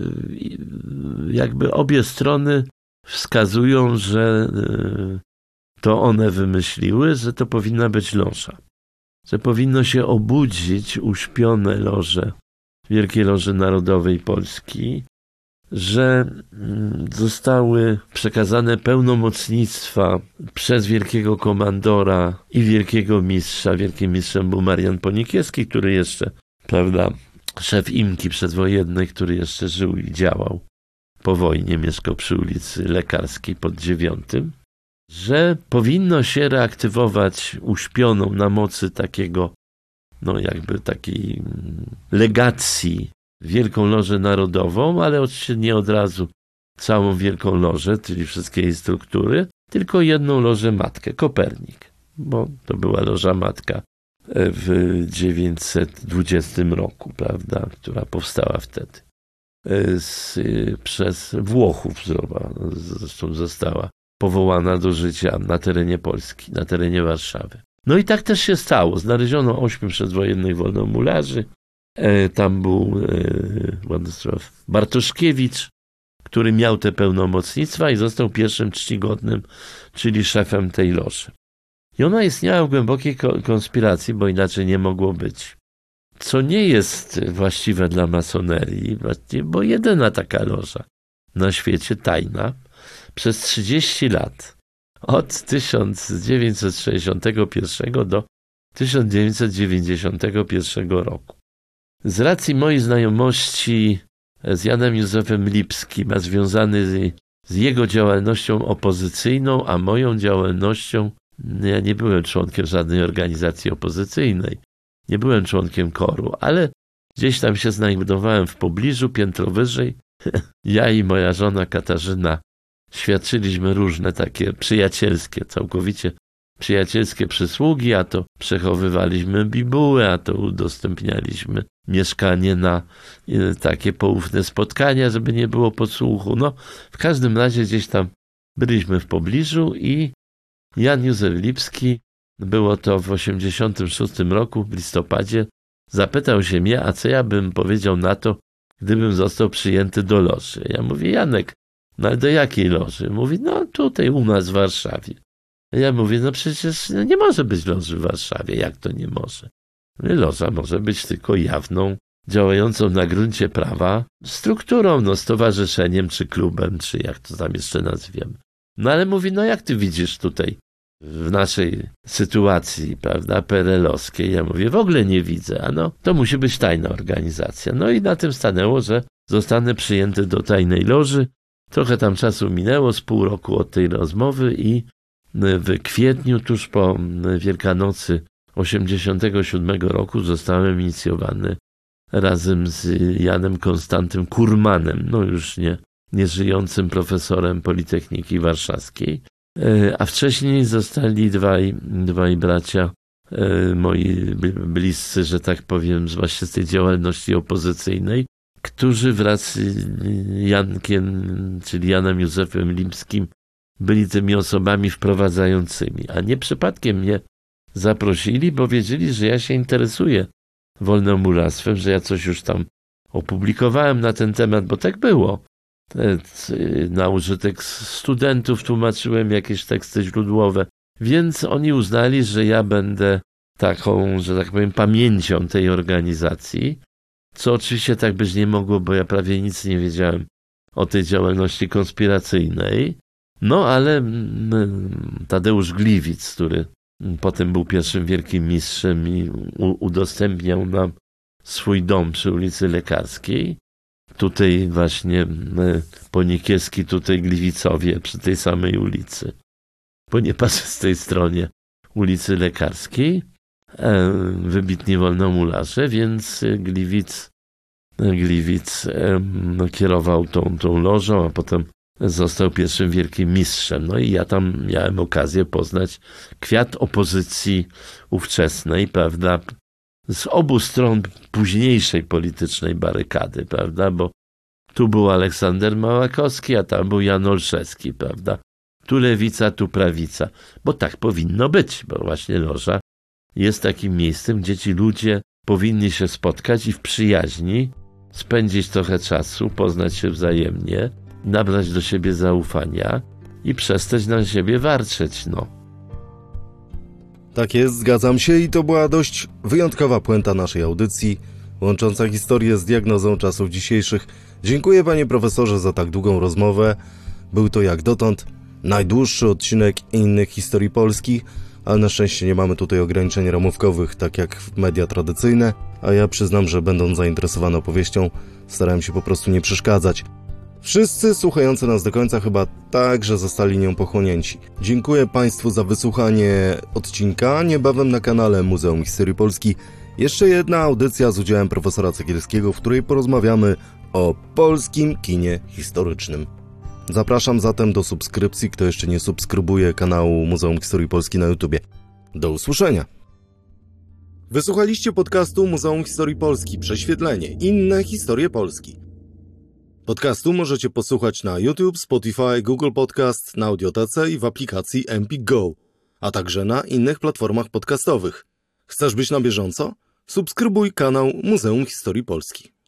C: jakby obie strony wskazują, że to one wymyśliły, że to powinna być loża. Że powinno się obudzić uśpione loże Wielkiej Loży Narodowej Polski, że zostały przekazane pełnomocnictwa przez wielkiego komandora i wielkiego mistrza. Wielkim mistrzem był Marian Ponikiewski, który jeszcze, prawda, szef IMKI przedwojennej, który jeszcze żył i działał po wojnie, mieszkał przy ulicy Lekarskiej pod 9, że powinno się reaktywować uśpioną na mocy takiego, jakby takiej legacji Wielką Lożę Narodową, ale oczywiście nie od razu całą Wielką Lożę, czyli wszystkie jej struktury, tylko jedną lożę matkę, Kopernik, bo to była loża matka w 920 roku, prawda, która powstała wtedy. Przez Włochów zresztą została powołana do życia na terenie Polski, na terenie Warszawy. No i tak też się stało. Znaleziono 8 przedwojennych wolnomularzy. Tam był Władysław Bartoszkiewicz, który miał te pełnomocnictwa i został pierwszym czcigodnym, czyli szefem tej loży. I ona istniała w głębokiej konspiracji, bo inaczej nie mogło być. Co nie jest właściwe dla masonerii, bo jedyna taka loża na świecie, tajna, przez 30 lat, od 1961 do 1991 roku. Z racji mojej znajomości z Janem Józefem Lipskim, a związany z jego działalnością opozycyjną, a moją działalnością, ja nie byłem członkiem żadnej organizacji opozycyjnej, nie byłem członkiem KOR-u, ale gdzieś tam się znajdowałem w pobliżu, piętro wyżej. Ja i moja żona Katarzyna świadczyliśmy różne takie przyjacielskie, całkowicie przyjacielskie przysługi, a to przechowywaliśmy bibuły, a to udostępnialiśmy mieszkanie na takie poufne spotkania, żeby nie było podsłuchu. W każdym razie gdzieś tam byliśmy w pobliżu i Jan Józef Lipski, było to w 1986 roku, w listopadzie, zapytał się mnie, a co ja bym powiedział na to, gdybym został przyjęty do loży. Ja mówię, Janek, ale do jakiej loży? Mówi, tutaj u nas w Warszawie. Ja mówię, przecież nie może być loży w Warszawie. Jak to nie może? Loża może być tylko jawną, działającą na gruncie prawa strukturą, stowarzyszeniem, czy klubem, czy jak to tam jeszcze nazwiemy. Ale mówi, jak ty widzisz tutaj w naszej sytuacji, prawda, PRL-owskiej? Ja mówię, w ogóle nie widzę, to musi być tajna organizacja. I na tym stanęło, że zostanę przyjęty do tajnej loży. Trochę tam czasu minęło, z pół roku od tej rozmowy i w kwietniu, tuż po Wielkanocy 1987 roku zostałem inicjowany razem z Janem Konstantym Kurmanem, już nie żyjącym profesorem Politechniki Warszawskiej, a wcześniej zostali dwaj bracia, moi bliscy, że tak powiem, właśnie z tej działalności opozycyjnej, którzy wraz z Jankiem, czyli Janem Józefem Lipskim, byli tymi osobami wprowadzającymi. A nie przypadkiem mnie zaprosili, bo wiedzieli, że ja się interesuję wolnomularstwem, że ja coś już tam opublikowałem na ten temat, bo tak było. Na użytek studentów tłumaczyłem jakieś teksty źródłowe, więc oni uznali, że ja będę taką, że tak powiem, pamięcią tej organizacji, co oczywiście tak być nie mogło, bo ja prawie nic nie wiedziałem o tej działalności konspiracyjnej. Ale Tadeusz Gliwic, który potem był pierwszym wielkim mistrzem i udostępniał nam swój dom przy ulicy Lekarskiej, tutaj właśnie Ponikiewski, tutaj Gliwicowie przy tej samej ulicy, po niepasystej stronie ulicy Lekarskiej, wybitni wolnomularze, więc Gliwic kierował tą lożą, a potem został pierwszym wielkim mistrzem. No i ja tam miałem okazję poznać kwiat opozycji ówczesnej, prawda, z obu stron późniejszej politycznej barykady, prawda, bo tu był Aleksander Małakowski, a tam był Jan Olszewski, prawda. Tu lewica, tu prawica, bo tak powinno być, bo właśnie loża jest takim miejscem, gdzie ci ludzie powinni się spotkać i w przyjaźni spędzić trochę czasu, poznać się wzajemnie, nabrać do siebie zaufania i przestać na siebie warczeć, no.
A: Tak jest, zgadzam się i to była dość wyjątkowa puenta naszej audycji, łącząca historię z diagnozą czasów dzisiejszych. Dziękuję panie profesorze za tak długą rozmowę. Był to jak dotąd najdłuższy odcinek innych historii polskich, ale na szczęście nie mamy tutaj ograniczeń ramówkowych, tak jak w media tradycyjne, a ja przyznam, że będąc zainteresowany opowieścią, starałem się po prostu nie przeszkadzać. Wszyscy słuchający nas do końca chyba także zostali nią pochłonięci. Dziękuję państwu za wysłuchanie odcinka. Niebawem na kanale Muzeum Historii Polski jeszcze jedna audycja z udziałem profesora Cegielskiego, w której porozmawiamy o polskim kinie historycznym. Zapraszam zatem do subskrypcji, kto jeszcze nie subskrybuje kanału Muzeum Historii Polski na YouTubie. Do usłyszenia! Wysłuchaliście podcastu Muzeum Historii Polski Prześwietlenie. Inne historie Polski. Podcastu możecie posłuchać na YouTube, Spotify, Google Podcast, na Audiotece i w aplikacji Empik Go, a także na innych platformach podcastowych. Chcesz być na bieżąco? Subskrybuj kanał Muzeum Historii Polski.